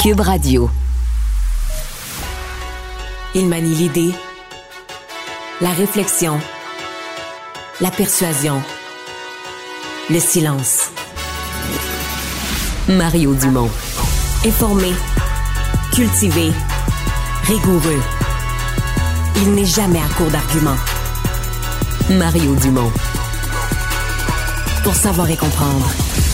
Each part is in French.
Cube Radio. Il manie l'idée, la réflexion, la persuasion, le silence. Mario Dumont. Informé, cultivé, rigoureux. Il n'est jamais à court d'arguments. Mario Dumont. Pour savoir et comprendre.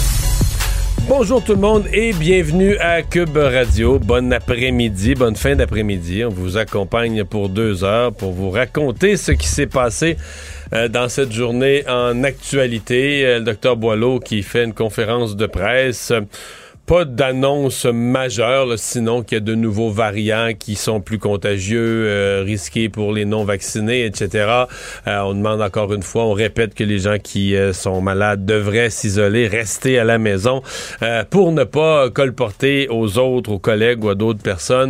Bonjour tout le monde et bienvenue à Cube Radio. Bon après-midi, bonne fin d'après-midi. On vous accompagne pour 2 heures pour vous raconter ce qui s'est passé dans cette journée en actualité. Le docteur Boileau qui fait une conférence de presse. Pas d'annonce majeure, là, sinon qu'il y a de nouveaux variants qui sont plus contagieux, risqués pour les non-vaccinés, etc. On demande encore une fois, on répète que les gens qui sont malades devraient s'isoler, rester à la maison pour ne pas colporter aux autres, aux collègues ou à d'autres personnes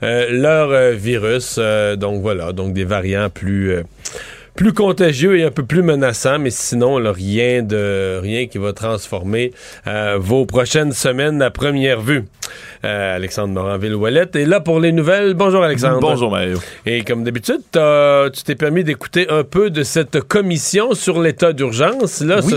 leur virus. Donc voilà, donc des variants plus contagieux et un peu plus menaçant, mais sinon, là, rien qui va transformer vos prochaines semaines à première vue. Alexandre Moranville-Ouellette est là pour les nouvelles. Bonjour Alexandre. Bonjour Mario. Et comme d'habitude, tu t'es permis d'écouter un peu de cette commission sur l'état d'urgence. Là, oui.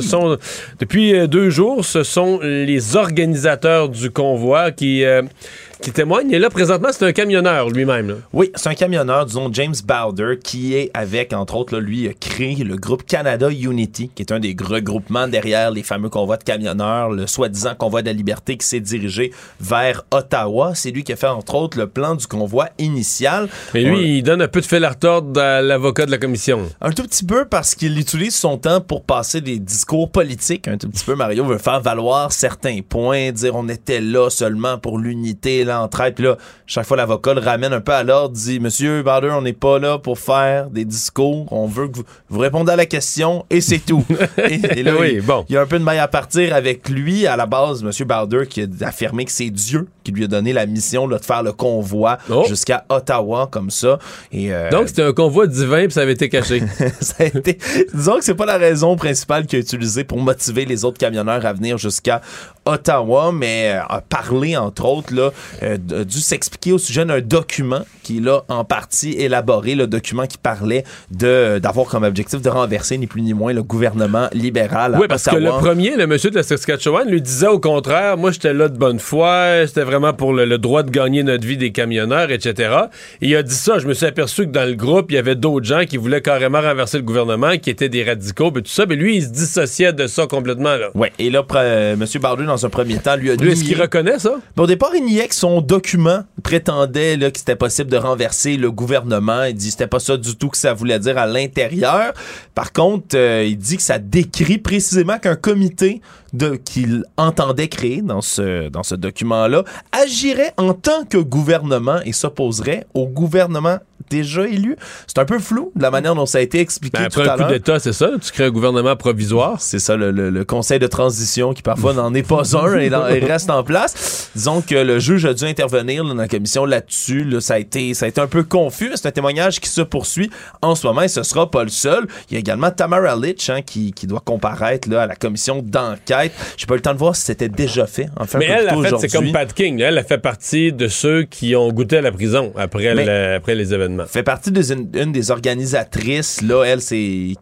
Depuis 2 jours, ce sont les organisateurs du convoi qui témoigne. Et là, présentement, c'est un camionneur lui-même. Là. Oui, c'est un camionneur, disons, James Bowder, qui est avec, entre autres, là, lui, a créé le groupe Canada Unity, qui est un des regroupements derrière les fameux convois de camionneurs, le soi-disant convoi de la liberté qui s'est dirigé vers Ottawa. C'est lui qui a fait, entre autres, le plan du convoi initial. Mais lui, il donne un peu de fil à retordre à l'avocat de la commission. Un tout petit peu parce qu'il utilise son temps pour passer des discours politiques. Un tout petit peu, Mario veut faire valoir certains points, dire on était là seulement pour l'unité, l'entraide. Puis là, chaque fois, l'avocat le ramène un peu à l'ordre, dit « Monsieur Bowder, on n'est pas là pour faire des discours. On veut que vous répondez à la question et c'est tout. » Et là, oui, il y a un peu de maille à partir avec lui. À la base, Monsieur Bowder qui a affirmé que c'est Dieu qui lui a donné la mission là, de faire le convoi jusqu'à Ottawa, comme ça. Et, donc, c'était un convoi divin puis ça avait été caché. Disons que c'est pas la raison principale qu'il a utilisée pour motiver les autres camionneurs à venir jusqu'à Ottawa, mais a parlé, entre autres, là, dû s'expliquer au sujet d'un document qu'il a en partie élaboré, le document qui parlait d'avoir comme objectif de renverser ni plus ni moins le gouvernement libéral à Ottawa. Oui, parce que le premier, le monsieur de la Saskatchewan, lui disait au contraire, moi j'étais là de bonne foi, c'était vraiment pour le droit de gagner notre vie des camionneurs, etc. Et il a dit ça, je me suis aperçu que dans le groupe, il y avait d'autres gens qui voulaient carrément renverser le gouvernement, qui étaient des radicaux, et tout ça, mais lui, il se dissociait de ça complètement. Oui, et là, M. Bowder, dans un premier temps, lui a nié. Est-ce qu'il reconnaît ça? Au départ, il niait que son document prétendait là, que c'était possible de renverser le gouvernement. Il dit que c'était pas ça du tout que ça voulait dire à l'intérieur. Par contre, il dit que ça décrit précisément qu'un comité qu'il entendait créer dans ce document-là agirait en tant que gouvernement et s'opposerait au gouvernement déjà élu. C'est un peu flou de la manière dont ça a été expliqué tout à l'heure. Après un coup d'État, c'est ça? Tu crées un gouvernement provisoire? C'est ça, le conseil de transition qui parfois n'en est pas un et reste en place. Disons que le juge a dû intervenir là, dans la commission là-dessus. Là, ça a été un peu confus. C'est un témoignage qui se poursuit en ce moment et ce sera pas le seul. Il y a également Tamara Lich qui doit comparaître là, à la commission d'enquête. J'ai pas eu le temps de voir si c'était déjà fait. Enfin, mais elle, en fait, c'est comme Pat King. Elle a fait partie de ceux qui ont goûté à la prison après les événements. Fait partie d'une des organisatrices, là, elle, c'est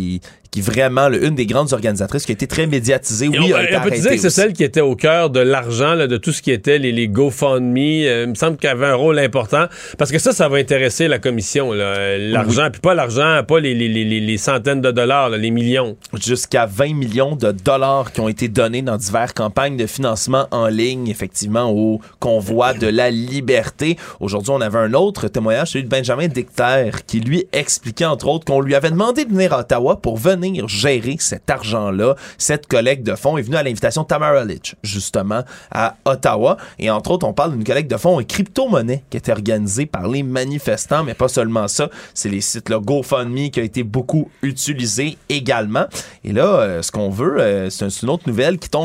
qui vraiment, une des grandes organisatrices qui a été très médiatisée. Oui, on peut dire que c'est celle qui était au cœur de l'argent, là, de tout ce qui était les GoFundMe. Il me semble qu'elle avait un rôle important. Parce que ça va intéresser la commission. Là, l'argent, puis pas l'argent, pas les centaines de dollars, là, les millions. Jusqu'à 20 millions de dollars qui ont été donnés dans diverses campagnes de financement en ligne, effectivement, au convoi de la liberté. Aujourd'hui, on avait un autre témoignage, celui de Benjamin Dicter, qui lui expliquait, entre autres, qu'on lui avait demandé de venir à Ottawa pour venir gérer cet argent-là. Cette collecte de fonds est venue à l'invitation de Tamara Lich, justement, à Ottawa. Et entre autres, on parle d'une collecte de fonds en crypto-monnaie qui a été organisée par les manifestants, mais pas seulement ça. C'est les sites là, GoFundMe qui a été beaucoup utilisé également. Et là, ce qu'on veut, c'est une autre nouvelle qui tombe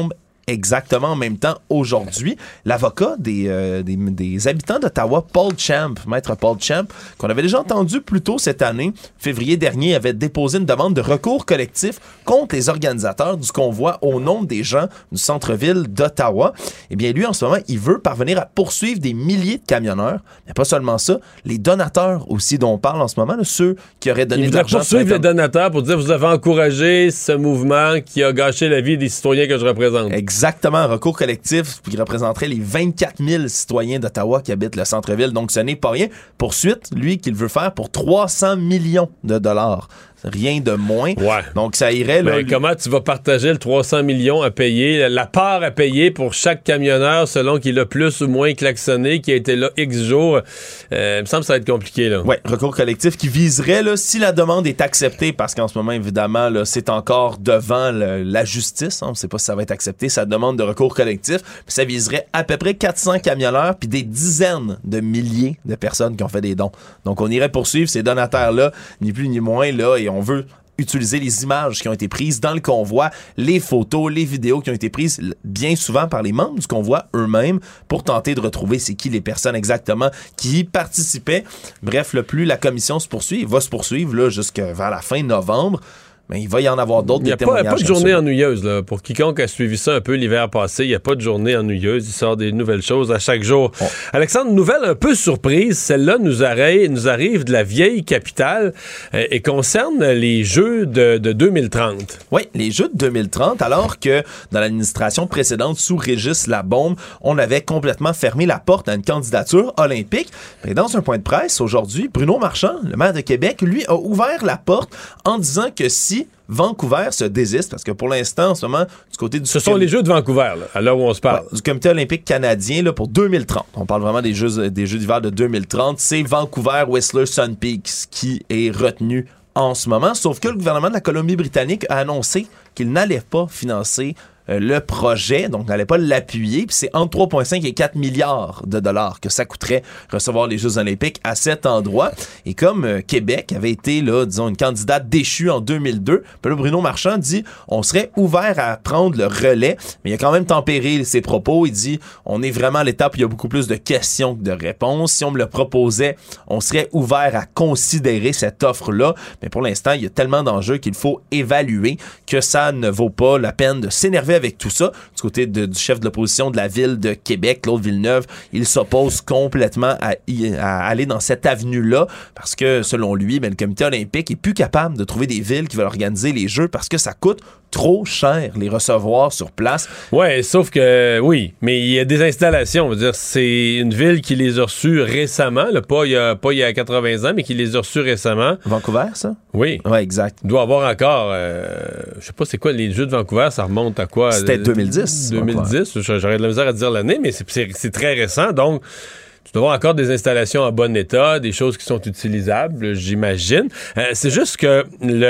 exactement en même temps aujourd'hui. L'avocat des habitants d'Ottawa, maître Paul Champ, qu'on avait déjà entendu plus tôt cette année, février dernier, avait déposé une demande de recours collectif contre les organisateurs du convoi au nom des gens du centre-ville d'Ottawa. Eh bien, lui, en ce moment, il veut parvenir à poursuivre des milliers de camionneurs. Mais pas seulement ça, les donateurs aussi dont on parle en ce moment, là, ceux qui auraient donné de l'argent. Il voudrait poursuivre les donateurs pour dire vous avez encouragé ce mouvement qui a gâché la vie des citoyens que je représente. Exactement, un recours collectif qui représenterait les 24 000 citoyens d'Ottawa qui habitent le centre-ville. Donc, ce n'est pas rien. Poursuite, lui, qu'il veut faire pour 300 millions de dollars. Rien de moins. Ouais. Donc, ça irait... Là, comment tu vas partager le 300 millions à payer, la part à payer pour chaque camionneur selon qu'il a plus ou moins klaxonné, qui a été là X jours? Il me semble que ça va être compliqué. Là. Oui, recours collectif qui viserait, là, si la demande est acceptée, parce qu'en ce moment, évidemment, là, c'est encore devant la justice. On ne sait pas si ça va être accepté, sa demande de recours collectif. Puis ça viserait à peu près 400 camionneurs puis des dizaines de milliers de personnes qui ont fait des dons. Donc, on irait poursuivre ces donateurs-là, ni plus ni moins, là, et on veut utiliser les images qui ont été prises dans le convoi, les photos, les vidéos qui ont été prises bien souvent par les membres du convoi eux-mêmes pour tenter de retrouver c'est qui les personnes exactement qui y participaient. Bref, plus la commission se poursuit, elle va se poursuivre là, jusqu'à vers la fin novembre. Mais il va y en avoir d'autres des témoignages. Il n'y a pas de journée ennuyeuse. Là. Pour quiconque a suivi ça un peu l'hiver passé, il n'y a pas de journée ennuyeuse. Il sort des nouvelles choses à chaque jour. Oh. Alexandre, nouvelle un peu surprise. Celle-là nous arrive de la vieille capitale et concerne les Jeux de 2030. Oui, les Jeux de 2030, alors que dans l'administration précédente, sous Régis Labaume, on avait complètement fermé la porte à une candidature olympique. Mais dans un point de presse aujourd'hui, Bruno Marchand, le maire de Québec, lui, a ouvert la porte en disant que si Vancouver se désiste, parce que pour l'instant, en ce moment, du côté du... Ce sont les Jeux de Vancouver, là, à l'heure où on se parle. Du Comité olympique canadien là, pour 2030. On parle vraiment des Jeux d'hiver de 2030. C'est Vancouver, Whistler, Sun Peaks qui est retenu en ce moment. Sauf que le gouvernement de la Colombie-Britannique a annoncé qu'il n'allait pas financer le projet, donc n'allait pas l'appuyer, puis c'est entre 3,5 et 4 milliards de dollars que ça coûterait recevoir les Jeux olympiques à cet endroit. Et comme Québec avait été, là, disons, une candidate déchue en 2002, puis là, Bruno Marchand dit on serait ouvert à prendre le relais, mais il a quand même tempéré ses propos. Il dit on est vraiment à l'étape où il y a beaucoup plus de questions que de réponses. Si on me le proposait, on serait ouvert à considérer cette offre-là, mais pour l'instant, il y a tellement d'enjeux qu'il faut évaluer que ça ne vaut pas la peine de s'énerver avec tout ça. Du côté du chef de l'opposition de la ville de Québec, Claude Villeneuve, il s'oppose complètement à aller dans cette avenue-là parce que, selon lui, le comité olympique est plus capable de trouver des villes qui veulent organiser les Jeux parce que ça coûte trop cher les recevoir sur place. Ouais, sauf que, oui, mais il y a des installations. On veut dire, c'est une ville qui les a reçues récemment, là, pas il y a 80 ans, mais qui les a reçues récemment. Vancouver, ça? Oui. Ouais, exact. Il doit avoir encore, je sais pas c'est quoi, les Jeux de Vancouver, ça remonte à quoi? C'était 2010. 2010, j'aurais de la misère à dire l'année, mais c'est très récent, donc tu dois avoir encore des installations en bon état, des choses qui sont utilisables, j'imagine. C'est juste que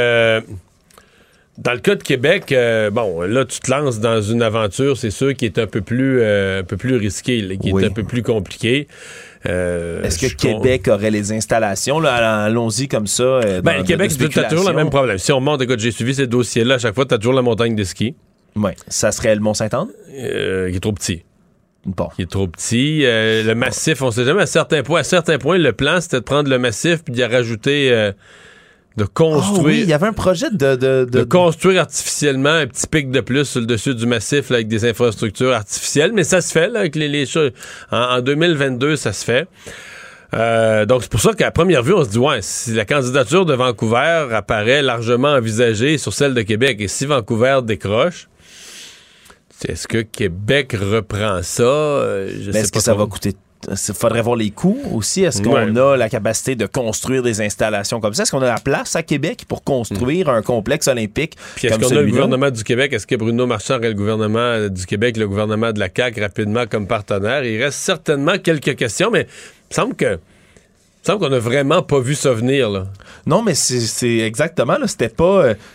dans le cas de Québec, là, tu te lances dans une aventure, c'est sûr, qui est un peu plus risquée, là, qui est un peu plus compliquée. Est-ce que Québec aurait les installations? Là, allons-y comme ça. Québec, tu as toujours le même problème. Si on monte, écoute, j'ai suivi ces dossiers-là, à chaque fois, tu as toujours la montagne de ski. Oui. Ça serait le Mont-Saint-Anne? Qui est trop petit. Bon. Qui est trop petit. Le massif, on sait jamais, à certains points, le plan, c'était de prendre le massif puis d'y rajouter... de construire... Oh oui, il y avait un projet de construire artificiellement un petit pic de plus sur le dessus du massif là, avec des infrastructures artificielles, mais ça se fait là, avec les choses. En 2022, ça se fait. Donc, c'est pour ça qu'à première vue, on se dit, ouais, si la candidature de Vancouver apparaît largement envisagée sur celle de Québec, et si Vancouver décroche, est-ce que Québec reprend ça? Est-ce que ça va coûter... Il faudrait voir les coûts aussi. Est-ce qu'on a la capacité de construire des installations comme ça? Est-ce qu'on a la place à Québec pour construire un complexe olympique puis est-ce qu'on a le gouvernement du Québec? Est-ce que Bruno Marchand aurait le gouvernement du Québec, le gouvernement de la CAQ rapidement comme partenaire? Il reste certainement quelques questions, mais il me semble qu'on n'a vraiment pas vu ça venir, là. Non, mais c'est exactement, là, c'était pas...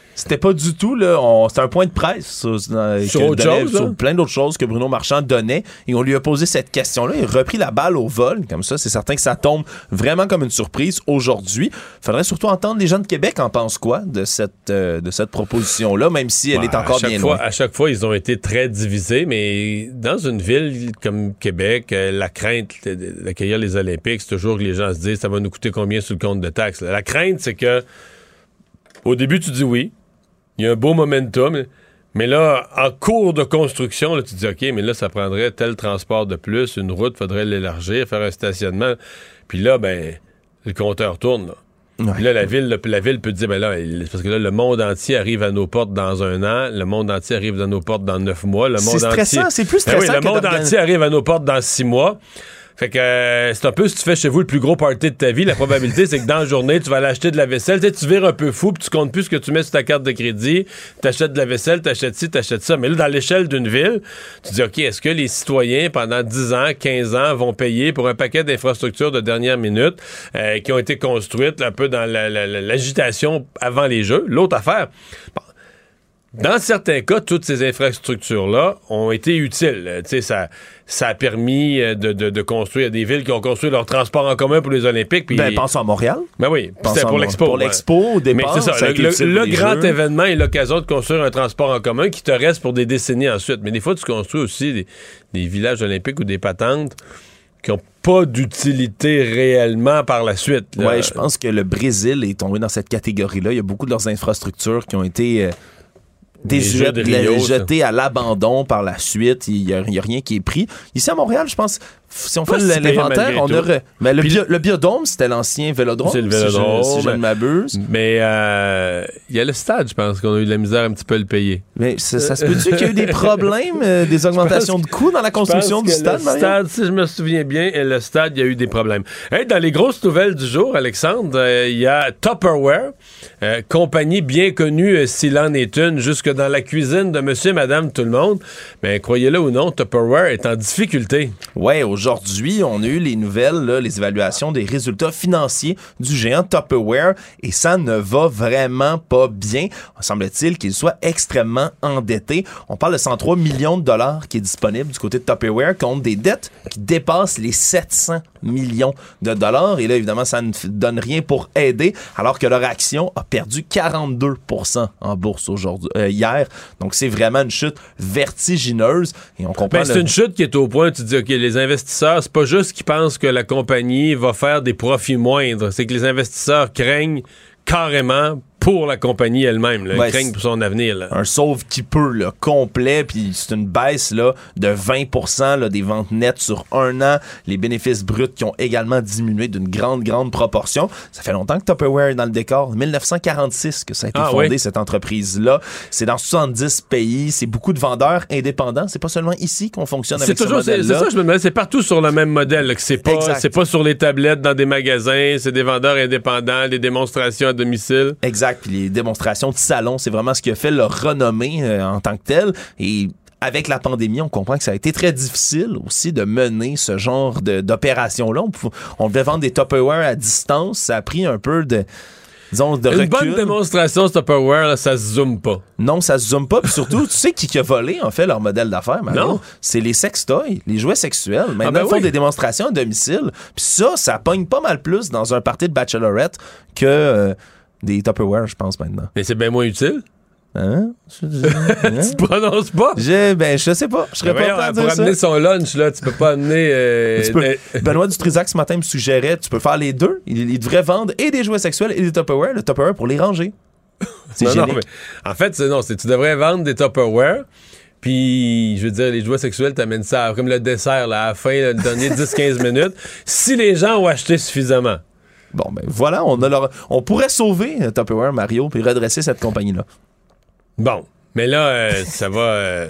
C'était pas du tout, là. C'était un point de presse sur plein d'autres choses que Bruno Marchand donnait. Et on lui a posé cette question-là. Il a repris la balle au vol. Comme ça, c'est certain que ça tombe vraiment comme une surprise aujourd'hui. Faudrait surtout entendre les gens de Québec en pensent quoi de cette proposition-là, même si elle est encore bien loin. À chaque fois, ils ont été très divisés, mais dans une ville comme Québec, la crainte d'accueillir les Olympiques, c'est toujours que les gens se disent ça va nous coûter combien sur le compte de taxes. La crainte, c'est que au début, tu dis oui. Il y a un beau momentum, mais là, en cours de construction, là, tu te dis, OK, mais là, ça prendrait tel transport de plus, une route, faudrait l'élargir, faire un stationnement. Puis là, ben, le compteur tourne, là. Ouais. Puis là, la ville peut dire, ben là, parce que là, le monde entier arrive à nos portes dans 1 an, le monde entier arrive dans nos portes dans 9 mois, c'est stressant, c'est plus stressant. Le monde entier arrive à nos portes dans 6 mois. Fait que c'est un peu si tu fais chez vous le plus gros party de ta vie, la probabilité c'est que dans la journée, tu vas aller acheter de la vaisselle. Tu sais, tu vires un peu fou puis tu comptes plus ce que tu mets sur ta carte de crédit. T'achètes de la vaisselle, t'achètes ci, t'achètes ça. Mais là, dans l'échelle d'une ville, tu dis, OK, est-ce que les citoyens, pendant 10 ans, 15 ans, vont payer pour un paquet d'infrastructures de dernière minute qui ont été construites un peu dans l'agitation avant les Jeux? L'autre affaire... Bon, dans certains cas, toutes ces infrastructures-là ont été utiles. Tu sais, ça a permis de construire des villes qui ont construit leur transport en commun pour les Olympiques. Puis pensons à Montréal. Ben oui, c'était pour l'Expo. Pour l'Expo, au départ, mais c'est ça, le grand événement est l'occasion de construire un transport en commun qui te reste pour des décennies ensuite. Mais des fois, tu construis aussi des villages olympiques ou des patentes qui n'ont pas d'utilité réellement par la suite. Oui, je pense que le Brésil est tombé dans cette catégorie-là. Il y a beaucoup de leurs infrastructures qui ont été... jeté à l'abandon par la suite. Il n'y a rien qui est pris. Ici à Montréal, je pense, si on fait l'inventaire, on aurait... Mais le Biodôme, c'était l'ancien Vélodrome. C'est le Vélodrome. Si je ne m'abuse. Mais il y a le stade, je pense, qu'on a eu de la misère un petit peu à le payer. Mais ça se peut-tu qu'il y a eu des problèmes, des augmentations de coûts dans la construction du stade, Mario? Le stade, si je me souviens bien, le stade, il y a eu des problèmes. Hey, dans les grosses nouvelles du jour, Alexandre, il y a Tupperware, compagnie bien connue, s'il en est une, jusque dans la cuisine de monsieur, madame, tout le monde. Mais croyez-le ou non, Tupperware est en difficulté. Ouais, aujourd'hui, on a eu les nouvelles, là, les évaluations des résultats financiers du géant Tupperware et ça ne va vraiment pas bien. Semble-t-il qu'il soit extrêmement endetté. On parle de 103 millions de dollars qui est disponible du côté de Tupperware contre des dettes qui dépassent les 700 millions de dollars. Et là, évidemment, ça ne donne rien pour aider alors que leur action a perdu 42% en bourse hier. Donc, c'est vraiment une chute vertigineuse. Et on comprend. C'est une chute qui est au point où tu te dis, OK, les investisseurs, c'est pas juste qu'ils pensent que la compagnie va faire des profits moindres. C'est que les investisseurs craignent carrément pour la compagnie elle-même. Là. Ils craignent pour son avenir. Là. Un sauve qui peut, là, complet, puis c'est une baisse là, de 20% là, des ventes nettes sur 1 an. Les bénéfices bruts qui ont également diminué d'une grande proportion. Ça fait longtemps que Tupperware est dans le décor. 1946 que ça a été fondé, cette entreprise-là. C'est dans 70 pays. C'est beaucoup de vendeurs indépendants. C'est pas seulement ici qu'on fonctionne avec ce modèle-là. C'est ça, je me demandais. C'est partout sur le même modèle. Là, que c'est pas sur les tablettes dans des magasins. C'est des vendeurs indépendants, des démonstrations à domicile. Exact. Puis les démonstrations de salon, c'est vraiment ce qui a fait leur renommée en tant que telle. Et avec la pandémie, on comprend que ça a été très difficile aussi de mener ce genre d'opération-là. On devait vendre des Tupperware à distance. Ça a pris un peu de... Disons, de recul. Une bonne démonstration de Tupperware, là, ça se zoome pas. Non, ça se zoome pas. Puis surtout, tu sais qui a volé, en fait, leur modèle d'affaires, Mario? Non. C'est les sextoys, les jouets sexuels. Maintenant, ils font des démonstrations à domicile. Puis ça pogne pas mal plus dans un party de bachelorette que des Tupperware, je pense, maintenant. Mais c'est bien moins utile. Hein? Tu te prononces pas? Je sais pas. Je serais pas prêt à dire ça. Pour amener son lunch, là, tu peux pas amener... Benoît Dutrisac, ce matin, me suggérait, tu peux faire les deux. Il devrait vendre et des jouets sexuels et des Tupperware. Le Tupperware pour les ranger. C'est génial. Non, mais en fait, tu devrais vendre des Tupperware. Puis, je veux dire, les jouets sexuels, t'amènes ça comme le dessert, là, à la fin, le dernier 10-15 minutes. Si les gens ont acheté suffisamment. Bon, ben voilà, on pourrait sauver Tupperware, Mario, puis redresser cette compagnie-là. Bon, mais là, ça va...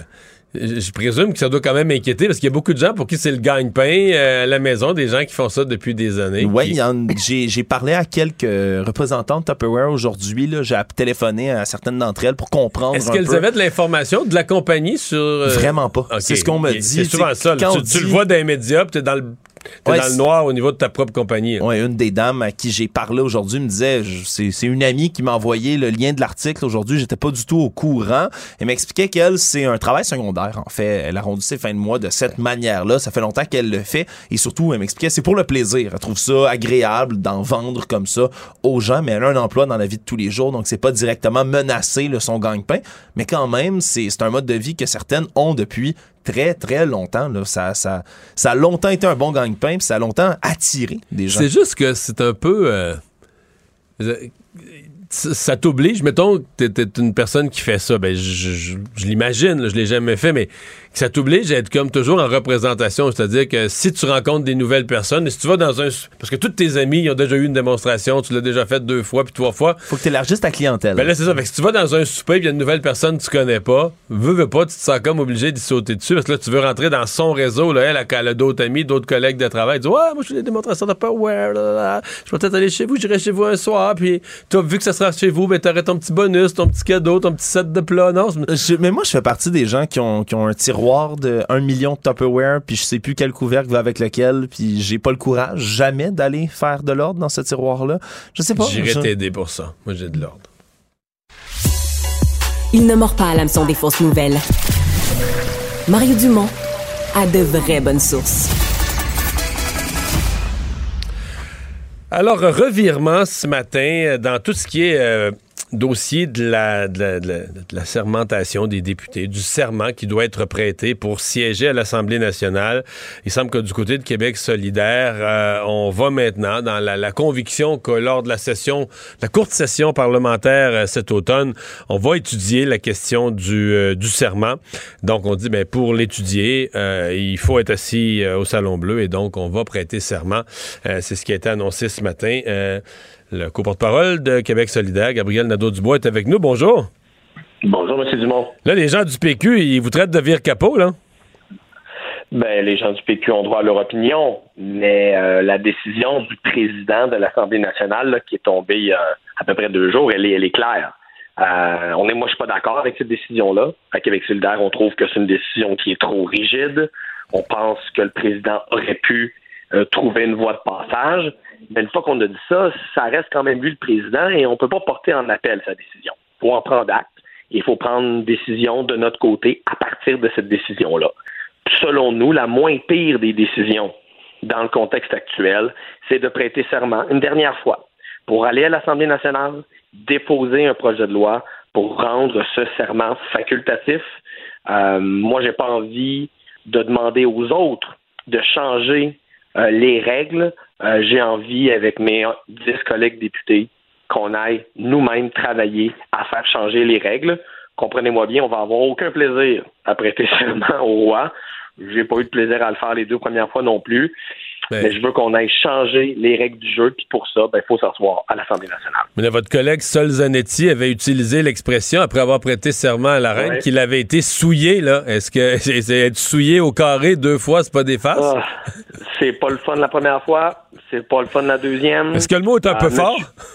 je présume que ça doit quand même inquiéter parce qu'il y a beaucoup de gens pour qui c'est le gagne-pain à la maison, des gens qui font ça depuis des années. Oui, j'ai parlé à quelques représentants de Tupperware aujourd'hui. Là, j'ai téléphoné à certaines d'entre elles pour comprendre. Est-ce qu'elles avaient de l'information de la compagnie sur... Vraiment pas. Okay. C'est ce qu'on me dit. C'est souvent ça. Tu le vois dans les médias, puis t'es dans le T'es dans le noir au niveau de ta propre compagnie. Oui, une des dames à qui j'ai parlé aujourd'hui me disait, c'est une amie qui m'a envoyé le lien de l'article aujourd'hui, j'étais pas du tout au courant. Elle m'expliquait qu'elle, c'est un travail secondaire, en fait. Elle arrondit ses fins de mois de cette manière-là. Ça fait longtemps qu'elle le fait. Et surtout, elle m'expliquait, c'est pour le plaisir. Elle trouve ça agréable d'en vendre comme ça aux gens, mais elle a un emploi dans la vie de tous les jours, donc c'est pas directement menacé son gagne-pain. Mais quand même, c'est un mode de vie que certaines ont depuis très, très longtemps. Là. Ça a longtemps été un bon gagne-pain, puis ça a longtemps attiré des gens. C'est juste que c'est un peu... ça t'oblige, mettons que t'es une personne qui fait ça, ben je l'imagine, là, je l'ai jamais fait, mais que ça t'oblige à être comme toujours en représentation, c'est-à-dire que si tu rencontres des nouvelles personnes, et si tu vas dans un... Parce que tous tes amis, ils ont déjà eu une démonstration, tu l'as déjà fait 2 fois puis 3 fois. Faut que tu élargisses ta clientèle. Ben là, c'est ça, fait que si tu vas dans un souper et il y a une nouvelle personne que tu connais pas, veux pas, tu te sens comme obligé d'y sauter dessus, parce que là, tu veux rentrer dans son réseau, là, elle a d'autres amis, d'autres collègues de travail, tu dis « Ouais, moi, je fais des démonstrations de Tupperware, je vais peut-être aller chez vous, j'irai chez vous un soir, puis toi, vu que ça sera chez vous, ben t'aurais ton petit bonus, ton petit cadeau, ton petit set de plats. » Non, mais moi, je fais partie des gens qui ont un tiroir de 1 million de Tupperware, puis je sais plus quel couvercle va avec lequel, puis j'ai pas le courage jamais d'aller faire de l'ordre dans ce tiroir-là. Je sais pas. J'irai t'aider pour ça. Moi, j'ai de l'ordre. Il ne mord pas à l'hameçon des fausses nouvelles. Mario Dumont a de vraies bonnes sources. Alors, revirement ce matin dans tout ce qui est dossier de la sermentation des députés, du serment qui doit être prêté pour siéger à l'Assemblée nationale. Il semble que du côté de Québec solidaire, on va maintenant dans la conviction que lors de la courte session parlementaire cet automne, on va étudier la question du serment. Donc, on dit, ben pour l'étudier, il faut être assis au Salon Bleu et donc on va prêter serment. C'est ce qui a été annoncé ce matin. Le co-porte-parole de Québec solidaire, Gabriel Nadeau-Dubois, est avec nous. Bonjour. Bonjour, M. Dumont. Là, les gens du PQ, ils vous traitent de vire-capot, là? Ben, les gens du PQ ont droit à leur opinion, mais la décision du président de l'Assemblée nationale, là, qui est tombée il y a à peu près 2 jours, elle est claire. Moi, je suis pas d'accord avec cette décision-là. À Québec solidaire, on trouve que c'est une décision qui est trop rigide. On pense que le président aurait pu trouver une voie de passage. Mais une fois qu'on a dit ça, ça reste quand même lui le président et on ne peut pas porter en appel sa décision. Il faut en prendre acte et il faut prendre une décision de notre côté à partir de cette décision-là. Selon nous, la moins pire des décisions dans le contexte actuel, c'est de prêter serment une dernière fois pour aller à l'Assemblée nationale, déposer un projet de loi pour rendre ce serment facultatif. Moi, j'ai pas envie de demander aux autres de changer les règles. J'ai envie, avec mes 10 collègues députés, qu'on aille nous-mêmes travailler à faire changer les règles. Comprenez-moi bien, on va avoir aucun plaisir à prêter serment au roi. J'ai pas eu de plaisir à le faire les 2 premières fois non plus. Mais je veux qu'on aille changer les règles du jeu, puis pour ça, il faut s'asseoir à l'Assemblée nationale. Mais là, votre collègue Sol Zanetti avait utilisé l'expression, après avoir prêté serment à la reine, qu'il avait été souillé, là. Est-ce que c'est être souillé au carré 2 fois, c'est pas des farces? C'est pas le fun la première fois, c'est pas le fun la deuxième. Est-ce que le mot est un peu fort?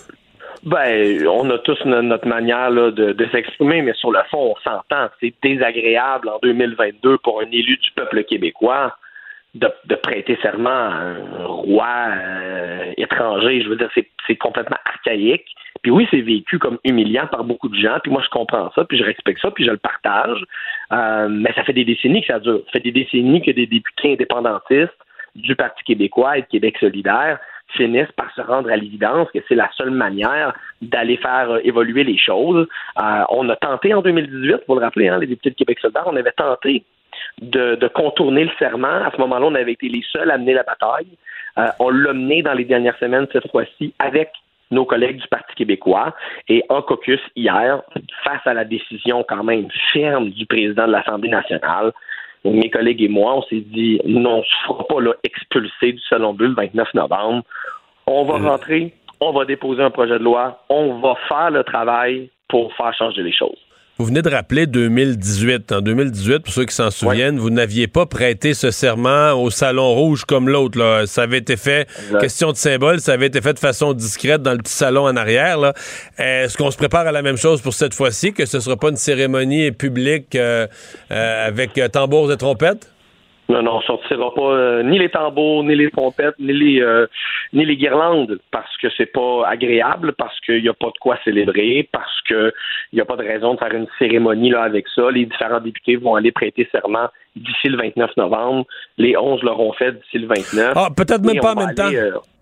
On a tous notre manière là, de s'exprimer, mais sur le fond, on s'entend. C'est désagréable en 2022 pour un élu du peuple québécois de prêter serment à un roi étranger. Je veux dire, c'est complètement archaïque. Puis oui, c'est vécu comme humiliant par beaucoup de gens. Puis moi, je comprends ça, puis je respecte ça, puis je le partage. Mais ça fait des décennies que ça dure. Ça fait des décennies que des députés indépendantistes du Parti québécois et de Québec solidaire finissent par se rendre à l'évidence que c'est la seule manière d'aller faire évoluer les choses. On a tenté en 2018, vous le rappelez, les députés de Québec solidaire, on avait tenté de contourner le serment. À ce moment-là, on avait été les seuls à mener la bataille. On l'a mené dans les dernières semaines, cette fois-ci, avec nos collègues du Parti québécois. Et en caucus, hier, face à la décision quand même ferme du président de l'Assemblée nationale, mes collègues et moi, on s'est dit, non, on ne se fera pas expulser du Salon Bleu le 29 novembre. On va rentrer, on va déposer un projet de loi, on va faire le travail pour faire changer les choses. Vous venez de rappeler 2018. En 2018, pour ceux qui s'en souviennent, vous n'aviez pas prêté ce serment au Salon Rouge comme l'autre, là. Ça avait été fait, question de symbole, ça avait été fait de façon discrète dans le petit salon en arrière, là. Est-ce qu'on se prépare à la même chose pour cette fois-ci, que ce ne sera pas une cérémonie publique avec tambours et trompettes? Non, on sortira pas ni les tambours, ni les trompettes, ni les guirlandes, parce que c'est pas agréable, parce qu'il n'y a pas de quoi célébrer, parce que il n'y a pas de raison de faire une cérémonie là avec ça. Les différents députés vont aller prêter serment d'ici le 29 novembre. Les 11 l'auront fait d'ici le 29. Ah, peut-être même pas en même temps.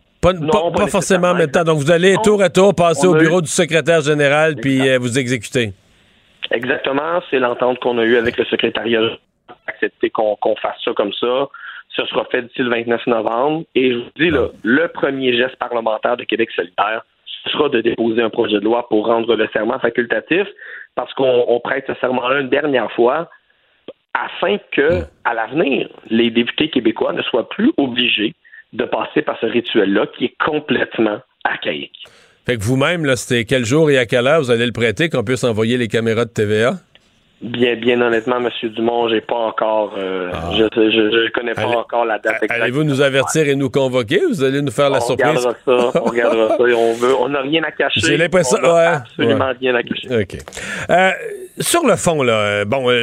Pas forcément en même temps. Donc, vous allez tour à tour passer au bureau du secrétaire général puis vous exécuter. Exactement. C'est l'entente qu'on a eue avec le secrétariat. Accepter qu'on fasse ça comme ça. Ça sera fait d'ici le 29 novembre. Et je vous dis, là, le premier geste parlementaire de Québec solidaire, ce sera de déposer un projet de loi pour rendre le serment facultatif, parce qu'on prête ce serment-là une dernière fois afin que, à l'avenir, les députés québécois ne soient plus obligés de passer par ce rituel-là qui est complètement archaïque. Fait que vous-même, là, c'était quel jour et à quelle heure vous allez le prêter, qu'on puisse envoyer les caméras de TVA? Bien honnêtement, M. Dumont, j'ai pas encore, je connais pas encore la date exacte. Allez-vous nous avertir et nous convoquer? Vous allez nous faire la surprise? On regardera ça. On n'a rien à cacher. J'ai l'impression, absolument rien à cacher. OK. Sur le fond, là,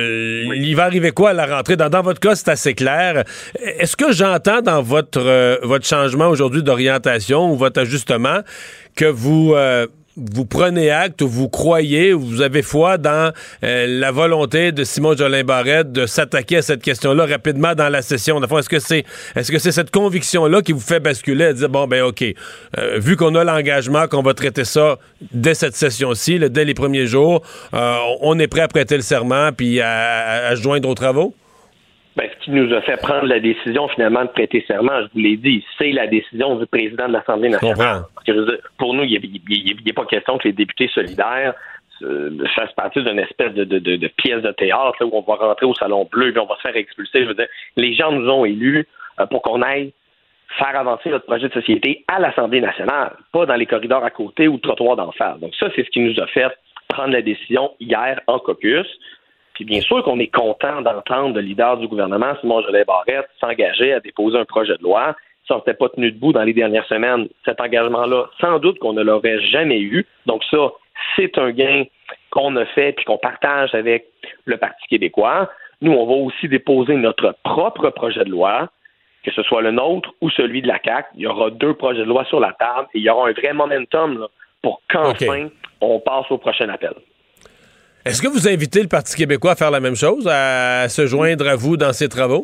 il va arriver quoi à la rentrée? Dans votre cas, c'est assez clair. Est-ce que j'entends dans votre changement aujourd'hui d'orientation ou votre ajustement que vous prenez acte ou vous croyez ou vous avez foi dans la volonté de Simon Jolin Barrette de s'attaquer à cette question-là rapidement dans la session? Est-ce que c'est cette conviction-là qui vous fait basculer à dire, OK, vu qu'on a l'engagement qu'on va traiter ça dès cette session-ci, dès les premiers jours, on est prêt à prêter le serment puis à se joindre aux travaux? Ce qui nous a fait prendre la décision, finalement, de prêter serment, je vous l'ai dit, c'est la décision du président de l'Assemblée nationale. Parce que, pour nous, il n'est pas question que les députés solidaires fassent partie d'une espèce de pièce de théâtre là, où on va rentrer au Salon Bleu et on va se faire expulser. Je veux dire, les gens nous ont élus pour qu'on aille faire avancer notre projet de société à l'Assemblée nationale, pas dans les corridors à côté ou le trottoir d'en face. Donc ça, c'est ce qui nous a fait prendre la décision hier en caucus. Puis bien sûr qu'on est content d'entendre le leader du gouvernement, Simon Jolin Barrette, s'engager à déposer un projet de loi. Ça n'était pas tenu debout dans les dernières semaines. Cet engagement-là, sans doute qu'on ne l'aurait jamais eu. Donc ça, c'est un gain qu'on a fait puis qu'on partage avec le Parti québécois. Nous, on va aussi déposer notre propre projet de loi, que ce soit le nôtre ou celui de la CAQ. Il y aura 2 projets de loi sur la table et il y aura un vrai momentum là, pour qu'enfin on passe au prochain appel. Est-ce que vous invitez le Parti québécois à faire la même chose, à se joindre à vous dans ces travaux?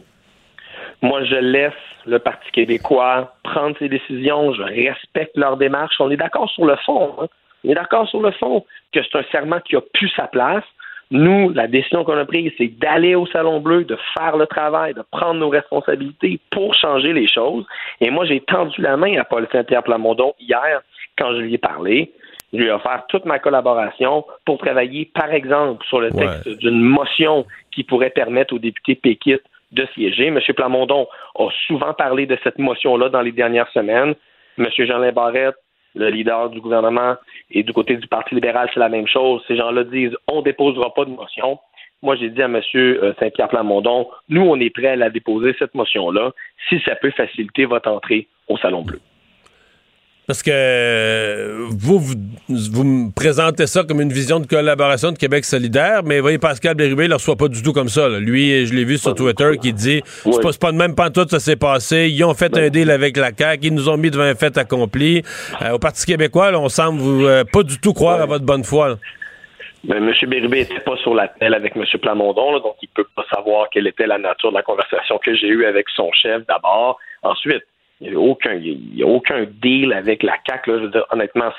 Moi, je laisse le Parti québécois prendre ses décisions. Je respecte leur démarche. On est d'accord sur le fond. Hein? On est d'accord sur le fond que c'est un serment qui a plus sa place. Nous, la décision qu'on a prise, c'est d'aller au Salon Bleu, de faire le travail, de prendre nos responsabilités pour changer les choses. Et moi, j'ai tendu la main à Paul Saint-Pierre Plamondon hier quand je lui ai parlé. Je lui ai offert toute ma collaboration pour travailler, par exemple, sur le texte d'une motion qui pourrait permettre aux députés péquistes de siéger. M. Plamondon a souvent parlé de cette motion-là dans les dernières semaines. M. Jolin Barrette, le leader du gouvernement, et du côté du Parti libéral, c'est la même chose. Ces gens-là disent « on ne déposera pas de motion ». Moi, j'ai dit à M. Saint-Pierre Plamondon, nous, on est prêts à la déposer, cette motion-là, si ça peut faciliter votre entrée au Salon Bleu. Parce que vous me présentez ça comme une vision de collaboration de Québec solidaire, mais vous voyez, Pascal Bérubé ne le reçoit pas du tout comme ça. Là. Lui, je l'ai vu sur Twitter, qui dit c'est pas de même pantoute, ça s'est passé. Ils ont fait un deal avec la CAQ, ils nous ont mis devant un fait accompli. Au Parti québécois, là, on semble pas du tout croire à votre bonne foi. Là. M. Bérubé n'était pas sur l'appel avec M. Plamondon, là, donc il ne peut pas savoir quelle était la nature de la conversation que j'ai eue avec son chef d'abord. Ensuite, il n'y a aucun deal avec la CAQ. Là. Je veux dire, honnêtement,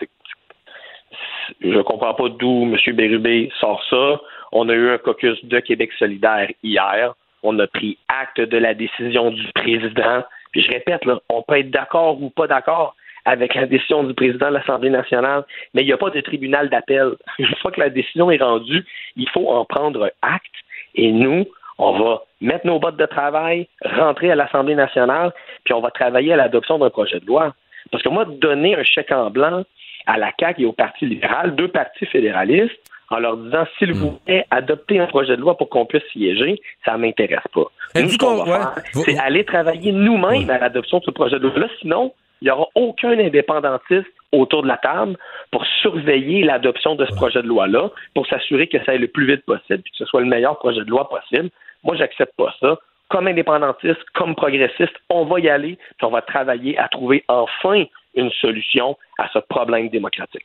je comprends pas d'où M. Bérubé sort ça. On a eu un caucus de Québec solidaire hier. On a pris acte de la décision du président. Puis je répète, là, on peut être d'accord ou pas d'accord avec la décision du président de l'Assemblée nationale, mais il n'y a pas de tribunal d'appel. Une fois que la décision est rendue, il faut en prendre acte. Et nous, on va mettre nos bottes de travail, rentrer à l'Assemblée nationale, puis on va travailler à l'adoption d'un projet de loi. Parce que moi, donner un chèque en blanc à la CAQ et au Parti libéral, 2 partis fédéralistes, en leur disant, s'il vous plaît, adopter un projet de loi pour qu'on puisse siéger, ça ne m'intéresse pas. Nous, ce qu'on va faire, c'est aller travailler nous-mêmes à l'adoption de ce projet de loi-là. Sinon, il n'y aura aucun indépendantiste autour de la table pour surveiller l'adoption de ce projet de loi-là, pour s'assurer que ça aille le plus vite possible et que ce soit le meilleur projet de loi possible. Moi, j'accepte pas ça. comme indépendantistes, comme progressistes, on va y aller, puis on va travailler à trouver enfin une solution à ce problème démocratique.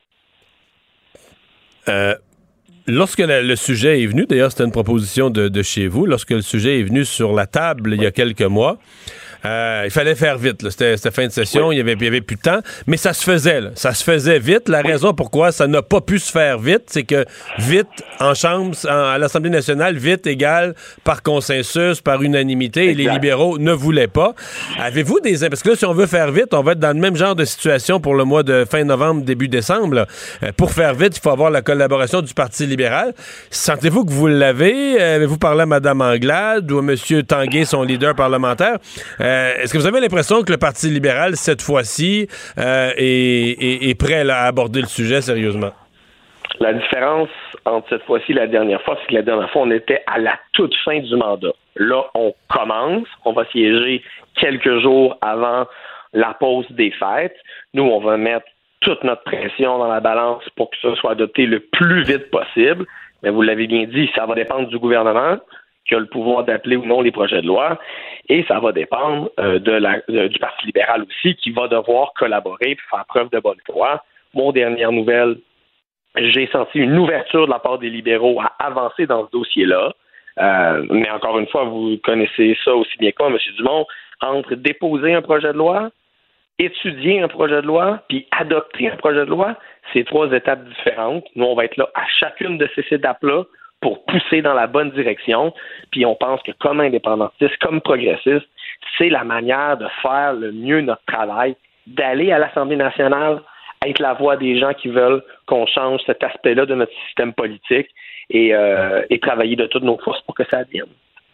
Lorsque le sujet est venu, d'ailleurs, c'était une proposition de chez vous, lorsque le sujet est venu sur la table il y a quelques mois, il fallait faire vite. Là. C'était fin de session, oui. il y avait plus de temps, mais ça se faisait. Là. Ça se faisait vite. La raison pourquoi ça n'a pas pu se faire vite, c'est que vite, en Chambre, à l'Assemblée nationale, vite égale par consensus, par unanimité, et les libéraux ne voulaient pas. Avez-vous parce que là, si on veut faire vite, on va être dans le même genre de situation pour le mois de fin novembre, début décembre. Là. Pour faire vite, il faut avoir la collaboration du Parti libéral. Sentez-vous que vous l'avez? Avez-vous parlé à Mme Anglade ou à M. Tanguay, son leader parlementaire? Est-ce que vous avez l'impression que le Parti libéral, cette fois-ci, est prêt là, à aborder le sujet sérieusement? La différence entre cette fois-ci et la dernière fois, c'est que la dernière fois, on était à la toute fin du mandat. Là, on commence. On va siéger quelques jours avant la pause des fêtes. Nous, on va mettre toute notre pression dans la balance pour que ça soit adopté le plus vite possible. Mais vous l'avez bien dit, ça va dépendre du gouvernement, qui a le pouvoir d'appeler ou non les projets de loi, et ça va dépendre du Parti libéral aussi, qui va devoir collaborer et faire preuve de bonne foi. Mon dernière nouvelle, j'ai senti une ouverture de la part des libéraux à avancer dans ce dossier-là. Mais encore une fois, vous connaissez ça aussi bien que moi, M. Dumont, entre déposer un projet de loi, étudier un projet de loi, puis adopter un projet de loi, c'est 3 étapes différentes. Nous, on va être là à chacune de ces étapes-là pour pousser dans la bonne direction. Puis on pense que comme indépendantiste, comme progressiste, c'est la manière de faire le mieux notre travail, d'aller à l'Assemblée nationale, être la voix des gens qui veulent qu'on change cet aspect-là de notre système politique et travailler de toutes nos forces pour que ça advienne.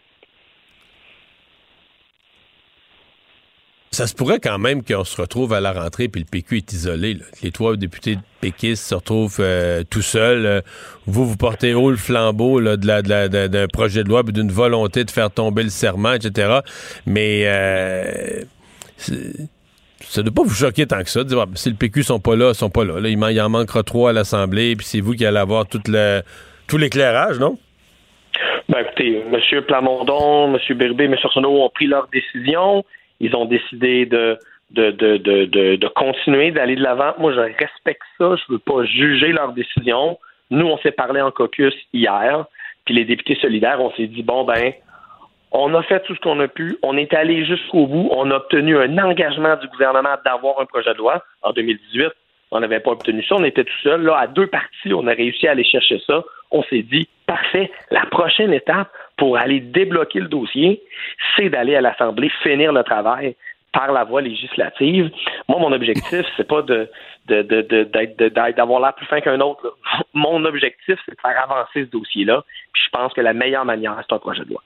Ça se pourrait quand même qu'on se retrouve à la rentrée puis le PQ est isolé. Là. Les 3 députés péquistes se retrouvent tout seuls. Vous portez haut le flambeau là, d'un projet de loi puis d'une volonté de faire tomber le serment, etc. Mais ça ne doit pas vous choquer tant que ça. De dire, si le PQ sont pas là. Là, il en manquera 3 à l'Assemblée puis c'est vous qui allez avoir tout l'éclairage, non? Ben écoutez, M. Plamondon, M. Bérubé, M. Arsenault ont pris leur décision. Ils ont décidé de continuer, d'aller de l'avant. Moi, je respecte ça. Je ne veux pas juger leur décision. Nous, on s'est parlé en caucus hier, puis les députés solidaires, on s'est dit, on a fait tout ce qu'on a pu. On est allé jusqu'au bout. On a obtenu un engagement du gouvernement d'avoir un projet de loi. En 2018, on n'avait pas obtenu ça. On était tout seul. Là, à 2 parties, on a réussi à aller chercher ça. On s'est dit, parfait, la prochaine étape pour aller débloquer le dossier, c'est d'aller à l'Assemblée, finir le travail par la voie législative. Moi, mon objectif, c'est pas d'avoir l'air plus fin qu'un autre. Là. Mon objectif, c'est de faire avancer ce dossier-là. Puis je pense que la meilleure manière, c'est un projet de loi.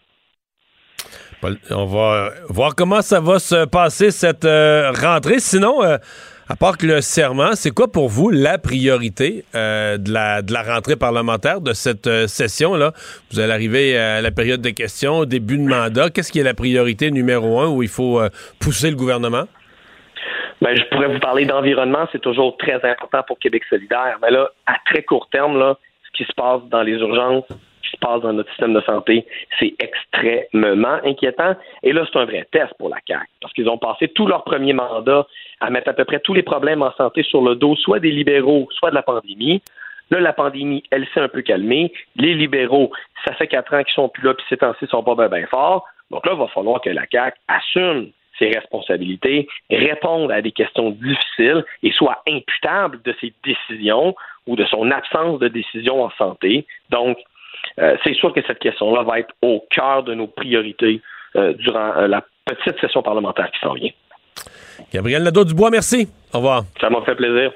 On va voir comment ça va se passer cette rentrée. Sinon, à part que le serment, c'est quoi pour vous la priorité de la rentrée parlementaire de cette session-là? Vous allez arriver à la période de questions, au début de mandat. Qu'est-ce qui est la priorité numéro 1 où il faut pousser le gouvernement? Ben, je pourrais vous parler d'environnement. C'est toujours très important pour Québec solidaire. Mais là, à très court terme, là, ce qui se passe dans les urgences, ce qui se passe dans notre système de santé, c'est extrêmement inquiétant. Et là, c'est un vrai test pour la CAQ. Parce qu'ils ont passé tout leur premier mandat à mettre à peu près tous les problèmes en santé sur le dos, soit des libéraux, soit de la pandémie. Là, la pandémie, elle s'est un peu calmée. Les libéraux, ça fait 4 ans qu'ils sont plus là, puis ces temps-ci sont pas bien forts. Donc là, il va falloir que la CAQ assume ses responsabilités, réponde à des questions difficiles et soit imputable de ses décisions ou de son absence de décision en santé. Donc, c'est sûr que cette question-là va être au cœur de nos priorités durant la petite session parlementaire qui s'en vient. Gabriel Nadeau-Dubois, merci. Au revoir. Ça m'a fait plaisir.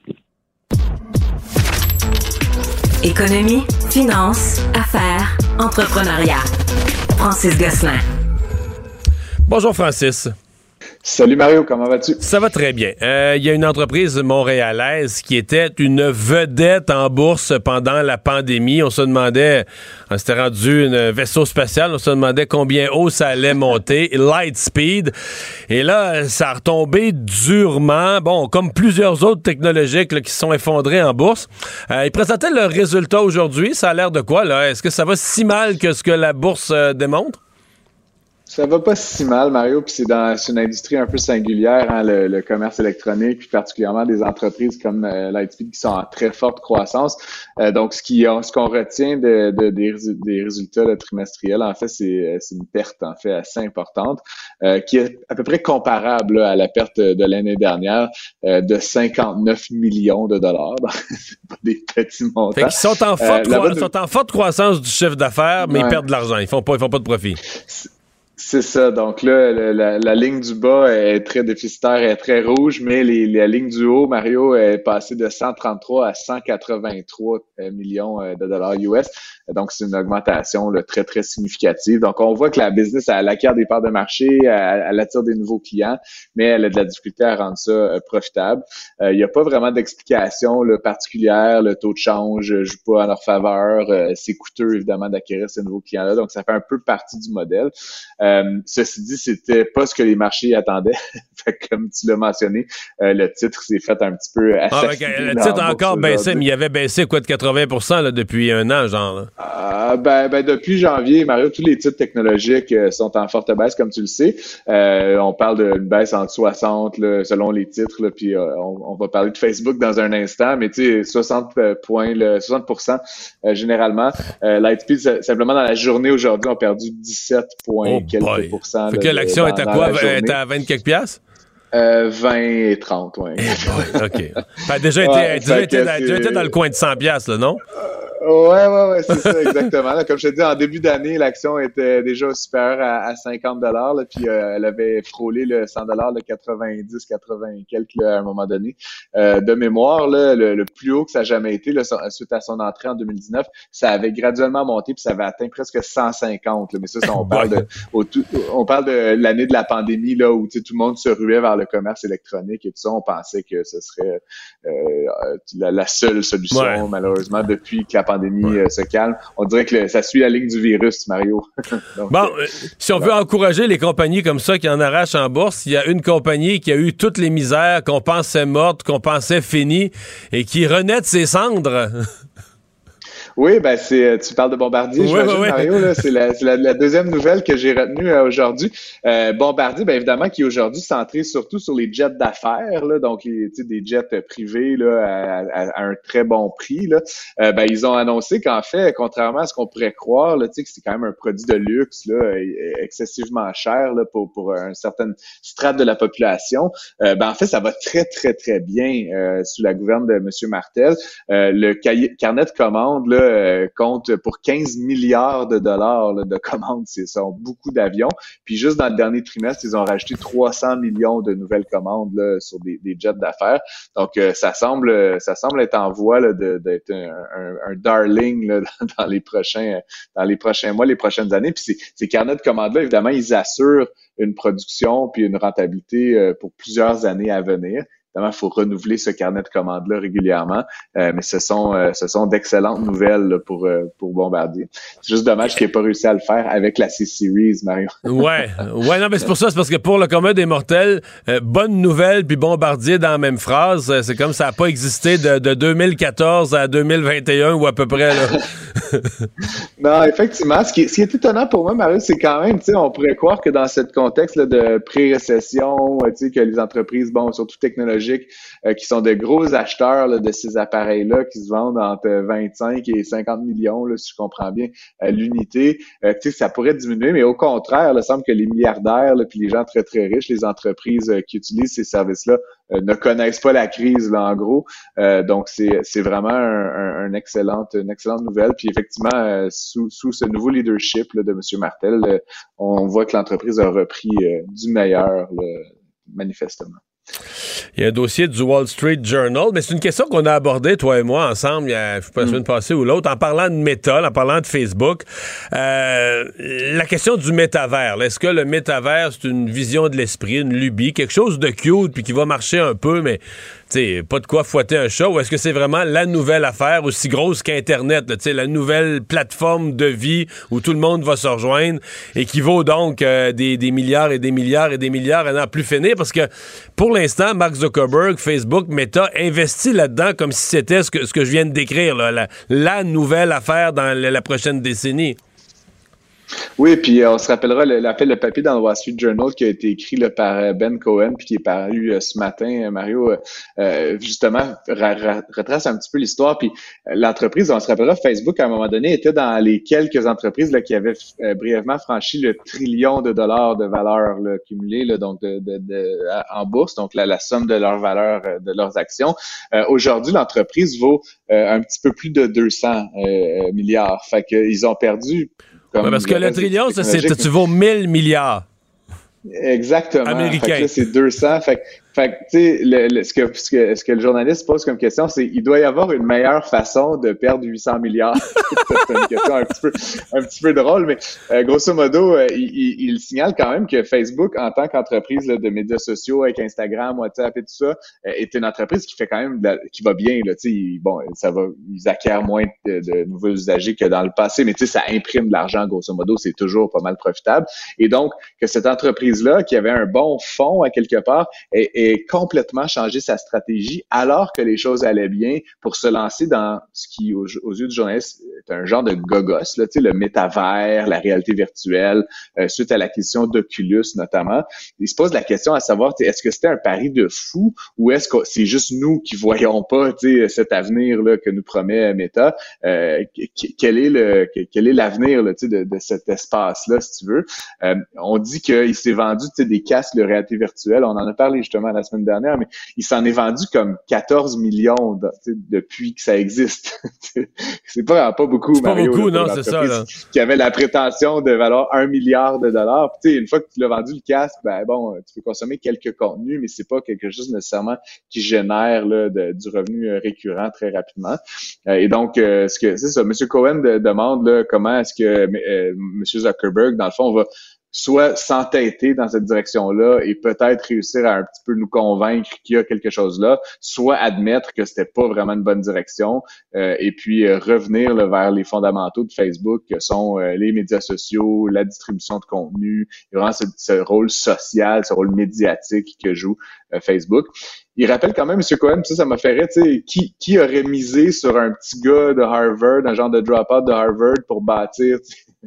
Économie, finance, affaires, entrepreneuriat. Francis Gosselin. Bonjour Francis. Salut Mario, comment vas-tu? Ça va très bien. Il y a une entreprise montréalaise qui était une vedette en bourse pendant la pandémie. On se demandait, on s'était rendu un vaisseau spatial, on se demandait combien haut ça allait monter. Lightspeed. Et là, ça a retombé durement. Bon, comme plusieurs autres technologiques là, qui se sont effondrés en bourse. Ils présentaient leurs résultats aujourd'hui. Ça a l'air de quoi, là? Est-ce que ça va si mal que ce que la bourse démontre? Ça va pas si mal, Mario, puis c'est une industrie un peu singulière, hein, le commerce électronique, puis particulièrement des entreprises comme Lightspeed qui sont en très forte croissance. Donc, ce qu'on retient des résultats trimestriels, en fait, c'est une perte en fait assez importante, qui est à peu près comparable à la perte de l'année dernière de 59 millions de dollars. C'est pas des petits montants. Fait qu'ils sont en forte croissance du chiffre d'affaires, mais ils perdent de l'argent. Ils font pas de profit. C'est ça. Donc là, la ligne du bas est très déficitaire, est très rouge, mais la ligne du haut, Mario, est passée de 133 à 183 millions de dollars US. Donc, c'est une augmentation là, très, très significative. Donc, on voit que la business, elle acquiert des parts de marché, elle attire des nouveaux clients, mais elle a de la difficulté à rendre ça profitable. Il n'y a pas vraiment d'explication particulière. Le taux de change joue pas en leur faveur. C'est coûteux, évidemment, d'acquérir ces nouveaux clients-là. Donc, ça fait un peu partie du modèle. Ceci dit, c'était pas ce que les marchés attendaient. Fait que, comme tu l'as mentionné, le titre s'est fait un petit peu assassiner. Le titre a encore baissé, mais il avait baissé quoi de 80% là, depuis un an, genre. Là. Depuis janvier, Mario, tous les titres technologiques sont en forte baisse, comme tu le sais. On parle d'une baisse entre 60 là, selon les titres, là, puis on va parler de Facebook dans un instant, mais tu sais, 60% généralement. Lightspeed, simplement dans la journée aujourd'hui, ont perdu 17 points. Quelques pourcents. Fait que l'action est à quoi? Elle est à 20 quelques piastres? 20 et 30, oui. OK. Ben, déjà été dans le coin de 100 piastres, là, non? Ouais, c'est ça, exactement. Là, comme je te dis, en début d'année, l'action était déjà supérieure à 50 $, là, puis elle avait frôlé le 100 $, le 90, 80 et quelques là, à un moment donné. De mémoire, là, le plus haut que ça n'a jamais été, là, suite à son entrée en 2019, ça avait graduellement monté, puis ça avait atteint presque 150. Là, mais ça on parle de l'année de la pandémie, là, où tout le monde se ruait vers le commerce électronique et tout ça. On pensait que ce serait la seule solution, malheureusement, depuis que la pandémie se calme. On dirait que ça suit la ligne du virus, Mario. Donc, si on veut encourager les compagnies comme ça qui en arrachent en bourse, il y a une compagnie qui a eu toutes les misères, qu'on pensait morte, qu'on pensait finie, et qui renaît de ses cendres. Oui, tu parles de Bombardier, j'imagine, Mario, là, c'est la deuxième nouvelle que j'ai retenue aujourd'hui. Bombardier, évidemment, qui est aujourd'hui centré surtout sur les jets d'affaires, là, donc des jets privés là, à un très bon prix. Là. Ils ont annoncé qu'en fait, contrairement à ce qu'on pourrait croire, là, que c'est quand même un produit de luxe là, excessivement cher là, pour une certaine strate de la population. En fait, ça va très, très, très bien sous la gouverne de M. Martel. Le carnet de commandes là, compte pour 15 milliards de dollars là, de commandes. Ce sont beaucoup d'avions. Puis juste dans le dernier trimestre, ils ont rajouté 300 millions de nouvelles commandes là, sur des jets d'affaires. Donc, ça semble être en voie là, d'être un darling là, dans les prochains mois, les prochaines années. Puis ces carnets de commandes-là, évidemment, ils assurent une production puis une rentabilité pour plusieurs années à venir. Évidemment, il faut renouveler ce carnet de commandes-là régulièrement, mais ce sont d'excellentes nouvelles là, pour Bombardier. C'est juste dommage qu'il n'ait pas réussi à le faire avec la C-Series, Mario. Ouais, non, mais c'est pour ça, c'est parce que pour le commun des mortels, bonne nouvelle puis Bombardier dans la même phrase, c'est comme ça n'a pas existé de 2014 à 2021 ou à peu près, là. Non, effectivement, ce qui est étonnant pour moi, Mario, c'est quand même, tu sais, on pourrait croire que dans ce contexte là, de pré-récession, tu sais, que les entreprises, surtout technologiques, qui sont de gros acheteurs là, de ces appareils-là qui se vendent entre 25 et 50 millions, là, si je comprends bien, à l'unité. Ça pourrait diminuer, mais au contraire, il semble que les milliardaires puis les gens très, très riches, les entreprises qui utilisent ces services-là ne connaissent pas la crise, là, en gros. Donc, c'est vraiment une excellente nouvelle. Puis effectivement, sous ce nouveau leadership là, de M. Martel, on voit que l'entreprise a repris du meilleur, là, manifestement. Il y a un dossier du Wall Street Journal, mais c'est une question qu'on a abordée, toi et moi, ensemble, je sais pas, la semaine passée ou l'autre, en parlant de Meta, en parlant de Facebook. La question du métavers. Est-ce que le métavers, c'est une vision de l'esprit, une lubie, quelque chose de cute, puis qui va marcher un peu, mais pas de quoi fouetter un chat, ou est-ce que c'est vraiment la nouvelle affaire, aussi grosse qu'Internet, là, la nouvelle plateforme de vie où tout le monde va se rejoindre et qui vaut donc des milliards et des milliards et des milliards à n'en plus finir, parce que pour l'instant, Mark Zuckerberg, Facebook, Meta investit là-dedans comme si c'était ce que je viens de décrire, là, la nouvelle affaire dans la prochaine décennie. Oui, puis on se rappellera le papier dans le Wall Street Journal qui a été écrit là, par Ben Cohen puis qui est paru ce matin, Mario, justement, retrace un petit peu l'histoire. Puis l'entreprise, on se rappellera, Facebook, à un moment donné, était dans les quelques entreprises là, qui avaient brièvement franchi le $1 trillion de valeur là, cumulée là, donc en bourse, donc la somme de leur valeur de leurs actions. Aujourd'hui, l'entreprise vaut un petit peu plus de 200 milliards. Fait qu'ils ont perdu... parce que le trillion, ça, c'est tu vaux 1000 milliards. Exactement. Américain. Fait que là, c'est 200. Fait que, tu sais, ce que le journaliste pose comme question, c'est il doit y avoir une meilleure façon de perdre 800 milliards. C'est une question un petit peu drôle, mais grosso modo, il signale quand même que Facebook, en tant qu'entreprise là, de médias sociaux avec Instagram, WhatsApp et tout ça, est une entreprise qui fait quand même qui va bien. Là, tu sais, bon, ils acquièrent moins de nouveaux usagers que dans le passé, mais tu sais, ça imprime de l'argent, grosso modo, c'est toujours pas mal profitable. Et donc, que cette entreprise-là, qui avait un bon fond à quelque part, est complètement changé sa stratégie alors que les choses allaient bien pour se lancer dans ce qui, aux yeux du journaliste, est un genre de gogos, là, tu sais, le métavers, la réalité virtuelle, suite à l'acquisition d'Oculus notamment. Il se pose la question à savoir, est-ce que c'était un pari de fou ou est-ce que c'est juste nous qui voyons pas, tu sais, cet avenir là que nous promet Meta? Quel est l'avenir là, tu sais, de cet espace-là, si tu veux? On dit qu'il s'est vendu, tu sais, des casques de réalité virtuelle. On en a parlé justement la semaine dernière, mais il s'en est vendu comme 14 millions depuis que ça existe. C'est pas beaucoup, c'est Mario. Pas beaucoup, non, c'est ça. Là. Qui avait la prétention de valoir $1 milliard. Puis, tu sais, une fois que tu l'as vendu le casque, ben bon, tu peux consommer quelques contenus, mais c'est pas quelque chose nécessairement qui génère là, du revenu récurrent très rapidement. Et donc, c'est ça. M. Cohen demande là, comment est-ce que M. Zuckerberg, dans le fond, va soit s'entêter dans cette direction-là et peut-être réussir à un petit peu nous convaincre qu'il y a quelque chose là, soit admettre que c'était pas vraiment une bonne direction et puis revenir là, vers les fondamentaux de Facebook que sont les médias sociaux, la distribution de contenu, et vraiment ce rôle social, ce rôle médiatique que joue Facebook. Il rappelle quand même, M. Cohen, ça m'a fait rire, tu sais, qui aurait misé sur un petit gars de Harvard, un genre de drop-out de Harvard pour bâtir,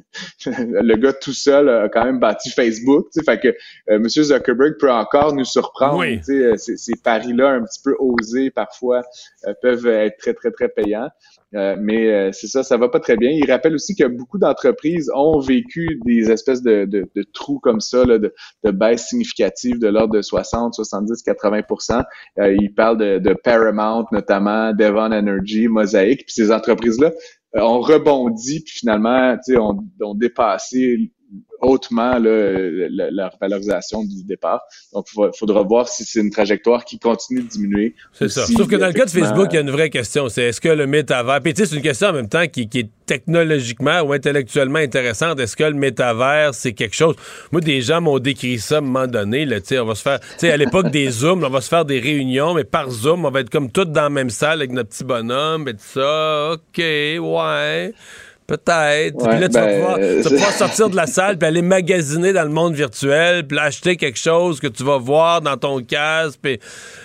le gars tout seul a quand même bâti Facebook, tu sais, fait que M. Zuckerberg peut encore nous surprendre, oui. Tu sais, ces paris-là un petit peu osés parfois peuvent être très, très, très payants. Mais c'est ça va pas très bien. Il rappelle aussi que beaucoup d'entreprises ont vécu des espèces de trous comme ça, là, de baisse significative de l'ordre de 60, 70, 80%. Il parle de Paramount notamment, Devon Energy, Mosaic. Puis ces entreprises-là ont rebondi, puis finalement, tu sais, ont dépassé hautement là, leur valorisation du départ. Donc, il faudra voir si c'est une trajectoire qui continue de diminuer. C'est ça. Sauf que dans le cas de Facebook, il y a une vraie question. C'est est-ce que le métavers... Puis tu sais, c'est une question en même temps qui est technologiquement ou intellectuellement intéressante. Est-ce que le métavers, c'est quelque chose... Moi, des gens m'ont décrit ça à un moment donné. Là, on va se faire... Tu sais, à l'époque des Zooms, on va se faire des réunions, mais par Zoom, on va être comme tous dans la même salle avec notre petit bonhomme et tout ça. OK, ouais... Peut-être. Ouais, puis là, tu vas pouvoir sortir de la salle puis aller magasiner dans le monde virtuel puis acheter quelque chose que tu vas voir dans ton casque. Puis...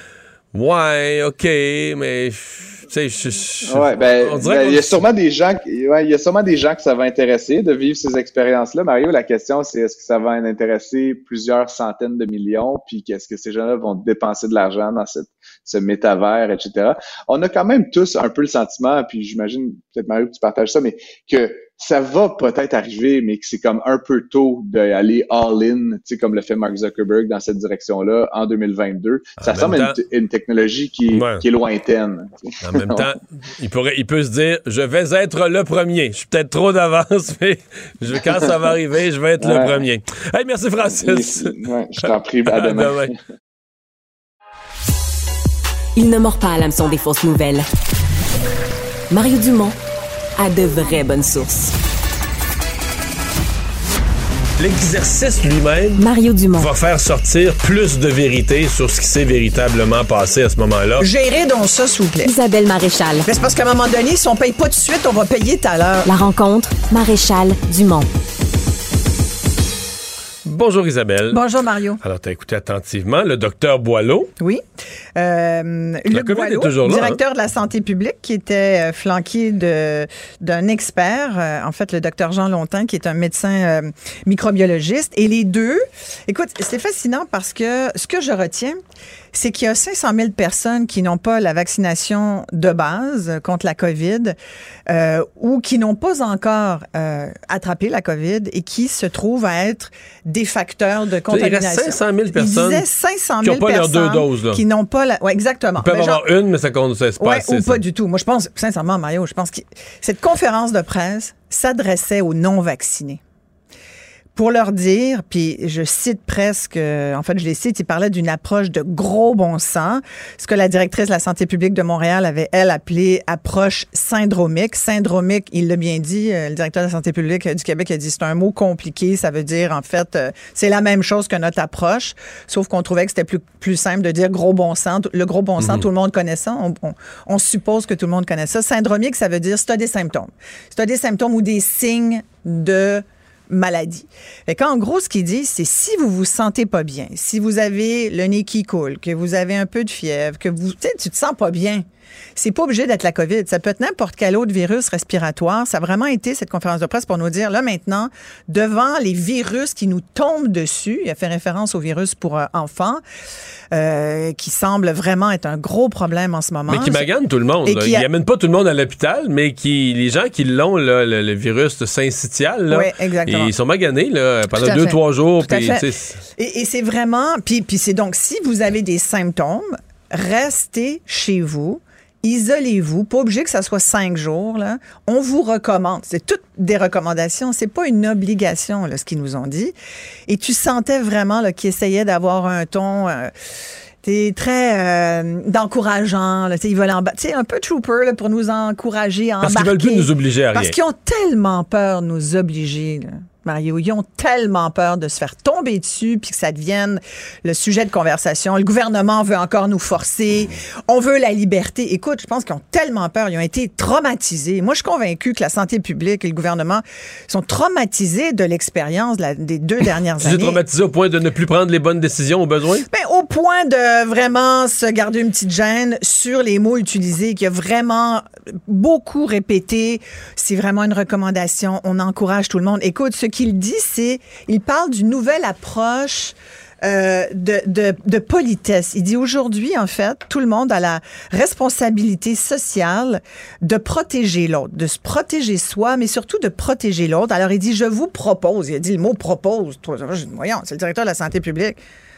Ouais, OK, mais... Tu sais, on dirait il y a sûrement des gens que ça va intéresser de vivre ces expériences-là. Mario, la question, c'est est-ce que ça va en intéresser plusieurs centaines de millions, puis qu'est-ce que ces gens-là vont dépenser de l'argent dans ce métavers, etc. On a quand même tous un peu le sentiment, puis j'imagine, peut-être Mario, que tu partages ça, mais que ça va peut-être arriver, mais que c'est comme un peu tôt d'aller all-in, tu sais, comme le fait Mark Zuckerberg dans cette direction-là en 2022. Ça ressemble à une technologie qui est lointaine. En même temps, il peut se dire, je vais être le premier. Je suis peut-être trop d'avance, mais quand ça va arriver, je vais être le premier. Hey, merci Francis. Je t'en prie, à demain. Il ne mord pas à l'hameçon des fausses nouvelles. Mario Dumont a de vraies bonnes sources. L'exercice lui-même Mario Dumont va faire sortir plus de vérité sur ce qui s'est véritablement passé à ce moment-là. Gérez donc ça, s'il vous plaît. Isabelle Maréchal. Mais c'est parce qu'à un moment donné, si on paye pas tout de suite, on va payer tout à l'heure. La rencontre Maréchal Dumont. Bonjour Isabelle. Bonjour Mario. Alors, tu as écouté attentivement le docteur Boileau. Oui. Luc Boileau, directeur de la santé publique, qui était flanqué d'un expert, en fait, le docteur Jean Longtemps, qui est un médecin microbiologiste. Et les deux, écoute, c'est fascinant parce que ce que je retiens, c'est qu'il y a 500 000 personnes qui n'ont pas la vaccination de base contre la COVID ou qui n'ont pas encore attrapé la COVID et qui se trouvent à être des facteurs de contamination. Il reste 500 000 personnes il disait 500 000 qui n'ont pas leurs 2 doses. Là. Qui n'ont pas la... Oui, exactement. Ils peuvent avoir une, mais ça compte, ça se passe. Ou pas du tout. Moi, je pense, sincèrement, Mario, je pense que cette conférence de presse s'adressait aux non-vaccinés. Pour leur dire, puis je cite presque, en fait, je les cite, ils parlaient d'une approche de gros bon sens, ce que la directrice de la santé publique de Montréal avait, elle, appelé approche syndromique. Syndromique, il l'a bien dit, le directeur de la santé publique du Québec a dit, c'est un mot compliqué, ça veut dire, en fait, c'est la même chose que notre approche, sauf qu'on trouvait que c'était plus simple de dire gros bon sens. Le gros bon sens, tout le monde connaît ça, on suppose que tout le monde connaît ça. Syndromique, ça veut dire si tu as des symptômes. Si tu as des symptômes ou des signes de maladie. Fait qu'en gros, ce qu'il dit, c'est si vous vous sentez pas bien, si vous avez le nez qui coule, que vous avez un peu de fièvre, que tu te sens pas bien, c'est pas obligé d'être la COVID. Ça peut être n'importe quel autre virus respiratoire. Ça a vraiment été cette conférence de presse pour nous dire, là, maintenant, devant les virus qui nous tombent dessus, il a fait référence au virus pour enfants, qui semble vraiment être un gros problème en ce moment. Mais qui magane tout le monde. Il n'amène pas tout le monde à l'hôpital, mais les gens qui l'ont, là, le virus syncytial, là, oui, exactement. Ils sont maganés là, pendant 2-3 jours. Puis, et c'est vraiment... Puis c'est donc, si vous avez des symptômes, restez chez vous. Isolez-vous, pas obligé que ça soit 5 jours, là. On vous recommande. C'est toutes des recommandations. C'est pas une obligation, là, ce qu'ils nous ont dit. Et tu sentais vraiment, là, qu'ils essayaient d'avoir un ton, très d'encourageant, là. Ils veulent un peu trooper, là, pour nous encourager à embarquer. Parce qu'ils veulent plus nous obliger à rien. Parce qu'ils ont tellement peur de nous obliger, là. Mario, ils ont tellement peur de se faire tomber dessus puis que ça devienne le sujet de conversation. Le gouvernement veut encore nous forcer. On veut la liberté. Écoute, je pense qu'ils ont tellement peur. Ils ont été traumatisés. Moi, je suis convaincue que la santé publique et le gouvernement sont traumatisés de l'expérience des 2 dernières années. Tu es traumatisé au point de ne plus prendre les bonnes décisions au besoin? Ben, au point de vraiment se garder une petite gêne sur les mots utilisés, qu'il y a vraiment beaucoup répété. C'est vraiment une recommandation. On encourage tout le monde. Écoute, ce qu'il dit, c'est, il parle d'une nouvelle approche de politesse. Il dit aujourd'hui, en fait, tout le monde a la responsabilité sociale de protéger l'autre, de se protéger soi, mais surtout de protéger l'autre. Alors, il dit, je vous propose, il a dit le mot propose. Voyons, c'est le directeur de la santé publique.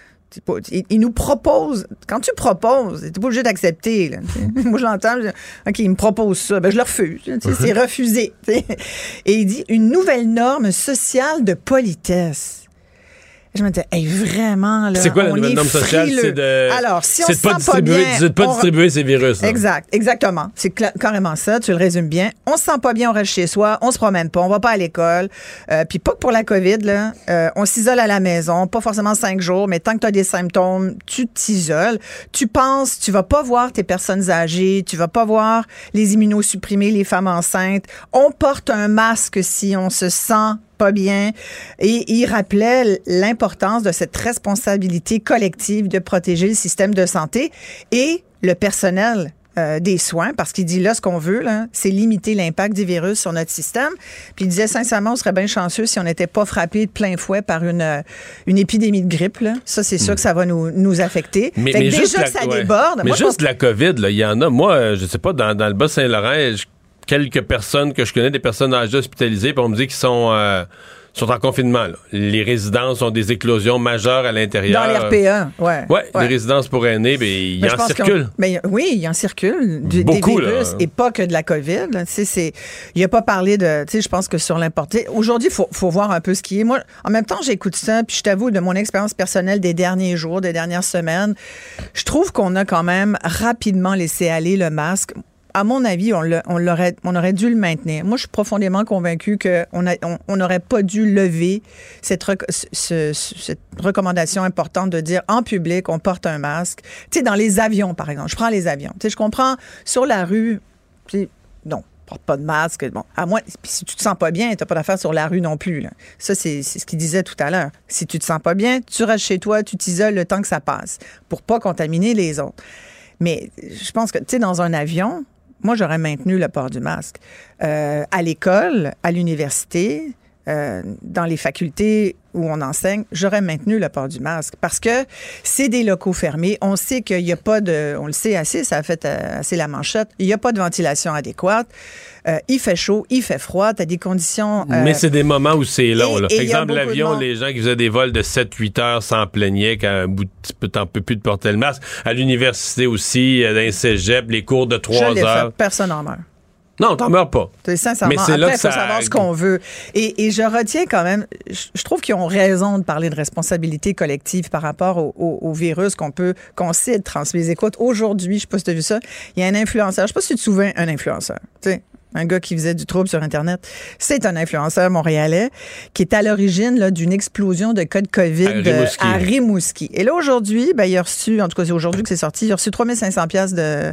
Il nous propose. Quand tu proposes, t'es pas obligé d'accepter. Là, moi, je l'entends. OK, il me propose ça. Ben, je le refuse. C'est refusé. T'sais. Et il dit une nouvelle norme sociale de politesse. Je me disais, vraiment, là. C'est quoi la nouvelle norme sociale? C'est de. Alors, si on c'est se de sent pas bien. C'est de pas distribuer ces virus. Là. Exactement. C'est carrément ça. Tu le résumes bien. On se sent pas bien, on reste chez soi. On se promène pas. On va pas à l'école. Puis pas que pour la COVID, là. On s'isole à la maison. Pas forcément 5 jours, mais tant que tu as des symptômes, tu t'isoles. Tu penses, tu vas pas voir tes personnes âgées. Tu vas pas voir les immunosupprimés, les femmes enceintes. On porte un masque si on se sent pas bien. Et il rappelait l'importance de cette responsabilité collective de protéger le système de santé et le personnel des soins, parce qu'il dit là, ce qu'on veut, là, c'est limiter l'impact des virus sur notre système. Puis il disait, sincèrement, on serait bien chanceux si on n'était pas frappé de plein fouet par une épidémie de grippe. Là. Ça, c'est sûr que ça va nous affecter. Mais déjà que ça déborde. Mais moi, juste de la COVID, là, il y en a. Moi, je sais pas, dans le Bas-Saint-Laurent, quelques personnes que je connais, des personnes âgées hospitalisées, puis on me dit qu'ils sont en confinement. Là. Les résidences ont des éclosions majeures à l'intérieur. Dans l'RPA, ouais. Les résidences pour aînés, il en circule. Oui, il en circule. Beaucoup, des virus, là. Et pas que de la COVID. Il n'a pas parlé de... Je pense que sur l'importé... Aujourd'hui, il faut voir un peu ce qui est. Moi, en même temps, j'écoute ça, puis je t'avoue, de mon expérience personnelle des derniers jours, des dernières semaines, je trouve qu'on a quand même rapidement laissé aller le masque. À mon avis, on aurait dû le maintenir. Moi, je suis profondément convaincue qu'on n'aurait pas dû lever cette recommandation importante de dire en public, on porte un masque. Tu sais, dans les avions, par exemple. Je prends les avions. Tu sais, je comprends, sur la rue, non. porte pas de masque. Bon, à moins, si tu te sens pas bien, t'as pas d'affaire sur la rue non plus. Là. Ça, c'est ce qu'il disait tout à l'heure. Si tu te sens pas bien, tu restes chez toi, tu t'isoles le temps que ça passe pour pas contaminer les autres. Mais je pense que, tu sais, dans un avion, moi, j'aurais maintenu le port du masque. À l'école, à l'université, dans les facultés où on enseigne, j'aurais maintenu le port du masque parce que c'est des locaux fermés. On sait qu'il n'y a pas de... On le sait assez, ça a fait assez la manchette. Il n'y a pas de ventilation adéquate. Il fait chaud, il fait froid. Tu as des conditions... Mais c'est des moments où c'est long. Par exemple, l'avion, de les gens qui faisaient des vols de 7-8 heures s'en plaignaient qu'à un bout de t'en peux plus de porter le masque. À l'université aussi, dans les cégeps, les cours de 3 heures. Personne n'en meurt. Non, t'en meurs pas. Sincèrement. Mais c'est après, il faut savoir ce qu'on veut. Et je retiens quand même, je trouve qu'ils ont raison de parler de responsabilité collective par rapport au virus qu'on sait de transmettre. Écoute, aujourd'hui, je sais pas si tu as vu ça, il y a un influenceur, je sais pas si tu te souviens, un influenceur, tu sais, un gars qui faisait du trouble sur Internet. C'est un influenceur montréalais qui est à l'origine là, d'une explosion de cas de COVID à Rimouski. Et là, aujourd'hui, il a reçu, en tout cas, c'est aujourd'hui que c'est sorti, il a reçu 3500 pièces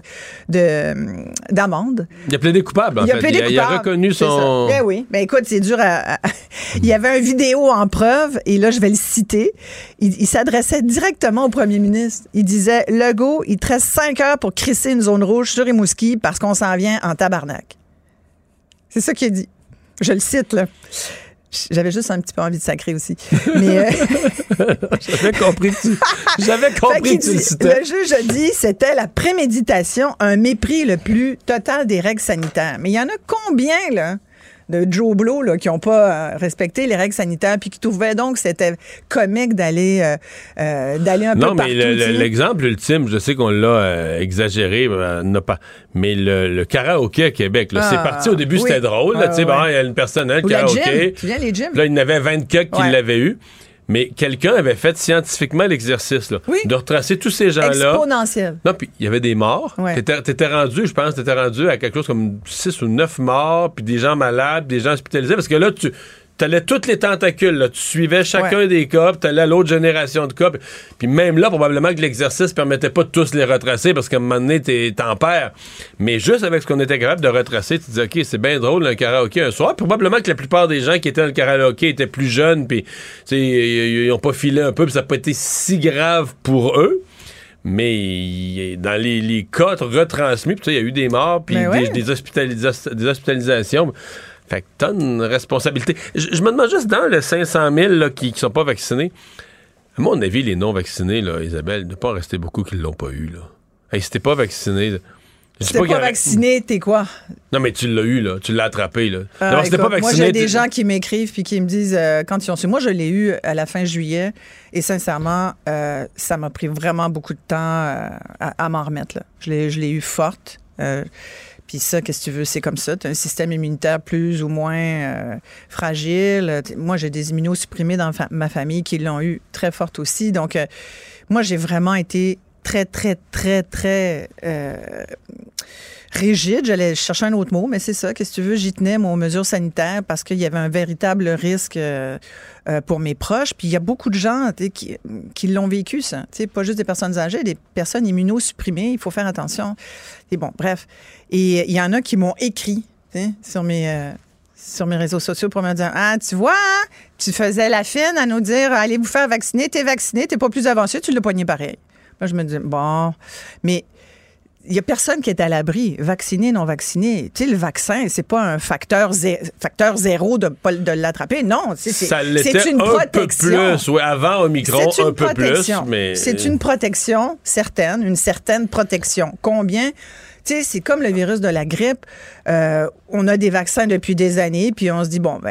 d'amende. Il a plaidé coupable, en fait. Il a reconnu son... Ben oui. Ben écoute, c'est dur à... Il y avait une vidéo en preuve, et là, je vais le citer. Il s'adressait directement au premier ministre. Il disait, Legault, il te reste 5 heures pour crisser une zone rouge sur Rimouski parce qu'on s'en vient en tabarnak. C'est ça qu'il a dit. Je le cite, là. J'avais juste un petit peu envie de sacrer aussi. Mais J'avais compris que tu le citais. Le juge a dit c'était la préméditation, un mépris le plus total des règles sanitaires. Mais il y en a combien, là, de Joe Blow là, qui n'ont pas respecté les règles sanitaires puis qui trouvaient donc que c'était comique d'aller un peu partout. Non, mais l'exemple ultime, je sais qu'on l'a exagéré, mais le karaoké à Québec, là, c'est parti au début, c'était drôle. Tu sais, il y a une personne, le karaoké. Tu viens les gyms. Là, il y en avait 24 qui l'avaient eu. Mais quelqu'un avait fait scientifiquement l'exercice là, de retracer tous ces gens-là. Exponentiel. Non, puis il y avait des morts. Ouais. T'étais rendu à quelque chose comme 6 ou 9 morts, puis des gens malades, des gens hospitalisés. Parce que là, t'allais toutes les tentacules. Là. Tu suivais chacun des cas, puis t'allais à l'autre génération de cas. Puis même là, probablement que l'exercice permettait pas de tous les retracer, parce qu'à un moment donné, t'en perds. Mais juste avec ce qu'on était capable de retracer, tu dis, OK, c'est bien drôle, un karaoké un soir. Probablement que la plupart des gens qui étaient dans le karaoké étaient plus jeunes, puis ils ont pas filé un peu, puis ça n'a pas été si grave pour eux. Mais dans les cas retransmis, puis il y a eu des morts, puis des hospitalisations. Fait que t'as une responsabilité. Je me demande juste, dans les 500 000 là, qui sont pas vaccinés, à mon avis, les non-vaccinés, là, Isabelle, il ne doit pas en rester beaucoup qui l'ont pas eu. Là. Hey, si t'es pas vacciné... Si t'es pas vacciné, t'es quoi? Non, mais tu l'as eu, là. Tu l'as attrapé, là. D'abord, si t'es pas vacciné... Moi, j'ai des gens qui m'écrivent puis qui me disent quand ils ont su. Moi, je l'ai eu à la fin juillet et sincèrement, ça m'a pris vraiment beaucoup de temps à m'en remettre. Là. Je l'ai eu forte. Puis ça, qu'est-ce que tu veux, c'est comme ça. Tu as un système immunitaire plus ou moins fragile. Moi, j'ai des immunosupprimés dans ma famille qui l'ont eu très forte aussi. Donc, moi, j'ai vraiment été très, très, très, très rigide. J'allais chercher un autre mot, mais c'est ça. Qu'est-ce que tu veux? J'y tenais, aux mesures sanitaires parce qu'il y avait un véritable risque pour mes proches. Puis il y a beaucoup de gens qui l'ont vécu, ça. T'sais, pas juste des personnes âgées, des personnes immunosupprimées. Il faut faire attention. Et bon, bref. Et il y en a qui m'ont écrit sur mes réseaux sociaux pour me dire « Ah, tu vois, hein, tu faisais la fine à nous dire « Allez vous faire vacciner, t'es vacciné, t'es pas plus avancé, tu l'as poigné pareil. » Moi, je me dis « Bon, mais... » Il n'y a personne qui est à l'abri, vacciné, non vacciné. Tu sais, le vaccin, c'est pas un facteur zéro de l'attraper. Non, c'est une protection. Un peu plus, avant Omicron, un peu plus. Mais... C'est une protection certaine, une certaine protection. Combien? Tu sais, c'est comme le virus de la grippe. On a des vaccins depuis des années, puis on se dit, bon,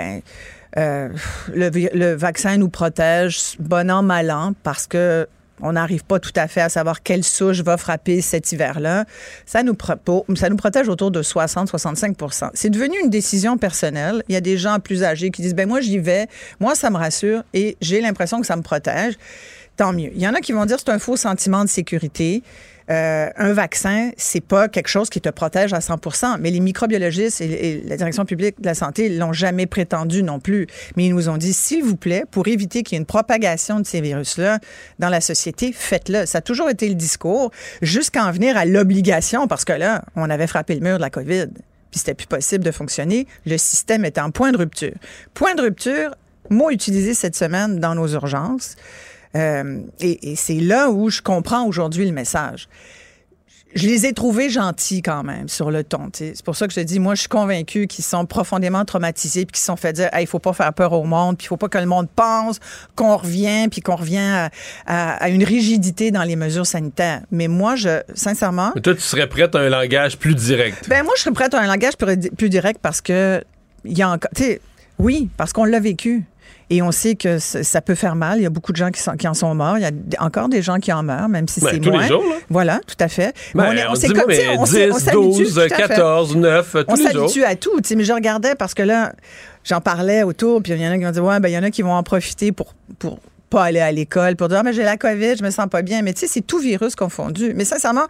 le vaccin nous protège bon an, mal an, parce que on n'arrive pas tout à fait à savoir quelle souche va frapper cet hiver-là. Ça nous protège autour de 60-65 %. C'est devenu une décision personnelle. Il y a des gens plus âgés qui disent, moi, j'y vais. Moi, ça me rassure et j'ai l'impression que ça me protège. Tant mieux. Il y en a qui vont dire que c'est un faux sentiment de sécurité. Un vaccin, c'est pas quelque chose qui te protège à 100 %. Mais les microbiologistes et la direction publique de la santé l'ont jamais prétendu non plus. Mais ils nous ont dit, s'il vous plaît, pour éviter qu'il y ait une propagation de ces virus-là dans la société, faites-le. Ça a toujours été le discours, jusqu'à en venir à l'obligation, parce que là, on avait frappé le mur de la COVID. puis c'était plus possible de fonctionner. Le système était en point de rupture. Point de rupture, mot utilisé cette semaine dans nos urgences. Et c'est là où je comprends aujourd'hui le message. Je les ai trouvés gentils quand même sur le ton. T'sais. C'est pour ça que je te dis, moi, je suis convaincue qu'ils sont profondément traumatisés puis qu'ils se sont fait dire, il faut pas faire peur au monde, puis il faut pas que le monde pense qu'on revient, puis qu'on revient à une rigidité dans les mesures sanitaires. Mais moi, sincèrement... Mais toi, tu serais prête à un langage plus direct? Ben moi, je serais prête à un langage plus direct parce que il y a encore... Oui, parce qu'on l'a vécu. Et on sait que ça peut faire mal. Il y a beaucoup de gens qui en sont morts. Il y a encore des gens qui en meurent, même si c'est tous moins. Les jours, là. Voilà, tout à fait. On s'est comme 10, 12, 14, 9, tous les jours. On s'habitue à tout. Mais je regardais parce que là, j'en parlais autour, puis il y en a qui m'ont dit, il y en a qui vont en profiter pour pas aller à l'école, pour dire, mais j'ai la COVID, je me sens pas bien. Mais tu sais, c'est tout virus confondu. Mais sincèrement,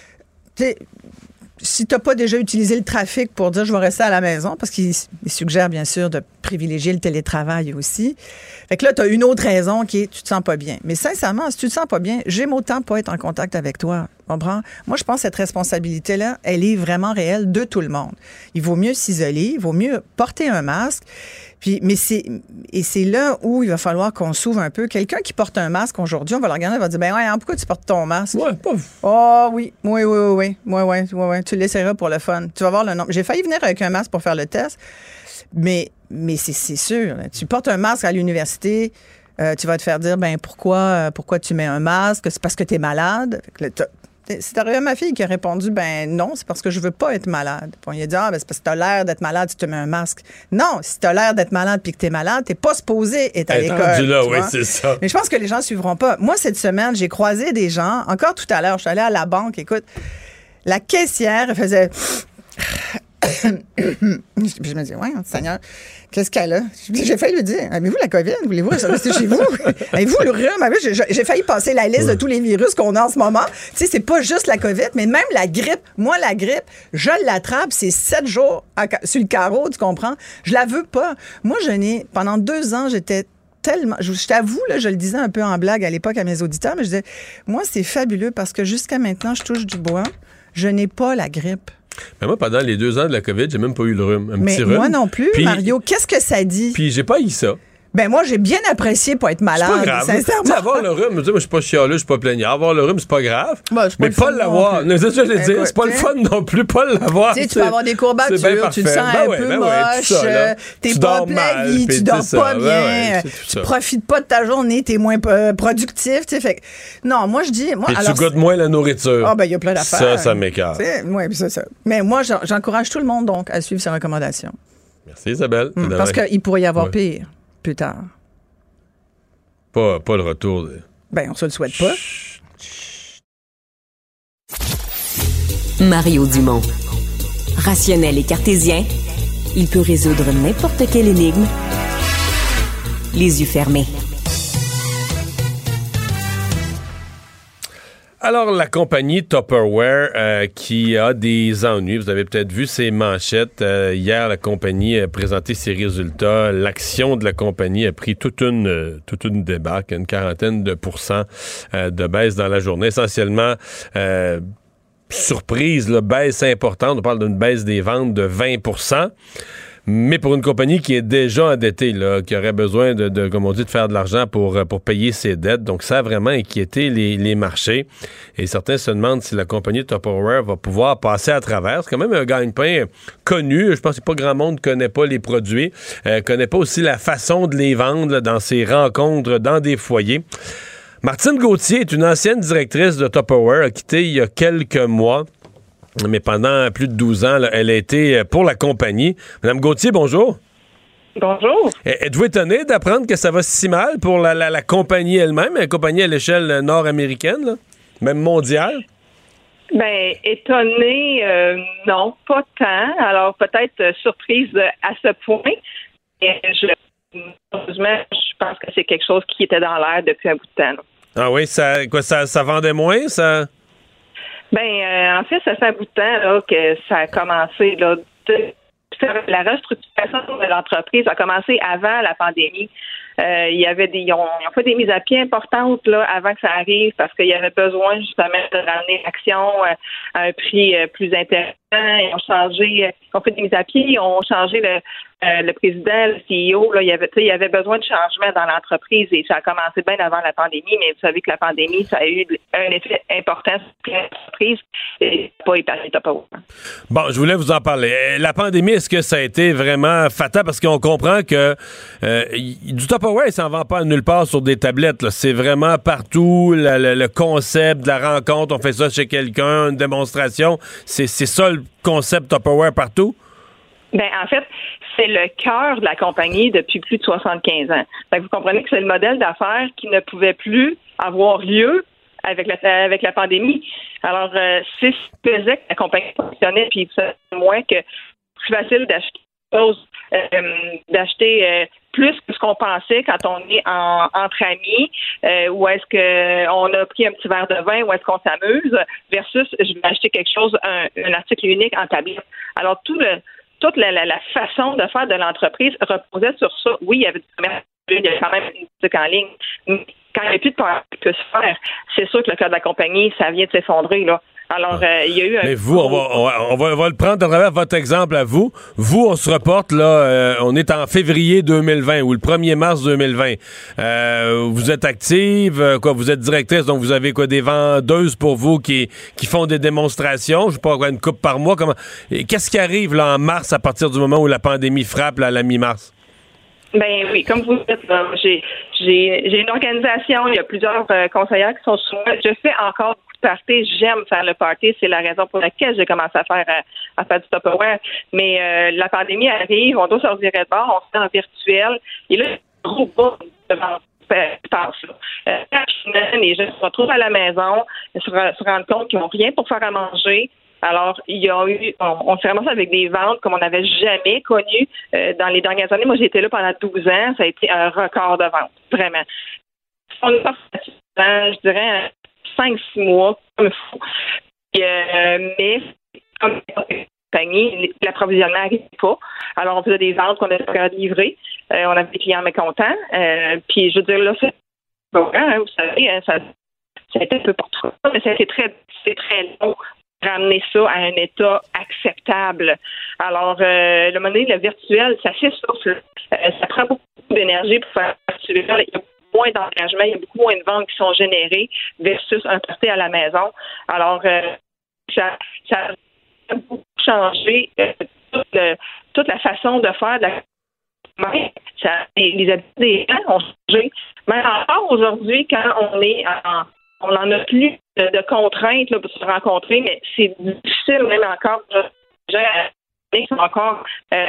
si tu n'as pas déjà utilisé le trafic pour dire je vais rester à la maison, parce qu'il suggère bien sûr de privilégier le télétravail aussi. Fait que là, tu as une autre raison qui est tu te sens pas bien. Mais sincèrement, si tu te sens pas bien, j'aime autant pas être en contact avec toi. Comprends? Moi, je pense que cette responsabilité-là, elle est vraiment réelle de tout le monde. Il vaut mieux s'isoler, il vaut mieux porter un masque. Mais c'est là où il va falloir qu'on s'ouvre un peu. Quelqu'un qui porte un masque aujourd'hui, on va le regarder, il va dire, pourquoi tu portes ton masque? Ouais, pas. Oh oui. Tu l'essaieras pour le fun. Tu vas voir le nombre. J'ai failli venir avec un masque pour faire le test, mais c'est sûr. Là. Tu portes un masque à l'université, tu vas te faire dire, pourquoi tu mets un masque? C'est parce que tu es malade. C'est arrivé à ma fille qui a répondu, non, c'est parce que je veux pas être malade. Puis on lui a dit, c'est parce que t'as l'air d'être malade si tu te mets un masque. Non, si t'as l'air d'être malade puis que t'es malade, t'es pas supposé être à l'école. Là, oui, c'est ça. Mais je pense que les gens suivront pas. Moi, cette semaine, j'ai croisé des gens, encore tout à l'heure, je suis allée à la banque, écoute, la caissière, elle faisait... Je me dis, Seigneur, qu'est-ce qu'elle a? J'ai failli lui dire, avez-vous la COVID? Voulez-vous rester chez vous? Avez-vous le rhume? J'ai failli passer la liste de tous les virus qu'on a en ce moment. Tu sais, c'est pas juste la COVID, mais même la grippe. Moi, la grippe, je l'attrape, c'est 7 jours sur le carreau, tu comprends? Je la veux pas. Moi, pendant 2 ans, j'étais tellement... Je t'avoue, là, je le disais un peu en blague à l'époque à mes auditeurs, mais je disais, moi, c'est fabuleux parce que jusqu'à maintenant, je touche du bois, je n'ai pas la grippe. Mais moi, pendant les 2 ans de la COVID, j'ai même pas eu le rhume. Petit rhume. Moi non plus, puis, Mario. Qu'est-ce que ça dit? Puis j'ai pas eu ça. Moi, j'ai bien apprécié pour être malade, c'est pas grave. sincèrement. Avoir le rhume, moi, je suis pas chialeux, je suis pas plaignard. Avoir le rhume, c'est pas grave. Mais pas l'avoir. C'est ça que je veux dire. C'est pas le fun non plus, pas l'avoir. Tu peux avoir des courbatures, tu te sens un peu moche, t'es pas plein vie, tu dors pas bien, tu profites pas de ta journée, t'es moins productif. Fait que, non, moi, je dis... Et tu goûtes moins la nourriture. Il y a plein d'affaires. Ça m'écarte. Oui, c'est ça. Mais moi, j'encourage tout le monde, donc, à suivre ces recommandations. Merci, Isabelle. Parce qu'il pourrait y avoir pire, plus tard. Pas le retour. On se le souhaite pas. Mario Dumont. Rationnel et cartésien, il peut résoudre n'importe quelle énigme les yeux fermés. Alors, la compagnie Tupperware qui a des ennuis, vous avez peut-être vu ses manchettes. Hier, la compagnie a présenté ses résultats. L'action de la compagnie a pris toute une débarque, une quarantaine de pourcents de baisse dans la journée. Essentiellement, surprise, baisse importante. On parle d'une baisse des ventes de 20%. Mais pour une compagnie qui est déjà endettée, qui aurait besoin de comme on dit, de faire de l'argent pour payer ses dettes. Donc, ça a vraiment inquiété les marchés. Et certains se demandent si la compagnie Tupperware va pouvoir passer à travers. C'est quand même un gagne-pain connu. Je pense que pas grand monde ne connaît pas les produits, connaît pas aussi la façon de les vendre là, dans ses rencontres, dans des foyers. Martine Gauthier est une ancienne directrice de Tupperware, a quitté il y a quelques mois. Mais pendant plus de 12 ans, là, elle a été pour la compagnie. Madame Gauthier, bonjour. Bonjour. Êtes-vous étonné d'apprendre que ça va si mal pour la compagnie elle-même, la compagnie à l'échelle nord-américaine, là, même mondiale? Étonné, non, pas tant. Alors, peut-être surprise à ce point. Et heureusement, je pense que c'est quelque chose qui était dans l'air depuis un bout de temps. Là. Ah oui, ça vendait moins, ça? En fait, ça fait un bout de temps là, que ça a commencé. Là, la restructuration de l'entreprise a commencé avant la pandémie. Ils ont fait des mises à pied importantes là avant que ça arrive parce qu'il y avait besoin justement de ramener l'action à un prix plus intéressant. Ils ont fait des mises à pied, ils ont changé le président, le CEO. Là, il y avait besoin de changement dans l'entreprise et ça a commencé bien avant la pandémie, mais vous savez que la pandémie, ça a eu un effet important sur l'entreprise et pas épargné Tupperware. Bon, je voulais vous en parler. La pandémie, est-ce que ça a été vraiment fatal? Parce qu'on comprend que du Tupperware, il s'en vend pas nulle part sur des tablettes. Là. C'est vraiment partout le concept de la rencontre. On fait ça chez quelqu'un, une démonstration. C'est ça le concept Tupperware partout? Ben, en fait, c'est le cœur de la compagnie depuis plus de 75 ans. Fait que vous comprenez que c'est le modèle d'affaires qui ne pouvait plus avoir lieu avec la pandémie. Alors, c'est ce qui faisait que la compagnie fonctionnait, puis c'est moins que plus facile d'acheter plus que ce qu'on pensait quand on est entre amis, ou est-ce qu'on a pris un petit verre de vin, ou est-ce qu'on s'amuse, versus je vais acheter quelque chose, un article unique en tablette. Alors, toute la façon de faire de l'entreprise reposait sur ça. Oui, il y avait du commerce, il y avait quand même une boutique en ligne. Mais quand il n'y a plus de part qui peut se faire, c'est sûr que le cœur de la compagnie, ça vient de s'effondrer, là. Alors, il y a eu un... Mais vous, on va le prendre à travers votre exemple à vous. Vous, on se reporte, là, on est en février 2020 ou le 1er mars 2020. Vous êtes active, vous êtes directrice, donc vous avez des vendeuses pour vous qui font des démonstrations, je sais pas, une coupe par mois. Qu'est-ce qui arrive là en mars à partir du moment où la pandémie frappe là, à la mi-mars? Ben oui, comme vous dites, j'ai une organisation, il y a plusieurs conseillères qui sont sous moi. Je fais encore beaucoup de party, j'aime faire le party, c'est la raison pour laquelle j'ai commencé à faire du Tupperware. Mais la pandémie arrive, on doit se revirer de bord, on se fait en virtuel, et là, gros bout devant les gens se retrouvent à la maison, se rendent compte qu'ils n'ont rien pour faire à manger. Alors, on s'est ramassé avec des ventes comme on n'avait jamais connues dans les dernières années. Moi, j'ai été là pendant 12 ans. Ça a été un record de vente, vraiment. On est parti, je dirais, 5-6 mois, comme fou. Mais, comme compagnie, l'approvisionnement n'arrivait pas. Alors, on faisait des ventes qu'on avait pas livrées. On avait des clients mécontents. Puis, je veux dire, là, c'est bon, vous savez, ça a été un peu pour tout ça, mais c'est très long. Ramener ça à un état acceptable. Alors, le moment donné, le virtuel, ça s'essouffle. Ça prend beaucoup d'énergie pour faire le virtuel. Il y a moins d'engagement, il y a beaucoup moins de ventes qui sont générées versus un party à la maison. Alors, ça a beaucoup changé toute la façon de faire. Les habitudes des gens ont changé. Mais encore aujourd'hui, quand on n'en a plus de contraintes là, pour se rencontrer, mais c'est difficile même encore encore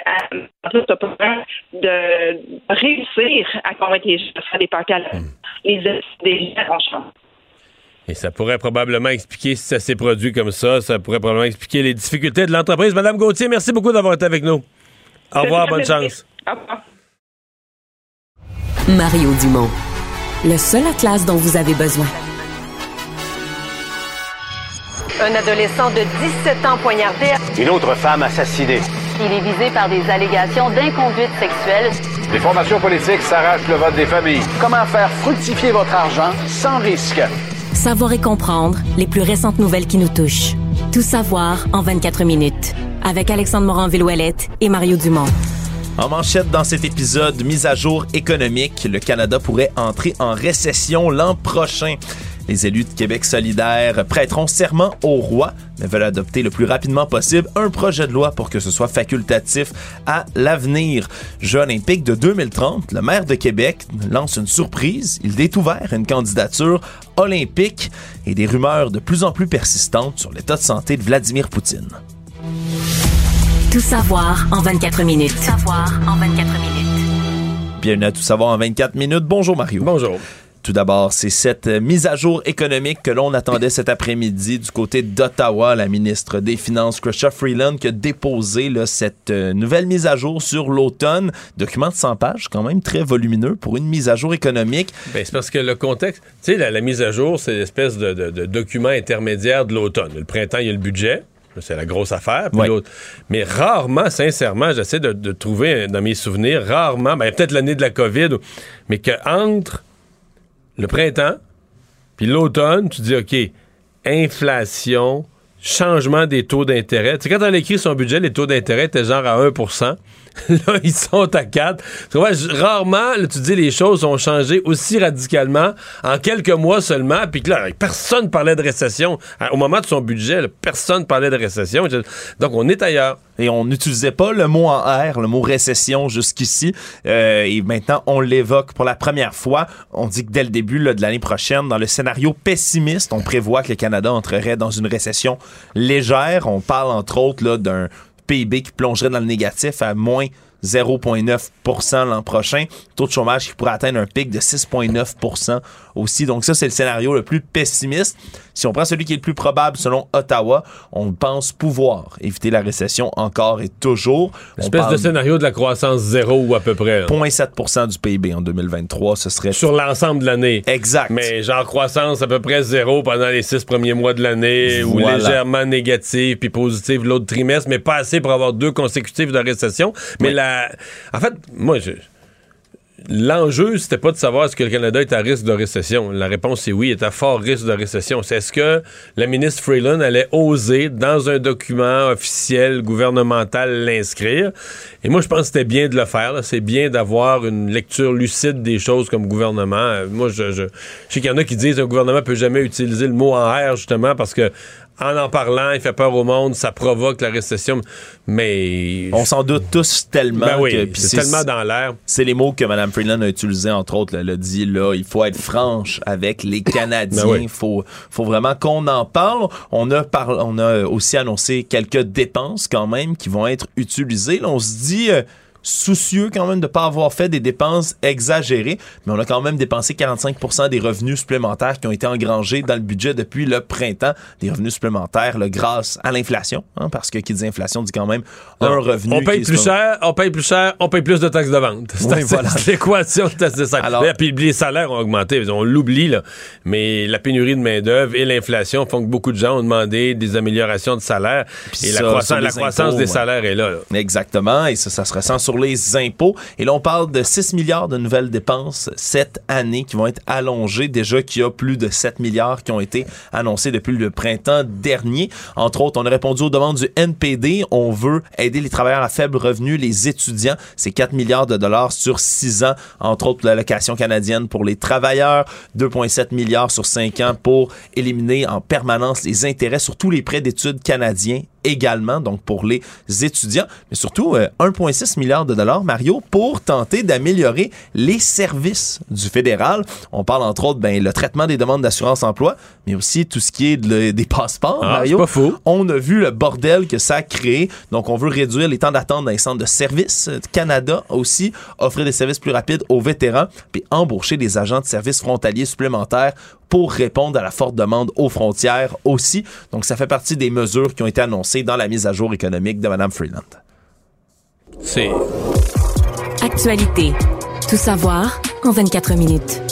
de réussir à convaincre les gens de faire des parties à la les gens ont changé. Et ça pourrait probablement expliquer, si ça s'est produit comme ça pourrait probablement expliquer les difficultés de l'entreprise. Madame Gauthier, merci beaucoup d'avoir été avec nous. Au revoir, bonne chance. Au revoir. Mario Dumont, le seul atlas dont vous avez besoin. Un adolescent de 17 ans poignardé. Une autre femme assassinée. Il est visé par des allégations d'inconduite sexuelle. Les formations politiques s'arrachent le vote des familles. Comment faire fructifier votre argent sans risque? Savoir et comprendre les plus récentes nouvelles qui nous touchent. Tout savoir en 24 minutes. Avec Alexandre Morin-Villouellette et Mario Dumont. En manchette dans cet épisode, mise à jour économique, le Canada pourrait entrer en récession l'an prochain. Les élus de Québec solidaire prêteront serment au roi, mais veulent adopter le plus rapidement possible un projet de loi pour que ce soit facultatif à l'avenir. Jeux olympiques de 2030, le maire de Québec lance une surprise. Il est ouvert à une candidature olympique et des rumeurs de plus en plus persistantes sur l'état de santé de Vladimir Poutine. Tout savoir en 24 minutes. Tout savoir en 24 minutes. Bienvenue à Tout savoir en 24 minutes. Bonjour Mario. Bonjour. Tout d'abord, c'est cette mise à jour économique que l'on attendait cet après-midi du côté d'Ottawa. La ministre des Finances, Chrystia Freeland, qui a déposé cette nouvelle mise à jour sur l'automne. Document de 100 pages, quand même très volumineux pour une mise à jour économique. Ben, c'est parce que le contexte, tu sais, la mise à jour, c'est l'espèce de document intermédiaire de l'automne. Le printemps, il y a le budget. c'est la grosse affaire, puis l'autre. Mais rarement, sincèrement, j'essaie de trouver dans mes souvenirs, rarement, peut-être l'année de la COVID, mais qu'entre le printemps puis l'automne, tu dis, OK, inflation, changement des taux d'intérêt. Tu sais, quand on a écrit son budget, les taux d'intérêt étaient genre à 1%. Là, ils sont à 4. Tu vois, rarement, là, tu dis, les choses ont changé aussi radicalement en quelques mois seulement, puis que là, personne parlait de récession. Au moment de son budget, là, personne parlait de récession. Donc, on est ailleurs. Et on n'utilisait pas le mot en R, le mot récession jusqu'ici. Et maintenant, on l'évoque pour la première fois. On dit que dès le début de l'année prochaine, dans le scénario pessimiste, on prévoit que le Canada entrerait dans une récession légère. On parle, entre autres, là, d'un PIB qui plongerait dans le négatif à moins 0,9% l'an prochain. Taux de chômage qui pourrait atteindre un pic de 6,9% aussi. Donc ça, c'est le scénario le plus pessimiste. Si on prend celui qui est le plus probable selon Ottawa, on pense pouvoir éviter la récession encore et toujours. Espèce de scénario de la croissance zéro ou à peu près. 0,7% du PIB en 2023, ce serait... Sur l'ensemble de l'année. Exact. Mais genre croissance à peu près zéro pendant les 6 premiers mois de l'année, ou légèrement négative puis positive l'autre trimestre, mais pas assez pour avoir 2 consécutives de récession. Mais en fait, moi, l'enjeu, c'était pas de savoir est-ce que le Canada est à risque de récession. La réponse est oui, il est à fort risque de récession. C'est est-ce que la ministre Freeland allait oser, dans un document officiel, gouvernemental, l'inscrire? Et moi, je pense que c'était bien de le faire. Là. C'est bien d'avoir une lecture lucide des choses comme gouvernement. Moi, je sais qu'il y en a qui disent qu'un gouvernement peut jamais utiliser le mot en R, justement, parce que en parlant, il fait peur au monde, ça provoque la récession, mais... On s'en doute tous tellement. Ben oui, c'est tellement dans l'air. C'est les mots que Mme Freeland a utilisés, entre autres. Elle a dit, là, il faut être franche avec les Canadiens. Il faut vraiment qu'on en parle. On a aussi annoncé quelques dépenses, quand même, qui vont être utilisées. Là, on se dit... soucieux quand même de ne pas avoir fait des dépenses exagérées, mais on a quand même dépensé 45% des revenus supplémentaires qui ont été engrangés dans le budget depuis le printemps, des revenus supplémentaires là, grâce à l'inflation, parce que qui dit inflation dit quand même un revenu. On paye plus cher, on paye plus de taxes de vente. C'est l'équation de ça. Alors, puis les salaires ont augmenté, on l'oublie, là, mais la pénurie de main-d'œuvre et l'inflation font que beaucoup de gens ont demandé des améliorations de salaire, et la croissance des salaires est là. Exactement, et ça se ressent sur les impôts. Et là, on parle de 6 milliards de nouvelles dépenses cette année qui vont être allongées. Déjà qu'il y a plus de 7 milliards qui ont été annoncés depuis le printemps dernier. Entre autres, on a répondu aux demandes du NPD. On veut aider les travailleurs à faible revenu, les étudiants. C'est 4 milliards de dollars sur 6 ans. Entre autres, l'allocation canadienne pour les travailleurs. 2,7 milliards sur 5 ans pour éliminer en permanence les intérêts sur tous les prêts d'études canadiens également, donc pour les étudiants, mais surtout 1,6 milliard de dollars, Mario, pour tenter d'améliorer les services du fédéral. On parle entre autres le traitement des demandes d'assurance-emploi, mais aussi tout ce qui est des passeports, Mario. C'est pas faux. On a vu le bordel que ça a créé, donc on veut réduire les temps d'attente dans les centres de services. Canada aussi, offrir des services plus rapides aux vétérans, puis embaucher des agents de services frontaliers supplémentaires pour répondre à la forte demande aux frontières aussi. Donc, ça fait partie des mesures qui ont été annoncées dans la mise à jour économique de Mme Freeland. C'est... Actualité. Tout savoir en 24 minutes.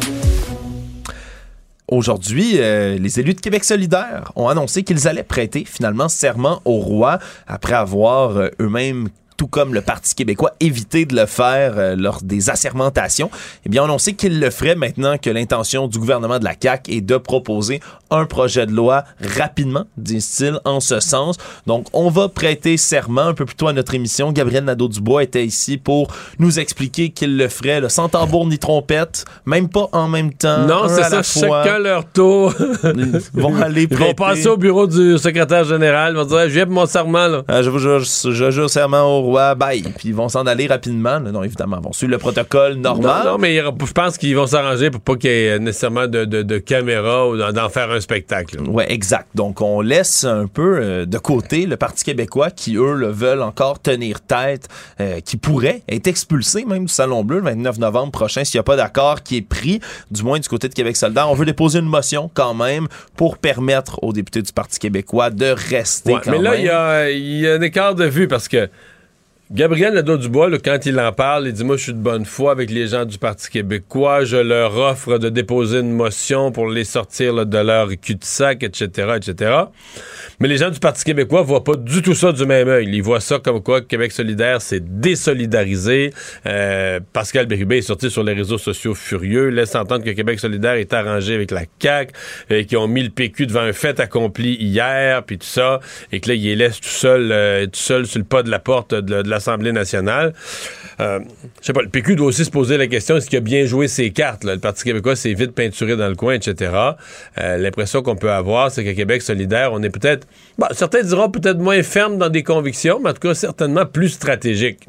Aujourd'hui, les élus de Québec solidaire ont annoncé qu'ils allaient prêter finalement serment au roi après avoir eux-mêmes, tout comme le Parti québécois, évité de le faire lors des assermentations. Eh bien, on sait qu'il le ferait maintenant que l'intention du gouvernement de la CAQ est de proposer un projet de loi rapidement, disent-ils, en ce sens. Donc, on va prêter serment un peu plus tôt à notre émission. Gabriel Nadeau-Dubois était ici pour nous expliquer qu'il le ferait là, sans tambour ni trompette, même pas en même temps. Non, c'est ça, chacun leur tour. Ils vont aller prêter. Ils vont passer au bureau du secrétaire général, ils vont dire « Je viens pour mon serment. » là. Je jure serment au roi, bye. Puis ils vont s'en aller rapidement. Non, évidemment, ils vont suivre le protocole normal. Non, mais je pense qu'ils vont s'arranger pour pas qu'il y ait nécessairement de caméra ou d'en faire un spectacle. Oui, exact. Donc, on laisse un peu de côté le Parti québécois qui, eux, veulent encore tenir tête, qui pourrait être expulsé même du Salon Bleu le 29 novembre prochain s'il n'y a pas d'accord qui est pris, du moins du côté de Québec solidaire. On veut déposer une motion quand même pour permettre aux députés du Parti québécois de rester quand mais même. Mais là, il y a un écart de vue parce que Gabriel Nadeau-Dubois, là, quand il en parle, il dit « Moi, je suis de bonne foi avec les gens du Parti québécois. Je leur offre de déposer une motion pour les sortir là, de leur cul-de-sac, etc., etc. » Mais les gens du Parti québécois voient pas du tout ça du même œil. Ils voient ça comme quoi Québec solidaire s'est désolidarisé. Pascal Bérubé est sorti sur les réseaux sociaux furieux, laisse entendre que Québec solidaire est arrangé avec la CAQ, qu'ils ont mis le PQ devant un fait accompli hier, puis tout ça, et que là, ils les laissent tout seul sur le pas de la porte de l'Assemblée nationale. Je sais pas, le PQ doit aussi se poser la question, est-ce qu'il a bien joué ses cartes, là? Le Parti québécois s'est vite peinturé dans le coin, etc. L'impression qu'on peut avoir, c'est que Québec solidaire, on est peut-être, certains diront peut-être moins ferme dans des convictions, mais en tout cas, certainement plus stratégique.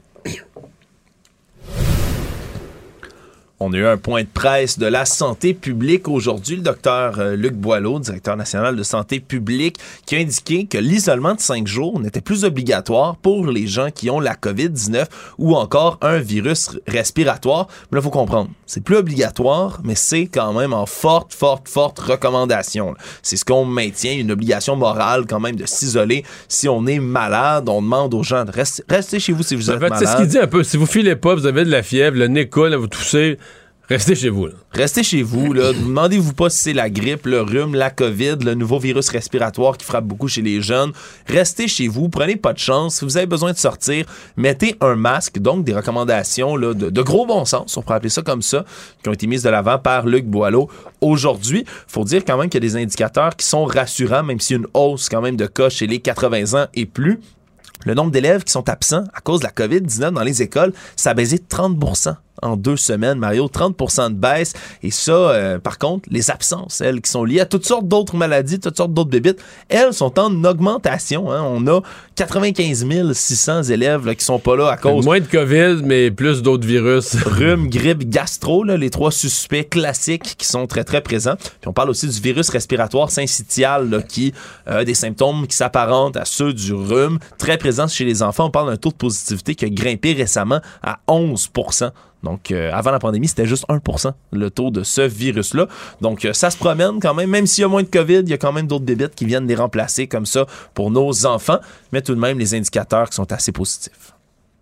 On a eu un point de presse de la santé publique aujourd'hui. Le docteur Luc Boileau, directeur national de santé publique, qui a indiqué que l'isolement de 5 jours n'était plus obligatoire pour les gens qui ont la COVID-19 ou encore un virus respiratoire. Mais là, il faut comprendre, c'est plus obligatoire, mais c'est quand même en forte recommandation. C'est ce qu'on maintient, une obligation morale quand même de s'isoler. Si on est malade, on demande aux gens de rester chez vous si vous êtes malade. C'est ce qu'il dit un peu. Si vous filez pas, vous avez de la fièvre, le nez coule, vous toussez, restez chez vous. Là. Restez chez vous. Là. Demandez-vous pas si c'est la grippe, le rhume, la COVID, le nouveau virus respiratoire qui frappe beaucoup chez les jeunes. Restez chez vous. Prenez pas de chance. Si vous avez besoin de sortir, mettez un masque. Donc, des recommandations là, de gros bon sens, on pourrait appeler ça comme ça, qui ont été mises de l'avant par Luc Boileau aujourd'hui. Faut dire quand même qu'il y a des indicateurs qui sont rassurants, même s'il y a une hausse quand même de cas chez les 80 ans et plus. Le nombre d'élèves qui sont absents à cause de la COVID-19 dans les écoles, ça a baissé de 30% en 2 semaines, Mario, 30% de baisse. Et ça, par contre, les absences, elles, qui sont liées à toutes sortes d'autres maladies, toutes sortes d'autres bébites, elles sont en augmentation. Hein. On a 95 600 élèves là, qui sont pas là à cause... Moins de COVID, mais plus d'autres virus. Rhume, grippe, gastro, là, les 3 suspects classiques qui sont très, très présents. Puis on parle aussi du virus respiratoire syncytial là, qui a des symptômes qui s'apparentent à ceux du rhume, très présents chez les enfants. On parle d'un taux de positivité qui a grimpé récemment à 11%. Donc, avant la pandémie, c'était juste 1% le taux de ce virus-là. Donc, ça se promène quand même s'il y a moins de COVID, il y a quand même d'autres bébites qui viennent les remplacer comme ça pour nos enfants. Mais tout de même, les indicateurs qui sont assez positifs.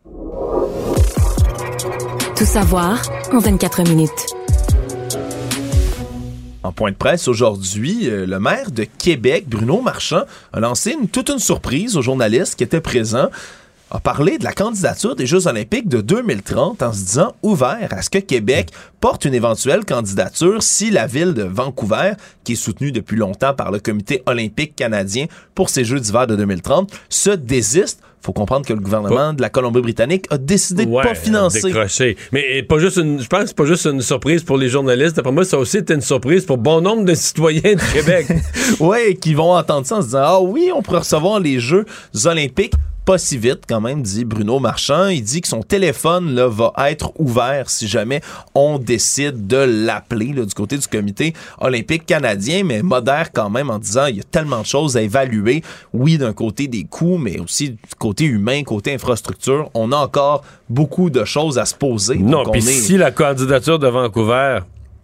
Tout savoir en 24 minutes. En point de presse aujourd'hui, le maire de Québec, Bruno Marchand, a lancé toute une surprise aux journalistes qui étaient présents. A parlé de la candidature des Jeux olympiques de 2030 en se disant ouvert à ce que Québec porte une éventuelle candidature si la ville de Vancouver, qui est soutenue depuis longtemps par le Comité olympique canadien pour ces Jeux d'hiver de 2030, se désiste. Faut comprendre que le gouvernement de la Colombie-Britannique a décidé de pas financer. Décrocher. Mais pas juste je pense que c'est pas juste une surprise pour les journalistes. D'après moi, ça a aussi été une surprise pour bon nombre de citoyens de Québec. Oui, qui vont entendre ça en se disant « Ah oui, on pourrait recevoir les Jeux olympiques ». Pas si vite, quand même, dit Bruno Marchand. Il dit que son téléphone là, va être ouvert si jamais on décide de l'appeler là, du côté du Comité olympique canadien, mais modère quand même en disant il y a tellement de choses à évaluer. Oui, d'un côté des coûts, mais aussi du côté humain, côté infrastructure. On a encore beaucoup de choses à se poser. Non, puis si la candidature de Vancouver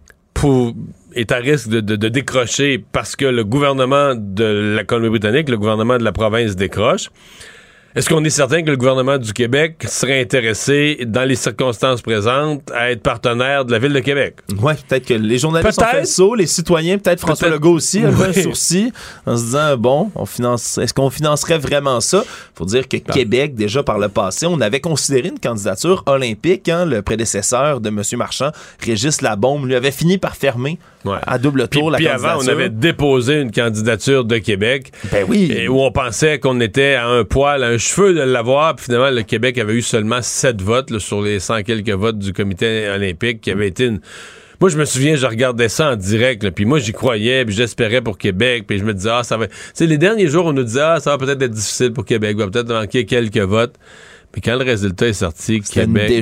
est à risque de décrocher parce que le gouvernement de la Colombie-Britannique, le gouvernement de la province décroche, est-ce qu'on est certain que le gouvernement du Québec serait intéressé, dans les circonstances présentes, à être partenaire de la Ville de Québec? Oui, peut-être que les journalistes ont fait le saut, les citoyens, peut-être François Legault aussi, a levé un sourcil en se disant, bon, est-ce qu'on financerait vraiment ça? Faut dire que Québec, déjà par le passé, on avait considéré une candidature olympique. Hein, le prédécesseur de M. Marchand, Régis Labaume, lui avait fini par fermer à double tour la candidature. Puis avant, on avait déposé une candidature de Québec. Ben oui. Où on pensait qu'on était à un poil, à un cheveu de l'avoir. Puis finalement, le Québec avait eu seulement 7 votes là, sur les 100 quelques votes du comité olympique, qui avait été une... Moi, je me souviens, je regardais ça en direct, là, puis moi, j'y croyais, puis j'espérais pour Québec, puis je me disais, ça va... Tu sais, les derniers jours, on nous disait, ça va peut-être être difficile pour Québec, il va peut-être manquer quelques votes. Mais quand le résultat est sorti, Québec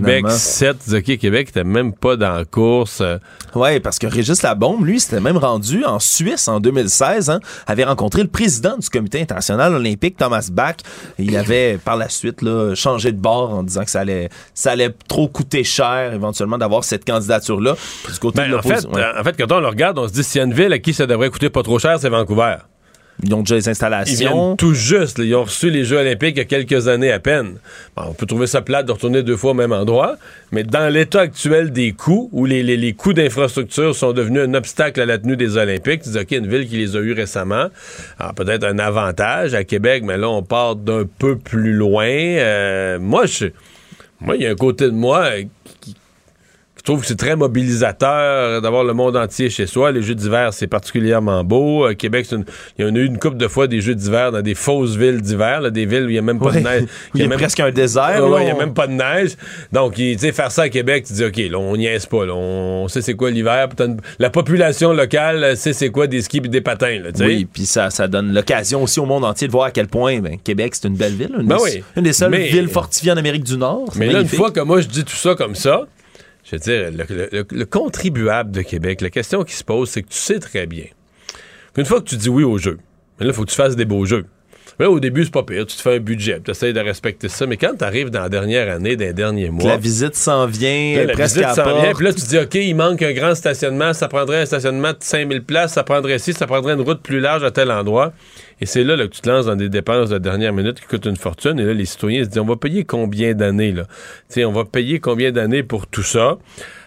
7, Québec était même pas dans la course. Oui, parce que Régis Labaume, lui, s'était même rendu en Suisse en 2016, hein, avait rencontré le président du Comité international olympique, Thomas Bach. Il avait, par la suite, là, changé de bord en disant que ça allait trop coûter cher, éventuellement, d'avoir cette candidature-là. Du côté de l'opposition. En fait, quand on le regarde, on se dit, s'il y a une ville à qui ça devrait coûter pas trop cher, c'est Vancouver. Ils ont déjà les installations. Ils viennent tout juste. Là, ils ont reçu les Jeux olympiques il y a quelques années à peine. Bon, on peut trouver ça plate de retourner 2 fois au même endroit, mais dans l'état actuel des coûts, où les coûts d'infrastructure sont devenus un obstacle à la tenue des Olympiques, tu dis, OK, une ville qui les a eus récemment, alors peut-être un avantage à Québec, mais là, on part d'un peu plus loin. Moi, il y a un côté de moi qui trouve que c'est très mobilisateur d'avoir le monde entier chez soi. Les Jeux d'hiver, c'est particulièrement beau. Québec, il y en a eu une couple de fois des Jeux d'hiver dans des fausses villes d'hiver, là, des villes où il n'y a même pas de neige. Il y a presque un désert. Il n'y a même pas de neige. Donc, tu sais, faire ça à Québec, tu dis, OK, là, on niaise pas. Là, on sait c'est quoi l'hiver. La population locale sait c'est quoi des skis et des patins. Là, oui, puis ça donne l'occasion aussi au monde entier de voir à quel point Québec, c'est une belle ville. Une des seules villes fortifiées en Amérique du Nord. Mais là, une fois que moi, je dis tout ça comme ça, je veux dire, le contribuable de Québec, la question qui se pose, c'est que tu sais très bien qu'une fois que tu dis oui aux jeux, mais là, il faut que tu fasses des beaux jeux. Là, au début, c'est pas pire. Tu te fais un budget, tu essaies de respecter ça. Mais quand tu arrives dans la dernière année, dans les derniers mois... La visite s'en vient, là, presque à porte. Puis là, tu te dis, OK, il manque un grand stationnement. Ça prendrait un stationnement de 5000 places. Ça prendrait ça prendrait une route plus large à tel endroit. Et c'est là que tu te lances dans des dépenses de dernière minute qui coûtent une fortune. Et là, les citoyens se disent, on va payer combien d'années, là? T'sais, on va payer combien d'années pour tout ça?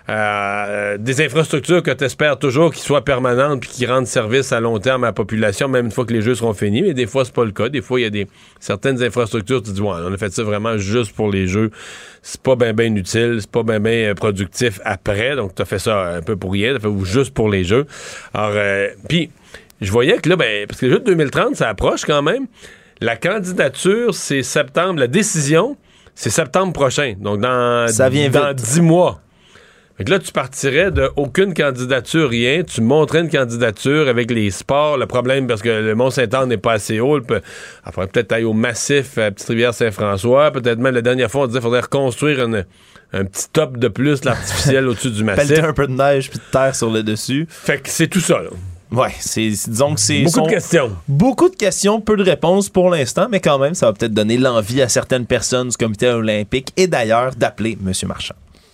Des infrastructures que tu espères toujours qu'ils soient permanentes puis qui rendent service à long terme à la population, même une fois que les jeux seront finis. Mais des fois, c'est pas le cas. Des fois, il y a certaines infrastructures, tu te dis, ouais, on a fait ça vraiment juste pour les jeux. C'est pas bien utile, c'est pas bien productif après. Donc, tu as fait ça un peu pour rien, ou juste pour les jeux. Alors, puis, je voyais que là, parce que les Jeux de 2030, ça approche quand même. La candidature, c'est septembre. La décision, c'est septembre prochain. Donc, dans 10 mois. Fait que là, tu partirais de aucune candidature, rien. Tu montrais une candidature avec les sports. Le problème, parce que le Mont-Saint-Anne n'est pas assez haut. Après, peut-être aller au massif à Petite-Rivière-Saint-François. Peut-être même la dernière fois, on disait qu'il faudrait reconstruire un petit top de plus, l'artificiel au-dessus du massif. Pelleter un peu de neige puis de terre sur le dessus. Fait que c'est tout ça, là. Ouais, disons que c'est... Beaucoup de questions. Beaucoup de questions, peu de réponses pour l'instant, mais quand même, ça va peut-être donner l'envie à certaines personnes du comité olympique et d'ailleurs d'appeler M. Marchand.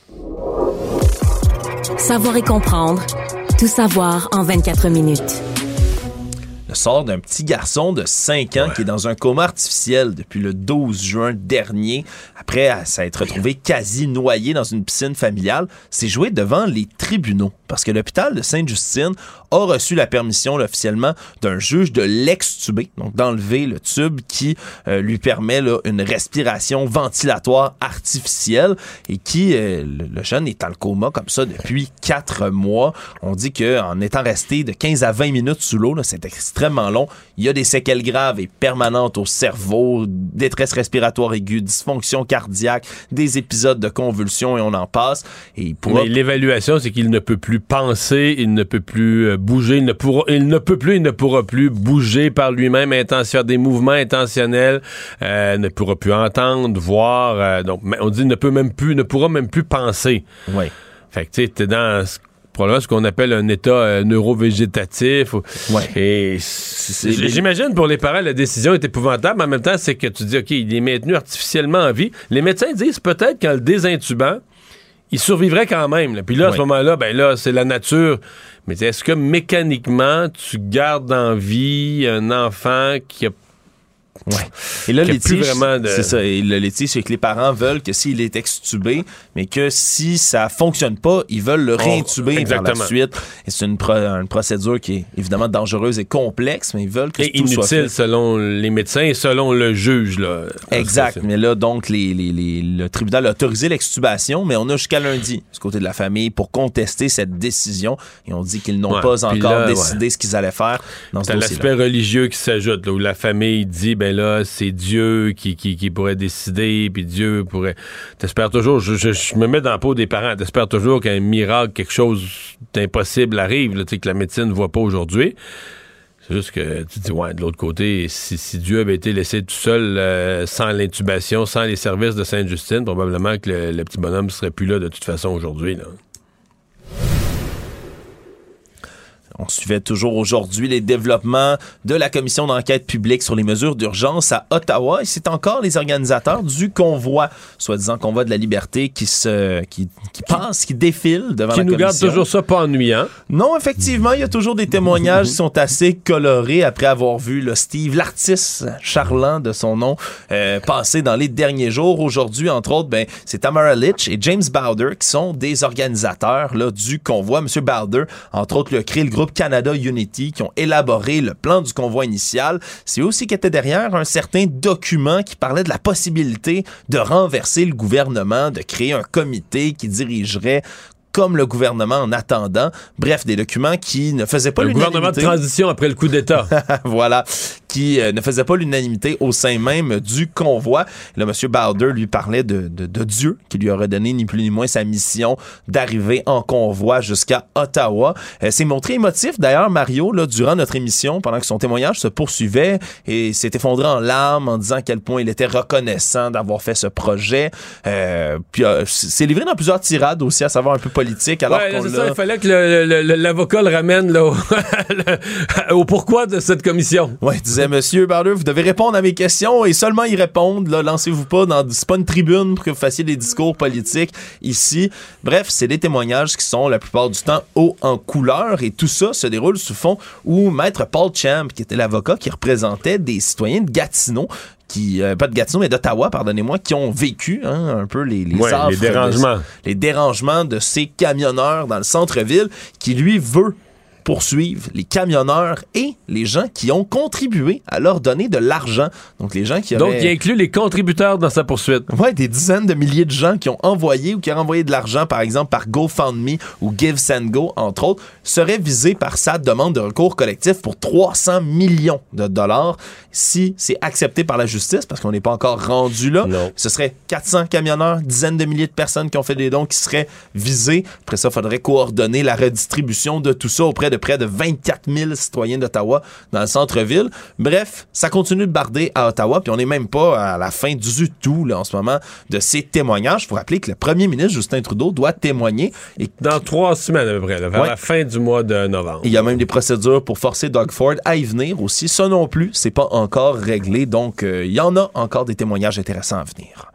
Savoir et comprendre. Tout savoir en 24 minutes. Le sort d'un petit garçon de 5 ans qui est dans un coma artificiel depuis le 12 juin dernier, après s'être retrouvé quasi noyé dans une piscine familiale, s'est joué devant les tribunaux parce que l'hôpital de Sainte-Justine a reçu la permission là, officiellement d'un juge de l'extuber, donc d'enlever le tube qui lui permet là, une respiration ventilatoire artificielle et qui, le jeune est dans le coma comme ça depuis 4 mois. On dit qu'en étant resté de 15 à 20 minutes sous l'eau, là, c'est extrêmement long. Il y a des séquelles graves et permanentes au cerveau, détresse respiratoire aiguë, dysfonction cardiaque, des épisodes de convulsions et on en passe. Et mais l'évaluation, c'est qu'il ne peut plus penser, il ne peut plus bouger, il ne pourra plus bouger par lui-même, faire des mouvements intentionnels, ne pourra plus entendre, voir. Donc, on dit ne pourra même plus penser. Oui. Fait que tu sais, t'es dans probablement ce qu'on appelle un état neurovégétatif. Ouais. Et j'imagine pour les parents, la décision est épouvantable, mais en même temps, c'est que tu dis, OK, il est maintenu artificiellement en vie. Les médecins disent peut-être qu'en le désintubant, il survivrait quand même. Là. Puis là, à ce moment-là, là, c'est la nature. Mais est-ce que mécaniquement, tu gardes en vie un enfant qui a... Ouais. Et là, de... c'est ça. Et le litige, c'est que les parents veulent que s'il est extubé, mais que si ça fonctionne pas, ils veulent le réintuber par la suite. Et c'est une procédure qui est évidemment dangereuse et complexe, mais ils veulent que tout soit fait. Inutile selon les médecins et selon le juge. Là. Exact. Mais là, donc, le tribunal a autorisé l'extubation, mais on a jusqu'à lundi, du côté de la famille, pour contester cette décision. Et on dit qu'ils n'ont pas encore décidé ce qu'ils allaient faire dans ce dossier-là. L'aspect religieux qui s'ajoute, là, où la famille dit, là, c'est Dieu qui pourrait décider, puis Dieu pourrait... T'espères toujours, je me mets dans la peau des parents, t'espères toujours qu'un miracle, quelque chose d'impossible arrive, là, que la médecine ne voit pas aujourd'hui. C'est juste que tu te dis, de l'autre côté, si Dieu avait été laissé tout seul, sans l'intubation, sans les services de Sainte-Justine, probablement que le petit bonhomme ne serait plus là de toute façon aujourd'hui, là. On suivait toujours aujourd'hui les développements de la commission d'enquête publique sur les mesures d'urgence à Ottawa et c'est encore les organisateurs du convoi, soi-disant convoi de la liberté qui passe, qui défile devant la commission. Qui nous garde toujours ça pas ennuyant. Non, effectivement, il y a toujours des témoignages qui sont assez colorés après avoir vu le Steve, l'artiste charlant de son nom, passer dans les derniers jours. Aujourd'hui, entre autres, c'est Tamara Litch et James Bowder qui sont des organisateurs là, du convoi. Monsieur Bowder, entre autres, a créé le groupe Canada Unity qui ont élaboré le plan du convoi initial. C'est eux aussi qui étaient derrière un certain document qui parlait de la possibilité de renverser le gouvernement, de créer un comité qui dirigerait comme le gouvernement en attendant. Bref, des documents qui ne faisaient pas l'unanimité. Le gouvernement de transition après le coup d'État. Voilà. Qui ne faisait pas l'unanimité au sein même du convoi. Là, M. Bowder lui parlait de Dieu, qui lui aurait donné ni plus ni moins sa mission d'arriver en convoi jusqu'à Ottawa. C'est montré émotif, d'ailleurs, Mario, là, durant notre émission, pendant que son témoignage se poursuivait, et s'est effondré en larmes en disant à quel point il était reconnaissant d'avoir fait ce projet. Puis s'est livré dans plusieurs tirades aussi, à savoir un peu politique. Alors ouais, c'est ça, il fallait que l'avocat le ramène là, au pourquoi de cette commission. Ouais, il disait, Monsieur Bowder, vous devez répondre à mes questions et seulement y répondre. Là, lancez-vous pas c'est pas une tribune pour que vous fassiez des discours politiques ici. Bref, c'est des témoignages qui sont la plupart du temps hauts en couleur et tout ça se déroule sous fond où Maître Paul Champ, qui était l'avocat qui représentait des citoyens de Gatineau, pas de Gatineau, mais d'Ottawa, pardonnez-moi, qui ont vécu un peu les dérangements. Les dérangements de ces camionneurs dans le centre-ville, qui lui veut poursuivre les camionneurs et les gens qui ont contribué à leur donner de l'argent. Donc, les gens qui avaient... Donc, il inclut les contributeurs dans sa poursuite. Oui, des dizaines de milliers de gens qui ont envoyé ou qui ont envoyé de l'argent, par exemple, par GoFundMe ou GiveSendGo, entre autres, seraient visés par sa demande de recours collectif pour 300 millions de dollars. Si c'est accepté par la justice, parce qu'on n'est pas encore rendu là, ce serait 400 camionneurs, dizaines de milliers de personnes qui ont fait des dons qui seraient visés. Après ça, il faudrait coordonner la redistribution de tout ça auprès de près de 24 000 citoyens d'Ottawa dans le centre-ville. Bref, ça continue de barder à Ottawa, puis on n'est même pas à la fin du tout là, en ce moment de ces témoignages. Il faut rappeler que le premier ministre Justin Trudeau doit témoigner. Dans 3 semaines à peu près, vers la fin du mois de novembre. Il y a même des procédures pour forcer Doug Ford à y venir aussi. Ça non plus, c'est pas encore réglé. Donc, il y en a encore des témoignages intéressants à venir.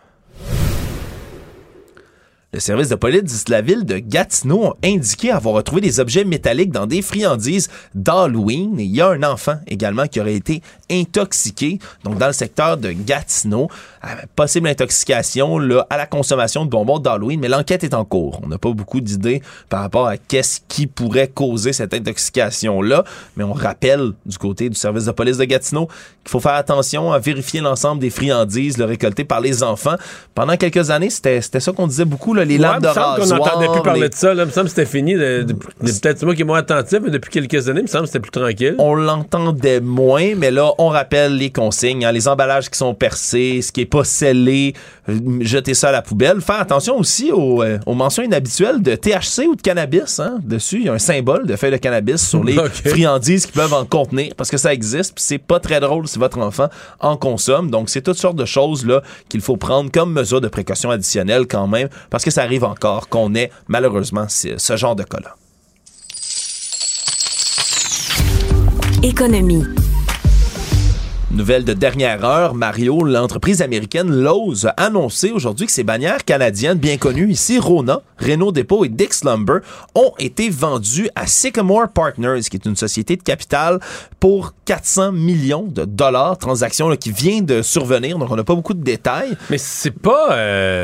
Le service de police de la ville de Gatineau a indiqué avoir retrouvé des objets métalliques dans des friandises d'Halloween. Et il y a un enfant également qui aurait été intoxiqué, donc dans le secteur de Gatineau. Possible intoxication là, à la consommation de bonbons d'Halloween, mais l'enquête est en cours. On n'a pas beaucoup d'idées par rapport à qu'est-ce qui pourrait causer cette intoxication-là, mais on rappelle du côté du service de police de Gatineau qu'il faut faire attention à vérifier l'ensemble des friandises récoltées par les enfants. Pendant quelques années, c'était ça qu'on disait beaucoup, là, les lampes de rasoir. Il me semble qu'on n'entendait plus parler de ça. Là. Il me semble que c'était fini. Peut-être moi qui est moins attentif, mais depuis quelques années, il me semble que c'était plus tranquille. On l'entendait moins, mais là, on rappelle les consignes. Les emballages qui sont percés, ce qui est pas scellé, jeter ça à la poubelle. Faire attention aussi aux mentions inhabituelles de THC ou de cannabis. Dessus, il y a un symbole de feuille de cannabis sur les friandises qui peuvent en contenir, parce que ça existe, puis c'est pas très drôle si votre enfant en consomme. Donc, c'est toutes sortes de choses là qu'il faut prendre comme mesure de précaution additionnelle quand même, parce que ça arrive encore qu'on ait malheureusement ce genre de cas-là. Économie. Nouvelle de dernière heure, Mario, l'entreprise américaine Lowe's a annoncé aujourd'hui que ses bannières canadiennes bien connues ici, Rona, Renault Dépôt et Dick's Lumber, ont été vendues à Sycamore Partners, qui est une société de capital, pour 400 millions de dollars, transaction là, qui vient de survenir, donc on n'a pas beaucoup de détails. Mais c'est pas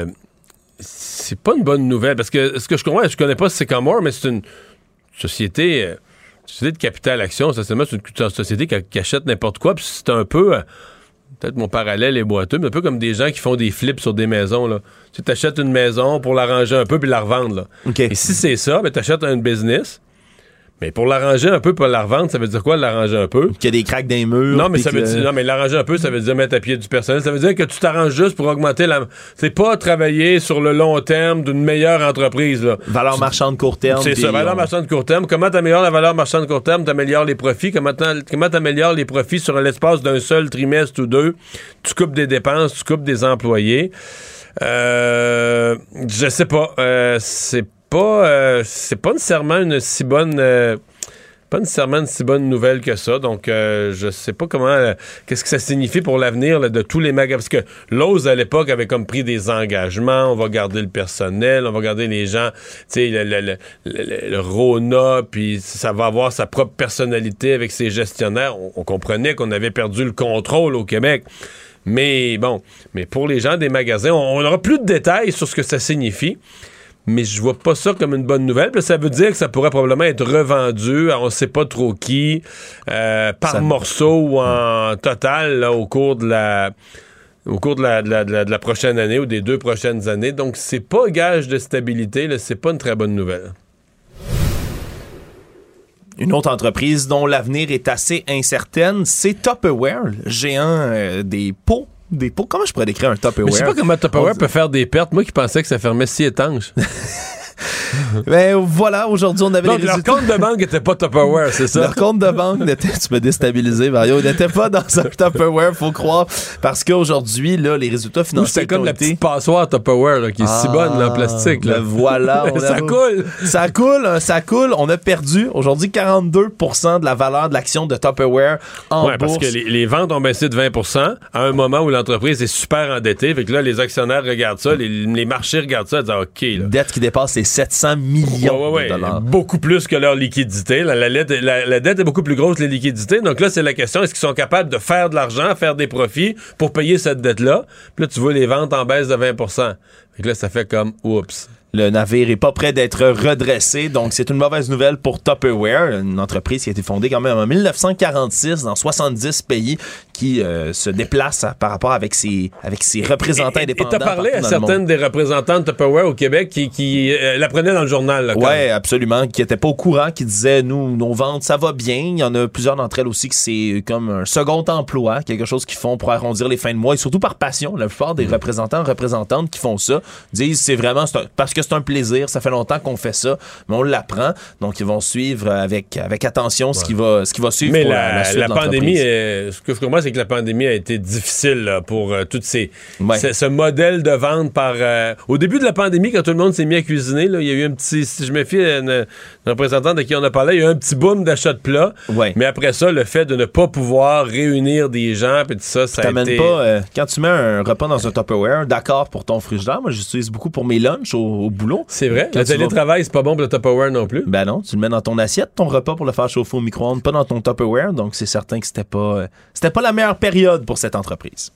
une bonne nouvelle, parce que ce que je comprends, je connais pas Sycamore, mais c'est une société... société de capital action, c'est une société qui achète n'importe quoi, puis c'est un peu, peut-être mon parallèle est boiteux, mais un peu comme des gens qui font des flips sur des maisons, là. Tu t'achètes une maison pour l'arranger un peu puis la revendre, là. Okay. Et si c'est ça, ben t'achètes un business, mais pour l'arranger un peu, pour la revendre, ça veut dire quoi, l'arranger un peu? Qu'il y a des craques dans les murs. Non, mais ça veut dire, non, mais l'arranger un peu, ça veut dire mettre à pied du personnel. Ça veut dire que tu t'arranges juste pour augmenter c'est pas travailler sur le long terme d'une meilleure entreprise, là. Valeur marchande court terme. C'est ça, valeur marchande court terme. Comment t'améliores la valeur marchande court terme? T'améliores les profits. Comment t'améliores les profits sur l'espace d'un seul trimestre ou deux? Tu coupes des dépenses, tu coupes des employés. Je sais pas. C'est pas nécessairement une si bonne pas nécessairement une si bonne nouvelle que ça. Donc, je sais pas qu'est-ce que ça signifie pour l'avenir là, de tous les magasins. Parce que Lowe's, à l'époque, avait comme pris des engagements. On va garder le personnel, on va garder les gens, tu sais, le Rona, puis ça va avoir sa propre personnalité avec ses gestionnaires. On comprenait qu'on avait perdu le contrôle au Québec. Mais bon, pour les gens des magasins, on n'aura plus de détails sur ce que ça signifie. Mais je vois pas ça comme une bonne nouvelle. Puis ça veut dire que ça pourrait probablement être revendu à on sait pas trop qui, par morceau ou en total là, au cours de la prochaine année ou des 2 prochaines années. Donc, c'est pas gage de stabilité. Là, c'est pas une très bonne nouvelle. Une autre entreprise dont l'avenir est assez incertaine, c'est Tupperware, le géant des pots. Comment je pourrais décrire un Tupperware? Mais je sais pas comment Tupperware peut faire des pertes. Moi qui pensais que ça fermait si étanche. Ben voilà, aujourd'hui on avait donc, les résultats. Leur compte de banque n'était pas Tupperware, c'est ça? Leur compte de banque n'était, tu m'as déstabilisé, Mario, n'était pas dans un Tupperware, faut croire, parce qu'aujourd'hui, là, les résultats financiers. C'était comme la petite passoire Tupperware, là, qui est si bonne, là, en plastique. Là. Ben voilà. Ça coule. On a perdu aujourd'hui 42% de la valeur de l'action de Tupperware en bourse. Parce que les ventes ont baissé de 20% à un moment où l'entreprise est super endettée. Fait que là, les actionnaires regardent ça, les marchés regardent ça et disent OK. Là. Dette qui dépasse les 700 millions de dollars. Beaucoup plus que leur liquidité. La dette est beaucoup plus grosse que les liquidités. Donc là, c'est la question, est-ce qu'ils sont capables de faire de l'argent, faire des profits pour payer cette dette-là? Puis là, tu vois les ventes en baisse de 20%. Fait que là, ça fait comme oups. Le navire est pas prêt d'être redressé, donc c'est une mauvaise nouvelle pour Tupperware, une entreprise qui a été fondée quand même en 1946 dans 70 pays, qui se déplace par rapport avec ses représentants indépendants. Et t'as parlé à certaines des représentants de Tupperware au Québec qui l'apprenaient dans le journal. Oui, absolument, qui n'étaient pas au courant, qui disaient, nous, nos ventes, ça va bien. Il y en a plusieurs d'entre elles aussi que c'est comme un second emploi, quelque chose qu'ils font pour arrondir les fins de mois, et surtout par passion. La plupart des représentantes qui font ça disent, c'est vraiment parce que c'est un plaisir, ça fait longtemps qu'on fait ça, mais on l'apprend, donc ils vont suivre avec attention ce qui va suivre mais pour la suite de l'entreprise. Pandémie, ce que je comprends, c'est que la pandémie a été difficile là, pour toutes ce modèle de vente par... au début de la pandémie, quand tout le monde s'est mis à cuisiner, là, il y a eu un petit... Si je me fie à une représentante de qui on a parlé, il y a eu un petit boom d'achat de plats, mais après ça, le fait de ne pas pouvoir réunir des gens, puis tout ça, ça a été... pas... quand tu mets un repas dans un Tupperware, d'accord pour ton frigidaire, moi j'utilise beaucoup pour mes lunchs au boulot. C'est vrai. Le télétravail, c'est pas bon pour le Tupperware non plus. Ben non, tu le mets dans ton assiette, ton repas pour le faire chauffer au micro-ondes, pas dans ton Tupperware. Donc, c'est certain que c'était pas la meilleure période pour cette entreprise.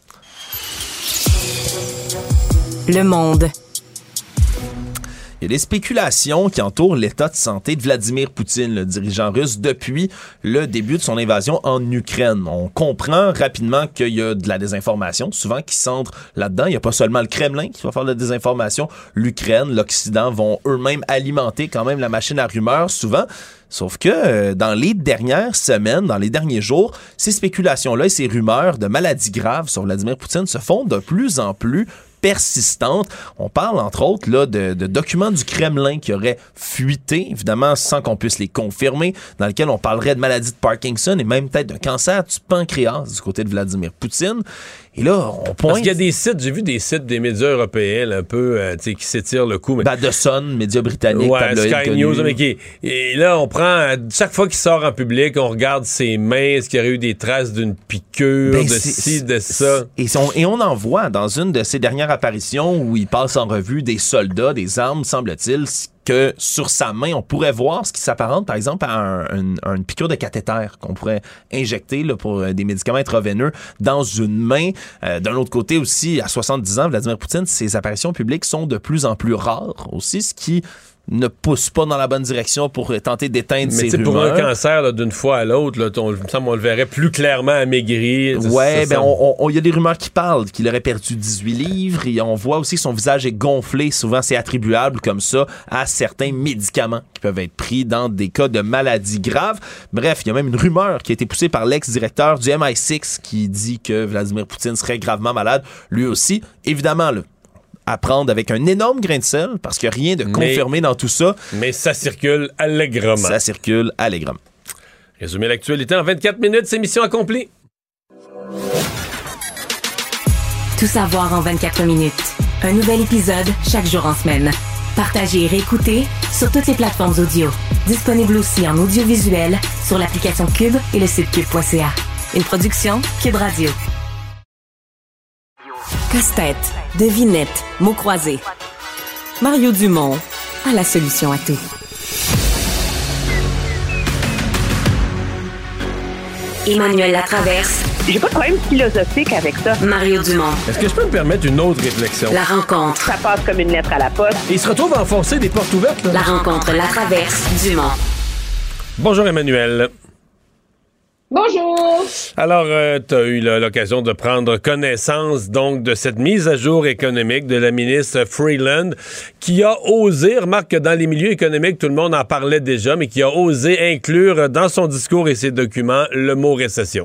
Le Monde. Il y a des spéculations qui entourent l'état de santé de Vladimir Poutine, le dirigeant russe, depuis le début de son invasion en Ukraine. On comprend rapidement qu'il y a de la désinformation, souvent qui centre là-dedans. Il n'y a pas seulement le Kremlin qui va faire de la désinformation. L'Ukraine, l'Occident vont eux-mêmes alimenter quand même la machine à rumeurs, souvent. Sauf que dans les dernières semaines, dans les derniers jours, ces spéculations-là et ces rumeurs de maladies graves sur Vladimir Poutine se font de plus en plus persistante. On parle, entre autres, là, de documents du Kremlin qui auraient fuité, évidemment, sans qu'on puisse les confirmer, dans lesquels on parlerait de maladie de Parkinson et même peut-être d'un cancer du pancréas du côté de Vladimir Poutine. Et là, on pointe... Parce qu'il y a des sites, j'ai vu des sites des médias européens, là, un peu, qui s'étirent le coup. Mais... The Sun, médias britanniques, Sky News, mais et là, on prend, chaque fois qu'il sort en public, on regarde ses mains, est-ce qu'il y aurait eu des traces d'une piqûre, de ci, de ça. Et on en voit dans une de ses dernières apparitions où il passe en revue des soldats, des armes, semble-t-il, que sur sa main, on pourrait voir ce qui s'apparente, par exemple, à une piqûre de cathéter qu'on pourrait injecter là, pour des médicaments intraveineux dans une main. D'un autre côté aussi, à 70 ans, Vladimir Poutine, ses apparitions publiques sont de plus en plus rares aussi, ce qui ne pousse pas dans la bonne direction pour tenter d'éteindre ces rumeurs. Pour un cancer, là, d'une fois à l'autre, là, il me semble qu'on le verrait plus clairement amaigri. Ouais, il y a des rumeurs qui parlent qu'il aurait perdu 18 livres et on voit aussi que son visage est gonflé. Souvent, c'est attribuable comme ça à certains médicaments qui peuvent être pris dans des cas de maladies graves. Bref, il y a même une rumeur qui a été poussée par l'ex-directeur du MI6 qui dit que Vladimir Poutine serait gravement malade. Lui aussi, évidemment, là, à prendre avec un énorme grain de sel, parce qu'il n'y a rien de confirmé dans tout ça. Mais ça circule allègrement. Résumer l'actualité en 24 minutes, c'est mission accomplie. Tout savoir en 24 minutes. Un nouvel épisode chaque jour en semaine. Partagez et réécoutez sur toutes les plateformes audio. Disponible aussi en audiovisuel sur l'application Cube et le site cube.ca. Une production Cube Radio. Casse-tête, devinette, mots croisés. Mario Dumont a la solution à tout. Emmanuel Latraverse. J'ai pas de problème philosophique avec ça. Mario Dumont. Est-ce que je peux me permettre une autre réflexion? La rencontre. Ça passe comme une lettre à la poste. Et il se retrouve à enfoncer des portes ouvertes, là. La rencontre Latraverse Dumont. Bonjour Emmanuel. Bonjour! Alors, tu as eu l'occasion de prendre connaissance donc de cette mise à jour économique de la ministre Freeland qui a osé, remarque que dans les milieux économiques, tout le monde en parlait déjà, mais qui a osé inclure dans son discours et ses documents le mot récession.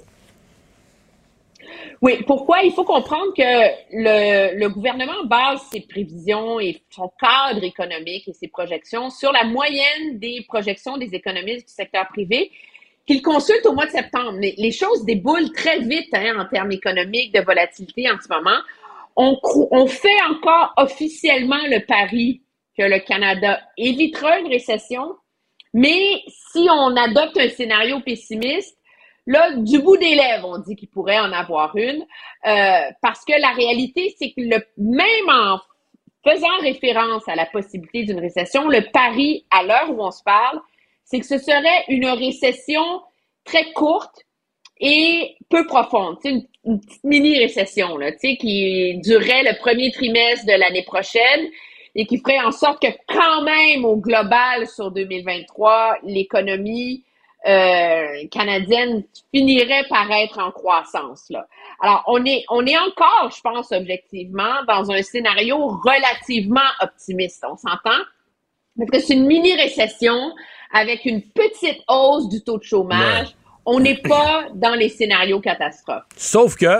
Oui, pourquoi? Il faut comprendre que le gouvernement base ses prévisions et son cadre économique et ses projections sur la moyenne des projections des économistes du secteur privé qu'il consulte au mois de septembre. Les choses déboulent très vite en termes économiques, de volatilité en ce moment. On fait encore officiellement le pari que le Canada évitera une récession, mais si on adopte un scénario pessimiste, là, du bout des lèvres, on dit qu'il pourrait en avoir une, parce que la réalité, c'est que même en faisant référence à la possibilité d'une récession, le pari, à l'heure où on se parle, c'est que ce serait une récession très courte et peu profonde, une petite mini-récession là, qui durerait le premier trimestre de l'année prochaine et qui ferait en sorte que quand même, au global, sur 2023, l'économie canadienne finirait par être en croissance, là. Alors, on est encore, je pense, objectivement, dans un scénario relativement optimiste. On s'entend? Parce que c'est une mini-récession avec une petite hausse du taux de chômage. Ouais. On n'est pas dans les scénarios catastrophes. Sauf que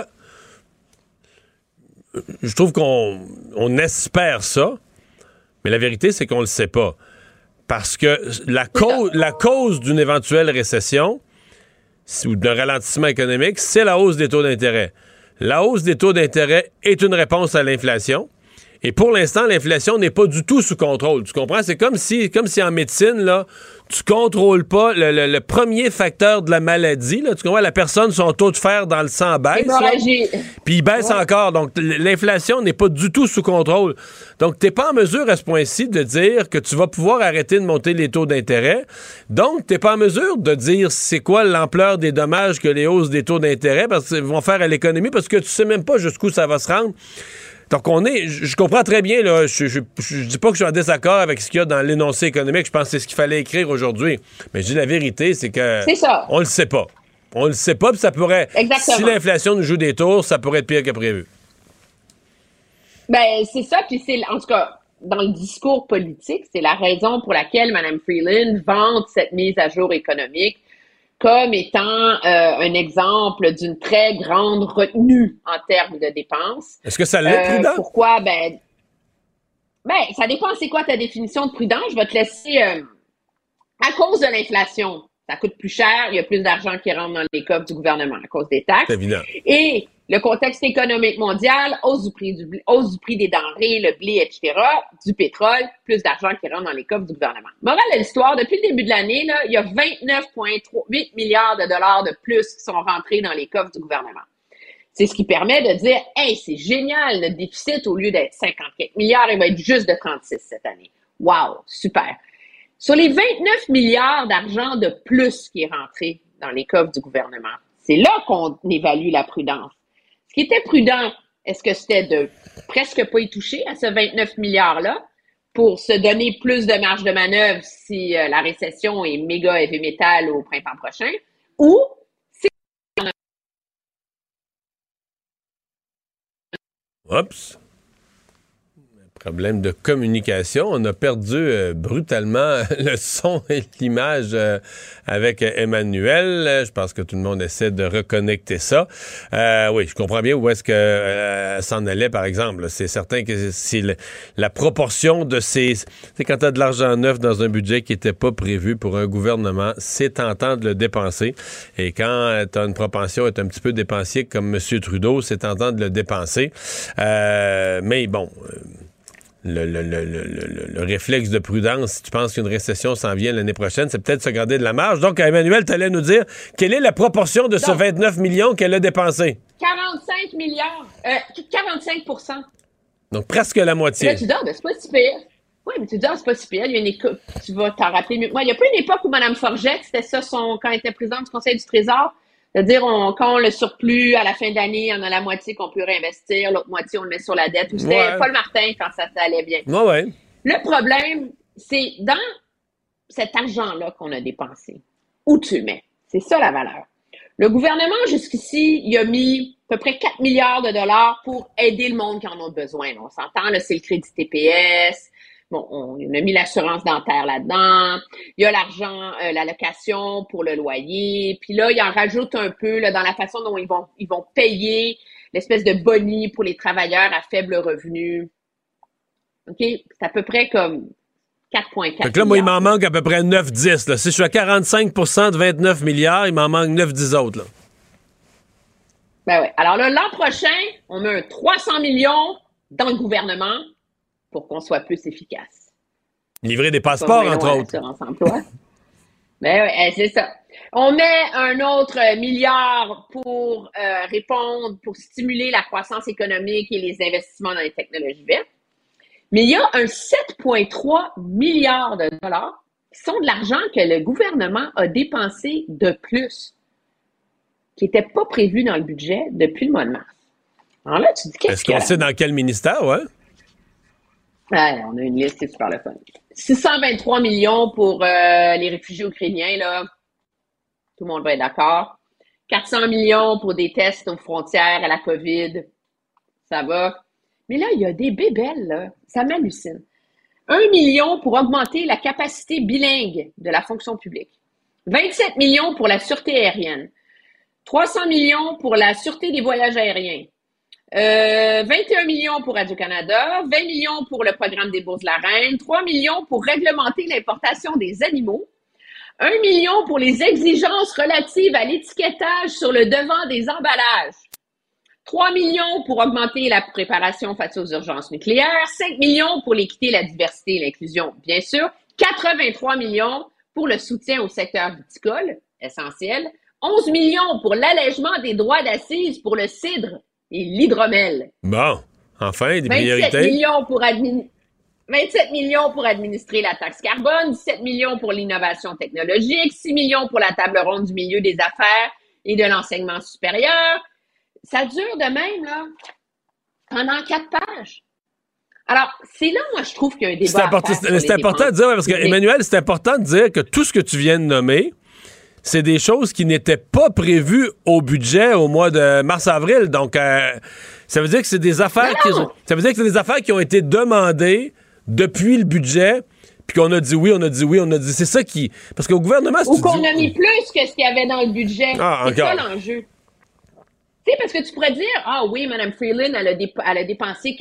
je trouve qu'on espère ça, mais la vérité, c'est qu'on le sait pas. Parce que la cause d'une éventuelle récession ou d'un ralentissement économique, c'est la hausse des taux d'intérêt. La hausse des taux d'intérêt est une réponse à l'inflation. Et pour l'instant, l'inflation n'est pas du tout sous contrôle. Tu comprends? C'est comme si en médecine, là, tu contrôles pas le premier facteur de la maladie. Là, tu comprends? La personne, son taux de fer dans le sang baisse. Puis il baisse encore. Donc, l'inflation n'est pas du tout sous contrôle. Donc, t'es pas en mesure à ce point-ci de dire que tu vas pouvoir arrêter de monter les taux d'intérêt. Donc, t'es pas en mesure de dire c'est quoi l'ampleur des dommages que les hausses des taux d'intérêt vont faire à l'économie parce que tu sais même pas jusqu'où ça va se rendre. Donc, je comprends très bien, là, je dis pas que je suis en désaccord avec ce qu'il y a dans l'énoncé économique, je pense que c'est ce qu'il fallait écrire aujourd'hui. Mais je dis la vérité, c'est que on le sait pas. On le sait pas, puis ça pourrait, exactement. Si l'inflation nous joue des tours, ça pourrait être pire que prévu. Ben, c'est ça, puis c'est, en tout cas, dans le discours politique, c'est la raison pour laquelle Mme Freeland vante cette mise à jour économique comme étant un exemple d'une très grande retenue en termes de dépenses. Est-ce que ça l'est, prudent? Pourquoi? Ben, ça dépend c'est quoi ta définition de prudent. Je vais te laisser... à cause de l'inflation, ça coûte plus cher, il y a plus d'argent qui rentre dans les coffres du gouvernement à cause des taxes. C'est évident. Et le contexte économique mondial, hausse du prix des denrées, le blé, etc., du pétrole, plus d'argent qui rentre dans les coffres du gouvernement. Morale de l'histoire, depuis le début de l'année, là, il y a 29,8 milliards de dollars de plus qui sont rentrés dans les coffres du gouvernement. C'est ce qui permet de dire, hey, c'est génial, notre déficit, au lieu d'être 54 milliards, il va être juste de 36 cette année. Wow, super. Sur les 29 milliards d'argent de plus qui est rentré dans les coffres du gouvernement, c'est là qu'on évalue la prudence. Ce qui était prudent, est-ce que c'était de presque pas y toucher à ce 29 milliards-là pour se donner plus de marge de manœuvre si la récession est méga heavy metal au printemps prochain, ou c'est... Oups! Problème de communication. On a perdu brutalement le son et l'image avec Emmanuel. Je pense que tout le monde essaie de reconnecter ça. Oui, je comprends bien où est-ce que s'en allait, par exemple. C'est certain que si la proportion de ces... C'est quand tu as de l'argent neuf dans un budget qui n'était pas prévu pour un gouvernement, c'est tentant de le dépenser. Et quand tu as une propension à être un petit peu dépensier comme M. Trudeau, c'est tentant de le dépenser. Mais bon... le réflexe de prudence, si tu penses qu'une récession s'en vient l'année prochaine, c'est peut-être se garder de la marge. Donc, Emmanuel, tu allais nous dire quelle est la proportion de ce 29 millions qu'elle a dépensé? 45 milliards. 45%. Donc, presque la moitié. Là, tu dis, ben, c'est pas si pire. Oui, mais tu dis, c'est pas si pire. Il y a une époque, tu vas t'en rappeler mieux. Moi, il y a pas une époque où Mme Forget, c'était ça quand elle était présidente du Conseil du Trésor, c'est-à-dire, quand on le surplus, à la fin de l'année, on a la moitié qu'on peut réinvestir, l'autre moitié, on le met sur la dette. Ou c'était Paul Martin quand ça allait bien. Ouais. Le problème, c'est dans cet argent-là qu'on a dépensé, où tu le mets. C'est ça la valeur. Le gouvernement, jusqu'ici, il a mis à peu près 4 milliards de dollars pour aider le monde qui en a besoin. On s'entend, là, c'est le crédit TPS. Bon, on a mis l'assurance dentaire là-dedans. Il y a l'argent, l'allocation pour le loyer. Puis là, il en rajoute un peu là, dans la façon dont ils vont payer l'espèce de boni pour les travailleurs à faible revenu. OK? C'est à peu près comme 4,4 Fait que là, moi, il m'en manque à peu près 9-10. Si je suis à 45 de 29 milliards, il m'en manque 9-10 autres. Là. Ben ouais. Alors là, l'an prochain, on met un 300 millions dans le gouvernement pour qu'on soit plus efficace. Livrer des passeports, entre autres. Assurance-emploi. Ben oui, c'est ça. On met un autre milliard pour répondre, pour stimuler la croissance économique et les investissements dans les technologies vertes. Mais il y a un 7,3 milliards de dollars qui sont de l'argent que le gouvernement a dépensé de plus, qui n'était pas prévu dans le budget depuis le mois de mars. Alors là, tu dis qu'est-ce qu'on sait dans quel ministère, ouais? Ouais, on a une liste, c'est super le fun. 623 millions pour les réfugiés ukrainiens, là. Tout le monde va être d'accord. 400 millions pour des tests aux frontières à la COVID. Ça va. Mais là, il y a des bébelles, là. Ça m'hallucine. 1 million pour augmenter la capacité bilingue de la fonction publique. 27 millions pour la sûreté aérienne. 300 millions pour la sûreté des voyages aériens. 21 millions pour Radio-Canada, 20 millions pour le programme des bourses de la Reine, 3 millions pour réglementer l'importation des animaux, 1 million pour les exigences relatives à l'étiquetage sur le devant des emballages, 3 millions pour augmenter la préparation face aux urgences nucléaires, 5 millions pour l'équité, la diversité et l'inclusion, bien sûr, 83 millions pour le soutien au secteur viticole, essentiel, 11 millions pour l'allègement des droits d'assises pour le cidre et l'hydromel. Bon, enfin, des priorités. 27 millions pour administrer la taxe carbone, 17 millions pour l'innovation technologique, 6 millions pour la table ronde du milieu des affaires et de l'enseignement supérieur. Ça dure de même, là, pendant 4 pages. Alors, c'est là, moi, je trouve qu'il y a un débat. C'est important de dire, parce que, Emmanuel, c'est important de dire que tout ce que tu viens de nommer, c'est des choses qui n'étaient pas prévues au budget au mois de mars-avril. Donc, ça veut dire que c'est des affaires qui ont été demandées depuis le budget, puis qu'on a dit oui, on a dit. C'est ça qui... Parce qu'au gouvernement... Ou qu'on a mis plus que ce qu'il y avait dans le budget. C'est ça l'enjeu. Tu sais, parce que tu pourrais dire, oui, Mme Freeland, elle a dépensé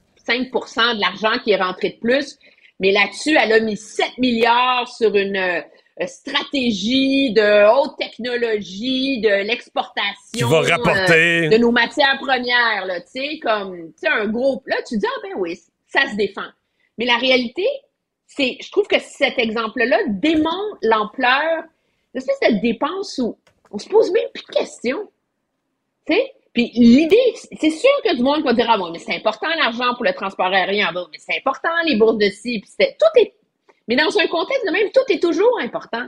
45% de l'argent qui est rentré de plus, mais là-dessus, elle a mis 7 milliards sur une... stratégie de haute technologie, de l'exportation qui va rapporter de nos matières premières, là, tu sais, comme, tu sais, un gros... Là, tu dis, ben oui, ça se défend. Mais la réalité, je trouve que cet exemple-là démontre l'ampleur, l'espèce de dépense où on se pose même plus de questions, tu sais. Puis l'idée, c'est sûr que du monde va dire, mais c'est important l'argent pour le transport aérien, mais c'est important les bourses de ci, puis tout est... Mais dans un contexte de même, tout est toujours important.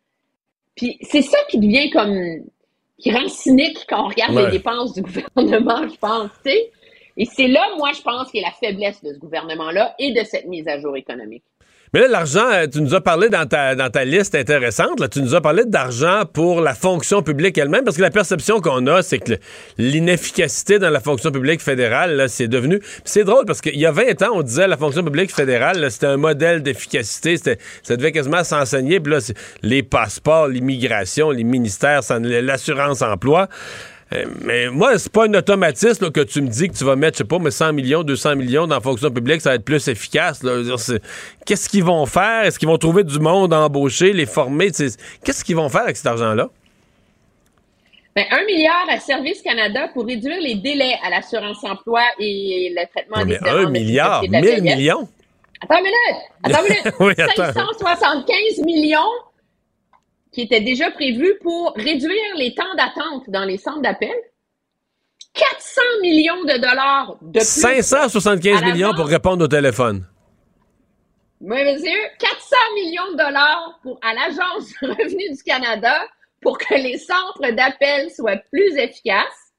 Puis c'est ça qui devient qui rend cynique quand on regarde les dépenses du gouvernement, je pense, tu sais. Et c'est là, moi, je pense, qu'il y a la faiblesse de ce gouvernement-là et de cette mise à jour économique. Mais là, l'argent, tu nous as parlé dans ta liste intéressante, là, tu nous as parlé d'argent pour la fonction publique elle-même, parce que la perception qu'on a, c'est que l'inefficacité dans la fonction publique fédérale, là, c'est devenu... C'est drôle, parce qu'il y a 20 ans, on disait la fonction publique fédérale, là, c'était un modèle d'efficacité, ça devait quasiment s'enseigner, puis là, les passeports, l'immigration, les ministères, l'assurance-emploi... Mais moi, c'est pas un automatisme là, que tu me dis que tu vas mettre, je sais pas, mais 100 millions, 200 millions dans la fonction publique, ça va être plus efficace. Là. Qu'est-ce qu'ils vont faire? Est-ce qu'ils vont trouver du monde à embaucher, les former? Qu'est-ce qu'ils vont faire avec cet argent-là? 1 milliard à Service Canada pour réduire les délais à l'assurance-emploi et le traitement des demandes. 1 milliard? 1 000 millions? Attends une minute! Oui, attends. 575 millions qui étaient déjà prévus pour réduire les temps d'attente dans les centres d'appel. 400 millions de dollars de plus. 575 millions pour répondre au téléphone. Oui, monsieur. 400 millions de dollars à l'Agence du revenu du Canada pour que les centres d'appel soient plus efficaces.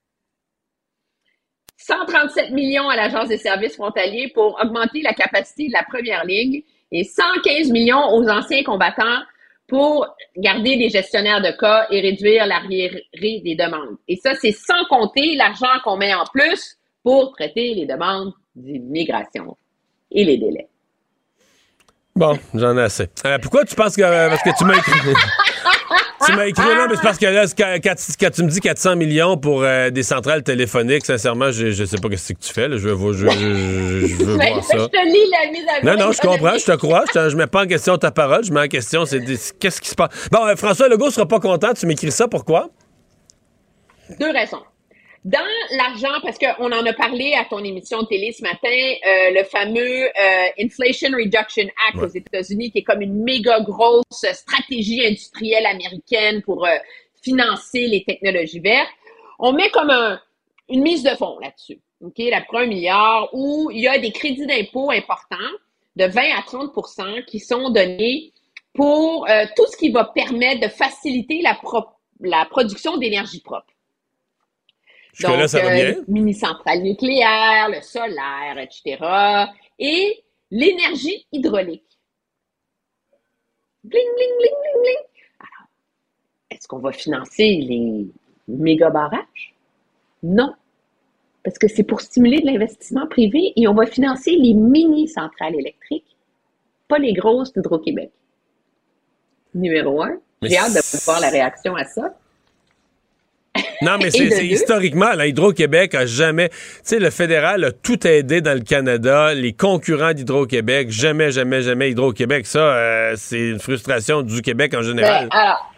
137 millions à l'Agence des services frontaliers pour augmenter la capacité de la première ligne et 115 millions aux anciens combattants pour garder des gestionnaires de cas et réduire l'arriéré des demandes. Et ça, c'est sans compter l'argent qu'on met en plus pour traiter les demandes d'immigration et les délais. Bon, j'en ai assez. Pourquoi tu penses que... parce que tu m'as écrit... Tu m'as écrit, non, mais c'est parce que là, quand tu me dis 400 millions pour des centrales téléphoniques, sincèrement, je sais pas ce que tu fais. Là. Je veux voir ça. Je te lis la mise à jour. Non, je comprends, je te crois. Je mets pas en question ta parole. Je mets en question, qu'est-ce qui se passe. Bon, François Legault sera pas content. Tu m'écris ça, pourquoi? 2 raisons. Dans l'argent, parce qu'on en a parlé à ton émission de télé ce matin, le fameux Inflation Reduction Act aux États-Unis, qui est comme une méga grosse stratégie industrielle américaine pour financer les technologies vertes. On met comme une mise de fonds là-dessus, ok, là pour 1 milliard, où il y a des crédits d'impôt importants de 20 à 30% qui sont donnés pour tout ce qui va permettre de faciliter la production d'énergie propre. Donc, là, ça va bien. Mini-centrales nucléaires, le solaire, etc. Et l'énergie hydraulique. Bling, bling, bling, bling, bling. Alors, est-ce qu'on va financer les méga barrages? Non. Parce que c'est pour stimuler de l'investissement privé et on va financer les mini-centrales électriques, pas les grosses d'Hydro-Québec. Numéro 1. J'ai hâte de voir la réaction à ça. Non, mais c'est historiquement, là, Hydro-Québec a jamais... Tu sais, le fédéral a tout aidé dans le Canada, les concurrents d'Hydro-Québec, jamais Hydro-Québec. Ça, c'est une frustration du Québec en général.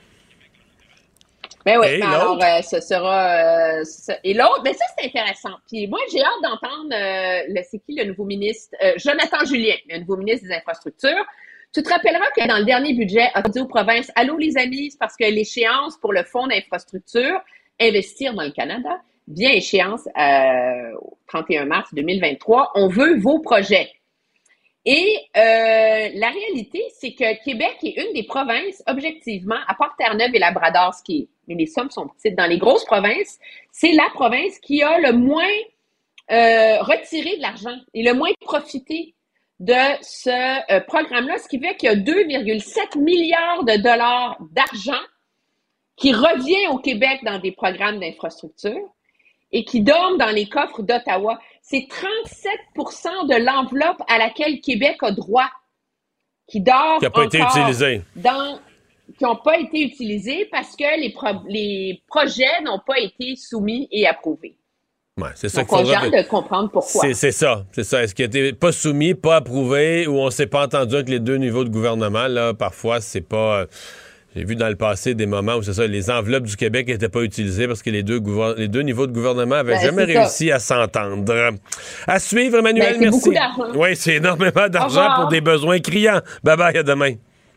Ce sera... et l'autre, mais ça, c'est intéressant. Puis moi, j'ai hâte d'entendre, c'est qui le nouveau ministre? Jonathan Julien, le nouveau ministre des Infrastructures. Tu te rappelleras que dans le dernier budget, a dit aux provinces, allô les amis, c'est parce que l'échéance pour le fonds d'infrastructure, investir dans le Canada, vient échéance au 31 mars 2023. On veut vos projets. Et la réalité, c'est que Québec est une des provinces, objectivement, à part Terre-Neuve et Labrador, mais les sommes sont petites. Dans les grosses provinces, c'est la province qui a le moins retiré de l'argent et le moins profité de ce programme-là, ce qui fait qu'il y a 2,7 milliards de dollars d'argent qui revient au Québec dans des programmes d'infrastructure et qui dorment dans les coffres d'Ottawa. C'est 37% de l'enveloppe à laquelle Québec a droit qui dort qui n'a pas été utilisé. Qui n'ont pas été utilisés parce que les projets n'ont pas été soumis et approuvés. Ouais, c'est ça qu'il faudra de comprendre pourquoi. C'est ça. Est-ce qu'il n'était pas soumis, pas approuvé, ou on ne s'est pas entendu avec les deux niveaux de gouvernement? Là, parfois, c'est pas... J'ai vu dans le passé des moments où c'est ça, les enveloppes du Québec n'étaient pas utilisées parce que les deux niveaux de gouvernement n'avaient jamais réussi à s'entendre. À suivre, Emmanuel, merci. C'est beaucoup d'argent. Oui, c'est énormément d'argent pour des besoins criants. Bye-bye, à demain.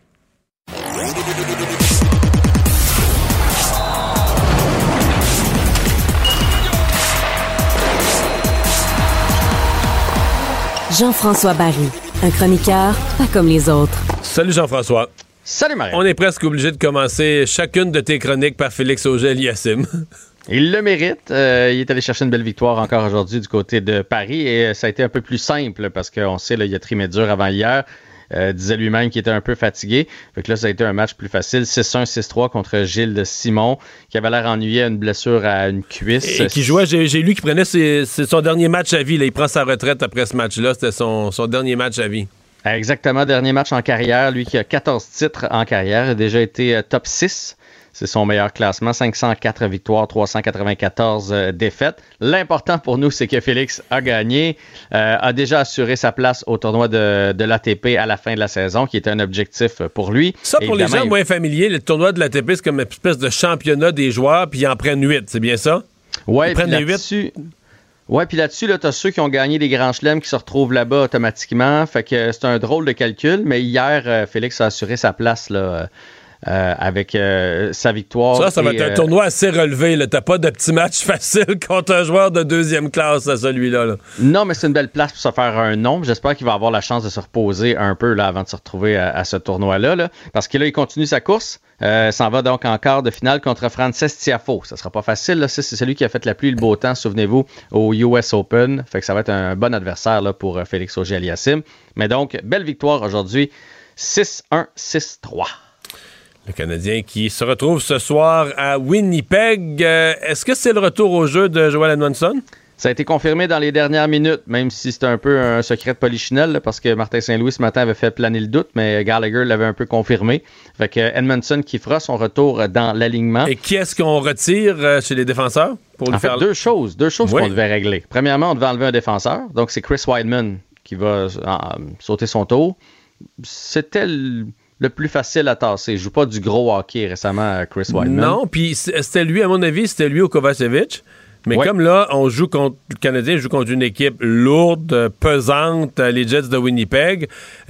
Jean-François Barry, un chroniqueur pas comme les autres. Salut Jean-François. Salut Marie. On est presque obligé de commencer chacune de tes chroniques par Félix Auger-Aliassime. Il le mérite. Il est allé chercher une belle victoire encore aujourd'hui du côté de Paris et ça a été un peu plus simple parce qu'on sait, là, il a trimé dur avant hier. Disait lui-même qu'il était un peu fatigué. Fait que là, ça a été un match plus facile. 6-1, 6-3 contre Gilles Simon, qui avait l'air ennuyé à une blessure à une cuisse. Et qui jouait, j'ai lu qu'il prenait c'est son dernier match à vie. Là. Il prend sa retraite après ce match-là. C'était son dernier match à vie. Exactement, dernier match en carrière. Lui qui a 14 titres en carrière, a déjà été top 6 C'est son meilleur classement, 504 victoires, 394 défaites. L'important pour nous, c'est que Félix a gagné, a déjà assuré sa place au tournoi de l'ATP à la fin de la saison, qui était un objectif pour lui. Ça, pour les gens moins familiers, le tournoi de l'ATP, c'est comme une espèce de championnat des joueurs, puis ils en prennent 8, c'est bien ça? Oui, ils prennent les 8? Oui, puis là-dessus, tu as ceux qui ont gagné des grands chelems qui se retrouvent là-bas automatiquement. Fait que c'est un drôle de calcul, mais hier, Félix a assuré sa place là. Avec sa victoire. Ça va être un tournoi assez relevé. T'as pas de petits matchs faciles contre un joueur de deuxième classe à celui-là. Là. Non, mais c'est une belle place pour se faire un nom. J'espère qu'il va avoir la chance de se reposer un peu là, avant de se retrouver à ce tournoi-là. Là, parce que là, il continue sa course. S'en va donc en quart de finale contre Frances Tiafoe. Ça sera pas facile. Là. C'est celui qui a fait la pluie et le beau temps, souvenez-vous, au US Open. Fait que ça va être un bon adversaire là, pour Félix Auger-Aliassime. Mais donc, belle victoire aujourd'hui. 6-1, 6-3. Le Canadien qui se retrouve ce soir à Winnipeg. Est-ce que c'est le retour au jeu de Joel Edmondson? Ça a été confirmé dans les dernières minutes, même si c'est un peu un secret de polichinelle, là, parce que Martin Saint-Louis ce matin avait fait planer le doute, mais Gallagher l'avait un peu confirmé. Fait que Edmondson qui fera son retour dans l'alignement. Et qui est-ce qu'on retire chez les défenseurs? Pour lui faire... deux choses qu'on devait régler. Premièrement, on devait enlever un défenseur, donc c'est Chris Wideman qui va sauter son tour. C'était le plus facile à tasser. Il joue pas du gros hockey récemment, Chris Wideman. Non, puis c'était lui, à mon avis, au Kovacevic. Mais comme là, le Canadien joue contre une équipe lourde, pesante, les Jets de Winnipeg,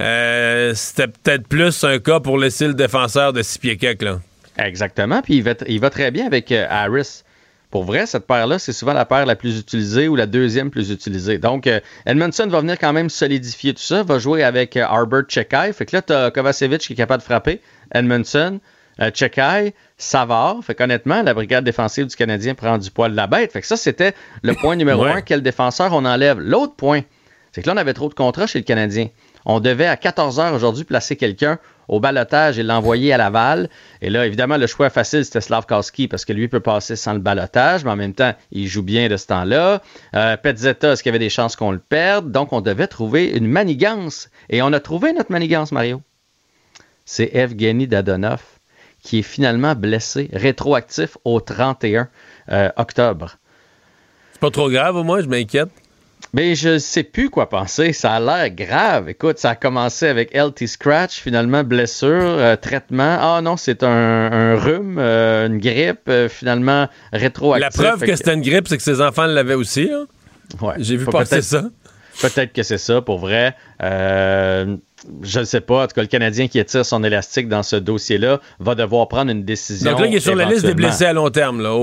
c'était peut-être plus un cas pour laisser le défenseur de 6 pieds quelques, là. Exactement, puis il va très bien avec Harris. Pour vrai, cette paire-là, c'est souvent la paire la plus utilisée ou la deuxième plus utilisée. Donc, Edmondson va venir quand même solidifier tout ça, va jouer avec Arbor Tchekaj. Fait que là, tu as Kovacevic qui est capable de frapper, Edmondson, Tchekaj, Savard. Fait qu'honnêtement, la brigade défensive du Canadien prend du poil de la bête. Fait que ça, c'était le point numéro 1, quel défenseur on enlève. L'autre point, c'est que là, on avait trop de contrats chez le Canadien. On devait à 14h aujourd'hui placer quelqu'un au balotage et l'envoyer à Laval. Et là, évidemment, le choix facile, c'était Slavkovski parce que lui peut passer sans le balotage, mais en même temps, il joue bien de ce temps-là. Pezzetta, est-ce qu'il y avait des chances qu'on le perde? Donc, on devait trouver une manigance. Et on a trouvé notre manigance, Mario. C'est Evgeny Dadonov qui est finalement blessé, rétroactif au 31 octobre. C'est pas trop grave, au moins, je m'inquiète. Mais je sais plus quoi penser. Ça a l'air grave. Écoute, ça a commencé avec LT Scratch, finalement blessure, traitement. Ah non, c'est un rhume, une grippe, finalement rétroactif. La preuve que c'était une grippe, c'est que ses enfants l'avaient aussi. Hein? Ouais. J'ai vu passer ça. Peut-être que c'est ça, pour vrai. Je ne sais pas. En tout cas, le Canadien qui étire son élastique dans ce dossier-là va devoir prendre une décision. Donc là, il est sur la liste des blessés à long terme. Là,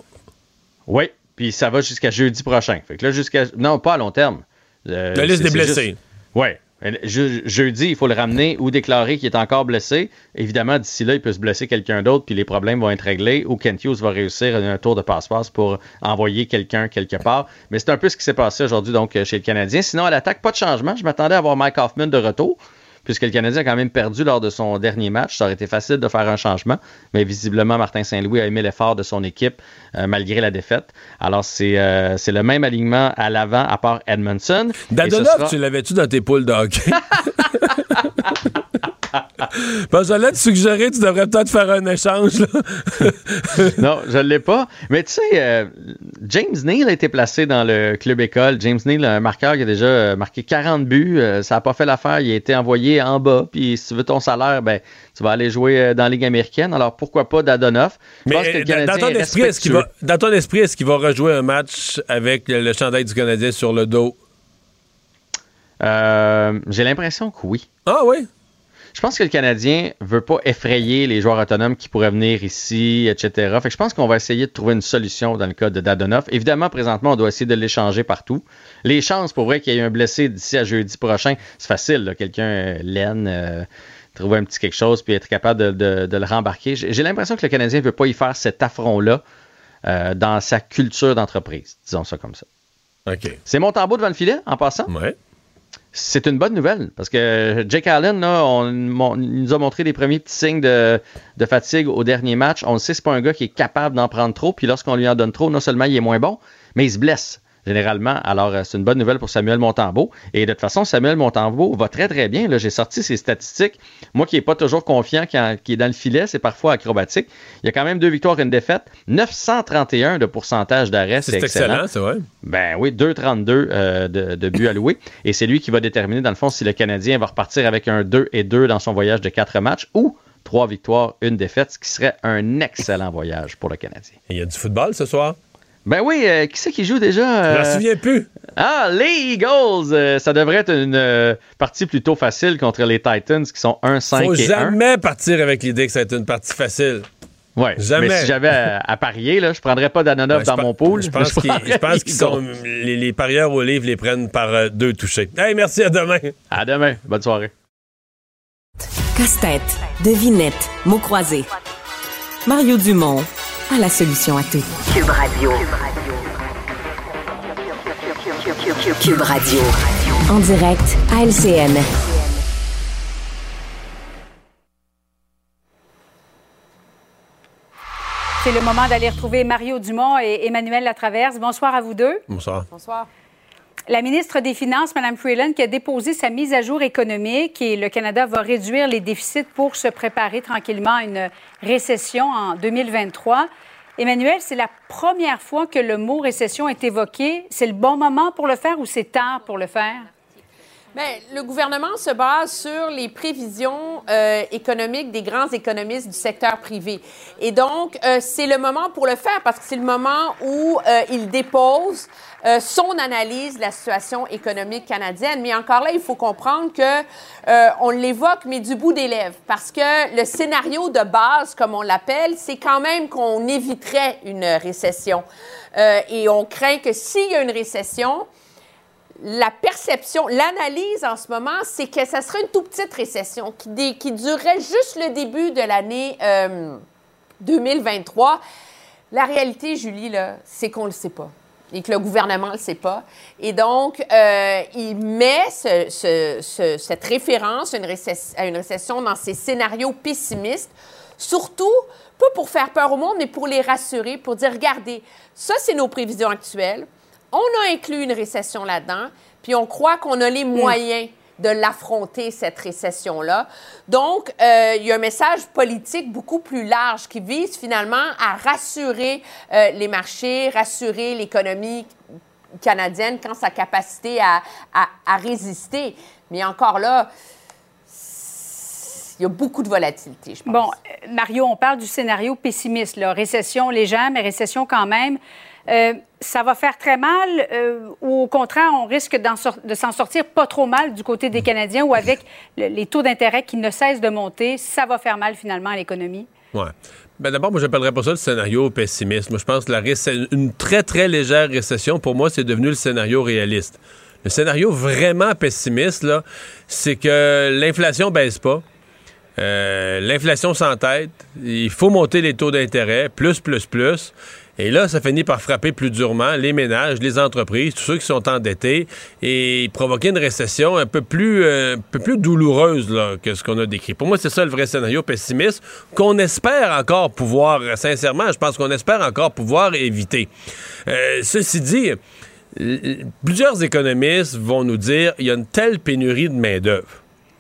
Oui. Puis ça va jusqu'à jeudi prochain. Fait que là, non, pas à long terme. La liste des blessés. Oui. Jeudi, il faut le ramener ou déclarer qu'il est encore blessé. Évidemment, d'ici là, il peut se blesser quelqu'un d'autre, puis les problèmes vont être réglés, ou Kent Hughes va réussir un tour de passe-passe pour envoyer quelqu'un quelque part. Mais c'est un peu ce qui s'est passé aujourd'hui donc chez le Canadien. Sinon, à l'attaque, pas de changement. Je m'attendais à avoir Mike Hoffman de retour, puisque le Canadien a quand même perdu lors de son dernier match. Ça aurait été facile de faire un changement, mais visiblement, Martin Saint-Louis a aimé l'effort de son équipe malgré la défaite. Alors, c'est le même alignement à l'avant, à part Edmondson. Dadonov, tu l'avais-tu dans tes poules de hockey? Parce que j'allais te suggérer, tu devrais peut-être faire un échange. Là. Non, je ne l'ai pas. Mais tu sais, James Neal a été placé dans le club école. James Neal, un marqueur qui a déjà marqué 40 buts. Ça n'a pas fait l'affaire. Il a été envoyé en bas. Puis si tu veux ton salaire, ben, tu vas aller jouer dans la Ligue américaine. Alors pourquoi pas Dadonov? Mais dans ton esprit, est-ce qu'il va rejouer un match avec le chandail du Canadien sur le dos? J'ai l'impression que oui. Ah oui? Je pense que le Canadien veut pas effrayer les joueurs autonomes qui pourraient venir ici, etc. Fait que je pense qu'on va essayer de trouver une solution dans le cas de Dadonov. Évidemment, présentement, on doit essayer de l'échanger partout. Les chances pour vrai qu'il y ait un blessé d'ici à jeudi prochain, c'est facile. Là. Quelqu'un laine, trouver un petit quelque chose puis être capable de le rembarquer. J'ai l'impression que le Canadien veut pas y faire cet affront-là dans sa culture d'entreprise. Disons ça comme ça. OK. C'est Montembeault devant le filet, en passant? Ouais. C'est une bonne nouvelle, parce que Jake Allen, là, il nous a montré les premiers petits signes de fatigue au dernier match. On le sait, c'est pas un gars qui est capable d'en prendre trop, puis lorsqu'on lui en donne trop, non seulement il est moins bon, mais il se blesse généralement. Alors, c'est une bonne nouvelle pour Samuel Montembeault. Et de toute façon, Samuel Montembeault va très, très bien. Là, j'ai sorti ses statistiques. Moi qui n'ai pas toujours confiant, qui est dans le filet, c'est parfois acrobatique. Il y a quand même 2 victoires et une défaite. 931 de pourcentage d'arrêt, c'est excellent. C'est vrai. Ben oui, 2,32 de buts alloués. Et c'est lui qui va déterminer, dans le fond, si le Canadien va repartir avec un 2-2 dans son voyage de 4 matchs ou 3 victoires, 1 défaite, ce qui serait un excellent voyage pour le Canadien. Et il y a du football ce soir? Ben oui, qui c'est qui joue déjà? Je m'en souviens plus. Ah, les Eagles! Ça devrait être une partie plutôt facile contre les Titans qui sont 1-5 Faut et 1. jamais partir avec l'idée que ça va être une partie facile. Oui, mais si j'avais à parier, là, je prendrais pas d'Ananov dans mon pool. Je pense qu'ils sont les parieurs au livre les prennent par 2 touchés. Hey, merci, à demain. À demain. Bonne soirée. Casse-tête, devinette, mots croisés. Mario Dumont a la solution à tout. Cube Radio. Cube Radio. En direct à LCN. C'est le moment d'aller retrouver Mario Dumont et Emmanuel Latraverse. Bonsoir à vous deux. Bonsoir. Bonsoir. La ministre des Finances, Mme Freeland, qui a déposé sa mise à jour économique et le Canada va réduire les déficits pour se préparer tranquillement à une récession en 2023. Emmanuel, c'est la première fois que le mot récession est évoqué. C'est le bon moment pour le faire ou c'est tard pour le faire? Bien, le gouvernement se base sur les prévisions économiques des grands économistes du secteur privé. Et donc, c'est le moment pour le faire parce que c'est le moment où il dépose son analyse de la situation économique canadienne. Mais encore là, il faut comprendre que on l'évoque, mais du bout des lèvres. Parce que le scénario de base, comme on l'appelle, c'est quand même qu'on éviterait une récession. Et on craint que s'il y a une récession, la perception, l'analyse en ce moment, c'est que ça serait une toute petite récession qui durerait juste le début de l'année 2023. La réalité, Julie, là, c'est qu'on ne le sait pas et que le gouvernement ne le sait pas. Et donc, il met cette référence à une récession dans ses scénarios pessimistes, surtout pas pour faire peur au monde, mais pour les rassurer, pour dire, regardez, ça, c'est nos prévisions actuelles. On a inclus une récession là-dedans, puis on croit qu'on a les moyens de l'affronter, cette récession-là. Donc, il y a un message politique beaucoup plus large qui vise finalement à rassurer les marchés, rassurer l'économie canadienne quant à sa capacité à résister. Mais encore là, il y a beaucoup de volatilité, je pense. Bon, Mario, on parle du scénario pessimiste, là. Récession légère, mais récession quand même. Ça va faire très mal ou au contraire, on risque de s'en sortir pas trop mal du côté des Canadiens ou avec les taux d'intérêt qui ne cessent de monter, ça va faire mal finalement à l'économie? Oui. Ben d'abord, moi, je n'appellerais pas ça le scénario pessimiste. Moi, je pense que une très, très légère récession, pour moi, c'est devenu le scénario réaliste. Le scénario vraiment pessimiste, là, c'est que l'inflation baisse pas. L'inflation s'entête. Il faut monter les taux d'intérêt, plus. Et là, ça finit par frapper plus durement les ménages, les entreprises, tous ceux qui sont endettés et provoquer une récession un peu plus douloureuse là, que ce qu'on a décrit. Pour moi, c'est ça le vrai scénario pessimiste qu'on espère encore pouvoir, sincèrement, je pense qu'on espère encore pouvoir éviter. Ceci dit, plusieurs économistes vont nous dire qu'il y a une telle pénurie de main-d'œuvre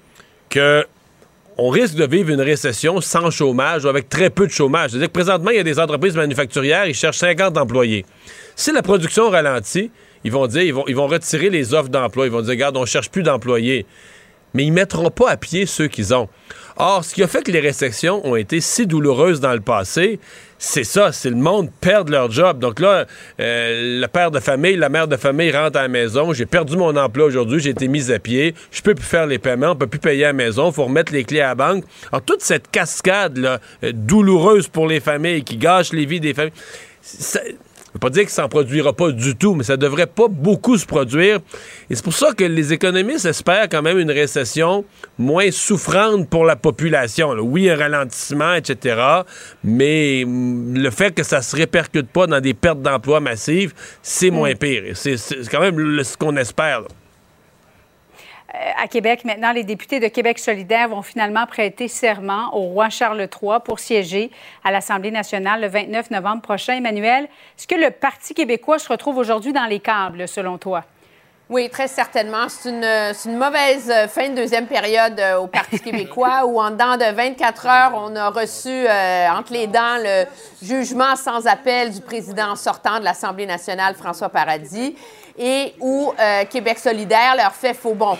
que on risque de vivre une récession sans chômage ou avec très peu de chômage. C'est-à-dire que présentement, il y a des entreprises manufacturières, ils cherchent 50 employés. Si la production ralentit, ils vont retirer les offres d'emploi. Ils vont dire, regarde, on ne cherche plus d'employés. Mais ils ne mettront pas à pied ceux qu'ils ont. Or, ce qui a fait que les récessions ont été si douloureuses dans le passé, c'est ça, c'est le monde perd leur job. Donc là, le père de famille, la mère de famille rentre à la maison, j'ai perdu mon emploi aujourd'hui, j'ai été mis à pied, je peux plus faire les paiements, on peut plus payer à la maison, il faut remettre les clés à la banque. Alors toute cette cascade-là, douloureuse pour les familles, qui gâche les vies des familles, ça, je ne veux pas dire que ça n'en produira pas du tout, mais ça ne devrait pas beaucoup se produire. Et c'est pour ça que les économistes espèrent quand même une récession moins souffrante pour la population. Là. Oui, un ralentissement, etc., mais le fait que ça ne se répercute pas dans des pertes d'emplois massives, c'est moins pire. C'est quand même ce qu'on espère. Là. À Québec, maintenant, les députés de Québec solidaire vont finalement prêter serment au roi Charles III pour siéger à l'Assemblée nationale le 29 novembre prochain. Emmanuel, est-ce que le Parti québécois se retrouve aujourd'hui dans les câbles, selon toi? Oui, très certainement. C'est une mauvaise fin de deuxième période au Parti québécois où, en dedans de 24 heures, on a reçu entre les dents le jugement sans appel du président sortant de l'Assemblée nationale, François Paradis, et où Québec solidaire leur fait faux bond.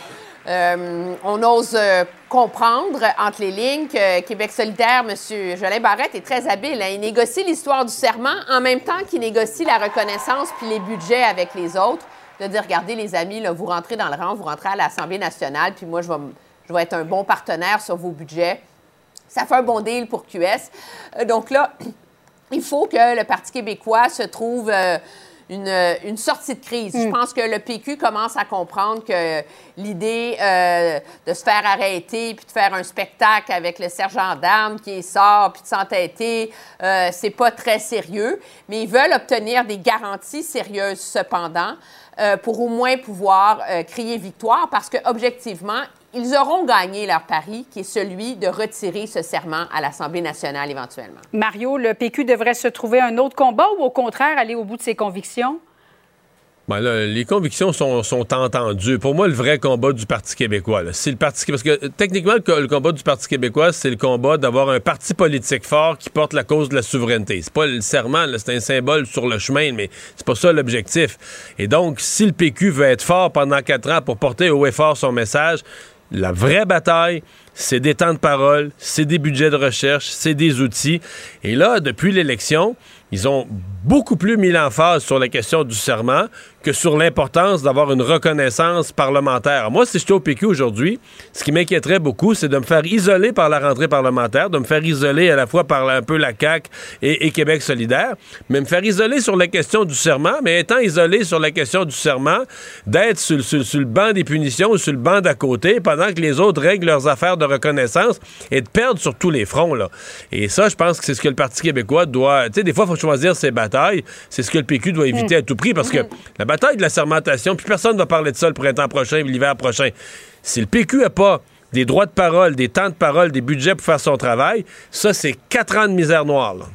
On ose comprendre entre les lignes que Québec solidaire, M. Jolin Barrette, est très habile. Il négocie l'histoire du serment en même temps qu'il négocie la reconnaissance puis les budgets avec les autres. De dire, regardez les amis, là, vous rentrez dans le rang, vous rentrez à l'Assemblée nationale, puis moi, je vais être un bon partenaire sur vos budgets. Ça fait un bon deal pour QS. Donc là, il faut que le Parti québécois se trouve une sortie de crise. Je pense que le PQ commence à comprendre que l'idée de se faire arrêter puis de faire un spectacle avec le sergent d'armes qui sort puis de s'entêter, c'est pas très sérieux. Mais ils veulent obtenir des garanties sérieuses cependant pour au moins pouvoir crier victoire parce que objectivement, ils auront gagné leur pari, qui est celui de retirer ce serment à l'Assemblée nationale éventuellement. Mario, le PQ devrait se trouver un autre combat ou au contraire aller au bout de ses convictions? Ben là, les convictions sont entendues. Pour moi, le vrai combat du Parti québécois, là, c'est le Parti... Parce que techniquement, le combat du Parti québécois, c'est le combat d'avoir un parti politique fort qui porte la cause de la souveraineté. C'est pas le serment, là, c'est un symbole sur le chemin, mais c'est pas ça l'objectif. Et donc, si le PQ veut être fort pendant 4 ans pour porter haut et fort son message, la vraie bataille, c'est des temps de parole, c'est des budgets de recherche, c'est des outils. Et là, depuis l'élection, ils ont beaucoup plus mis l'emphase sur la question du serment que sur l'importance d'avoir une reconnaissance parlementaire. Alors moi, si j'étais au PQ aujourd'hui, ce qui m'inquiéterait beaucoup, c'est de me faire isoler par la rentrée parlementaire, de me faire isoler à la fois par un peu la CAQ et Québec solidaire, mais me faire isoler sur la question du serment, mais étant isolé sur la question du serment, d'être sur le banc des punitions ou sur le banc d'à côté pendant que les autres règlent leurs affaires de reconnaissance et de perdre sur tous les fronts, là. Et ça, je pense que c'est ce que le Parti québécois doit... Tu sais, des fois, il faut choisir ses batailles. C'est ce que le PQ doit éviter à tout prix parce que la bataille de la sermentation, puis personne ne va parler de ça le printemps prochain, l'hiver prochain. Si le PQ n'a pas des droits de parole, des temps de parole, des budgets pour faire son travail, ça, c'est 4 ans de misère noire, là.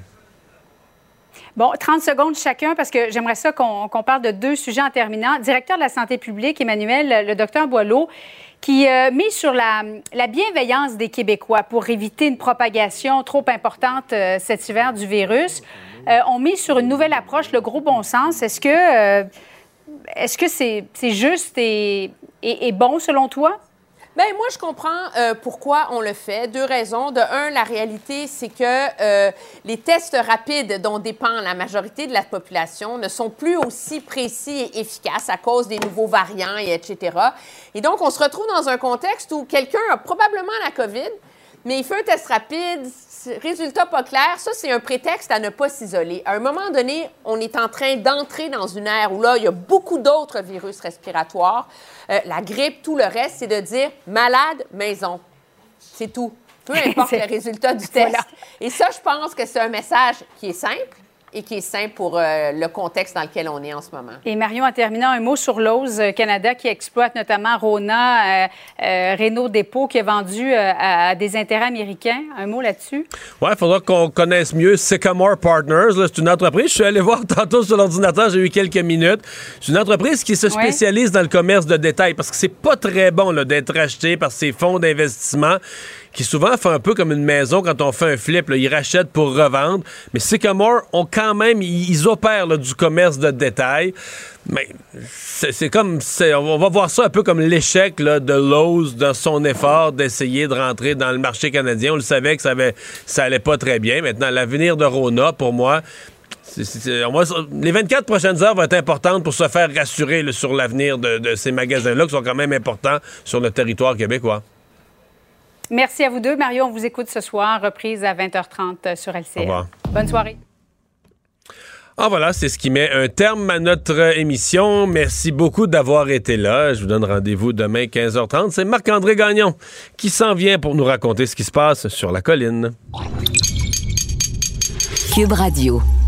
Bon, 30 secondes chacun, parce que j'aimerais ça qu'on parle de 2 sujets en terminant. Directeur de la santé publique, Emmanuel, le docteur Boileau, qui mise sur la bienveillance des Québécois pour éviter une propagation trop importante cet hiver du virus. On mise sur une nouvelle approche, le gros bon sens. Est-ce que c'est juste et bon selon toi? Bien, moi, je comprends pourquoi on le fait. 2 raisons. De un, la réalité, c'est que les tests rapides dont dépend la majorité de la population ne sont plus aussi précis et efficaces à cause des nouveaux variants, et etc. Et donc, on se retrouve dans un contexte où quelqu'un a probablement la COVID, mais il fait un test rapide, résultat pas clair. Ça, c'est un prétexte à ne pas s'isoler. À un moment donné, on est en train d'entrer dans une ère où là, il y a beaucoup d'autres virus respiratoires. La grippe, tout le reste, c'est de dire malade, maison. C'est tout. Peu importe le résultat du test. Voilà. Et ça, je pense que c'est un message qui est simple et qui est simple pour le contexte dans lequel on est en ce moment. Et Marion, en terminant, un mot sur Lowe's Canada qui exploite notamment Rona, Renault Dépôt qui est vendu à des intérêts américains. Un mot là-dessus? Oui, il faudra qu'on connaisse mieux Sycamore Partners. Là, c'est une entreprise, je suis allé voir tantôt sur l'ordinateur, j'ai eu quelques minutes. C'est une entreprise qui se spécialise dans le commerce de détail parce que c'est pas très bon là, d'être acheté par ces fonds d'investissement qui souvent font un peu comme une maison quand on fait un flip. Là, ils rachètent pour revendre. Mais Sycamore ont quand même, ils opèrent là, du commerce de détail. Mais c'est comme, on va voir ça un peu comme l'échec là, de Lowe's dans son effort d'essayer de rentrer dans le marché canadien. On le savait que ça allait pas très bien. Maintenant, l'avenir de Rona, pour moi, les 24 prochaines heures vont être importantes pour se faire rassurer là, sur l'avenir de ces magasins-là qui sont quand même importants sur le territoire québécois. Merci à vous deux. Mario, on vous écoute ce soir, reprise à 20h30 sur LCN. Au revoir. Bonne soirée. Ah voilà, c'est ce qui met un terme à notre émission. Merci beaucoup d'avoir été là. Je vous donne rendez-vous demain 15h30. C'est Marc-André Gagnon qui s'en vient pour nous raconter ce qui se passe sur la colline. Cube Radio.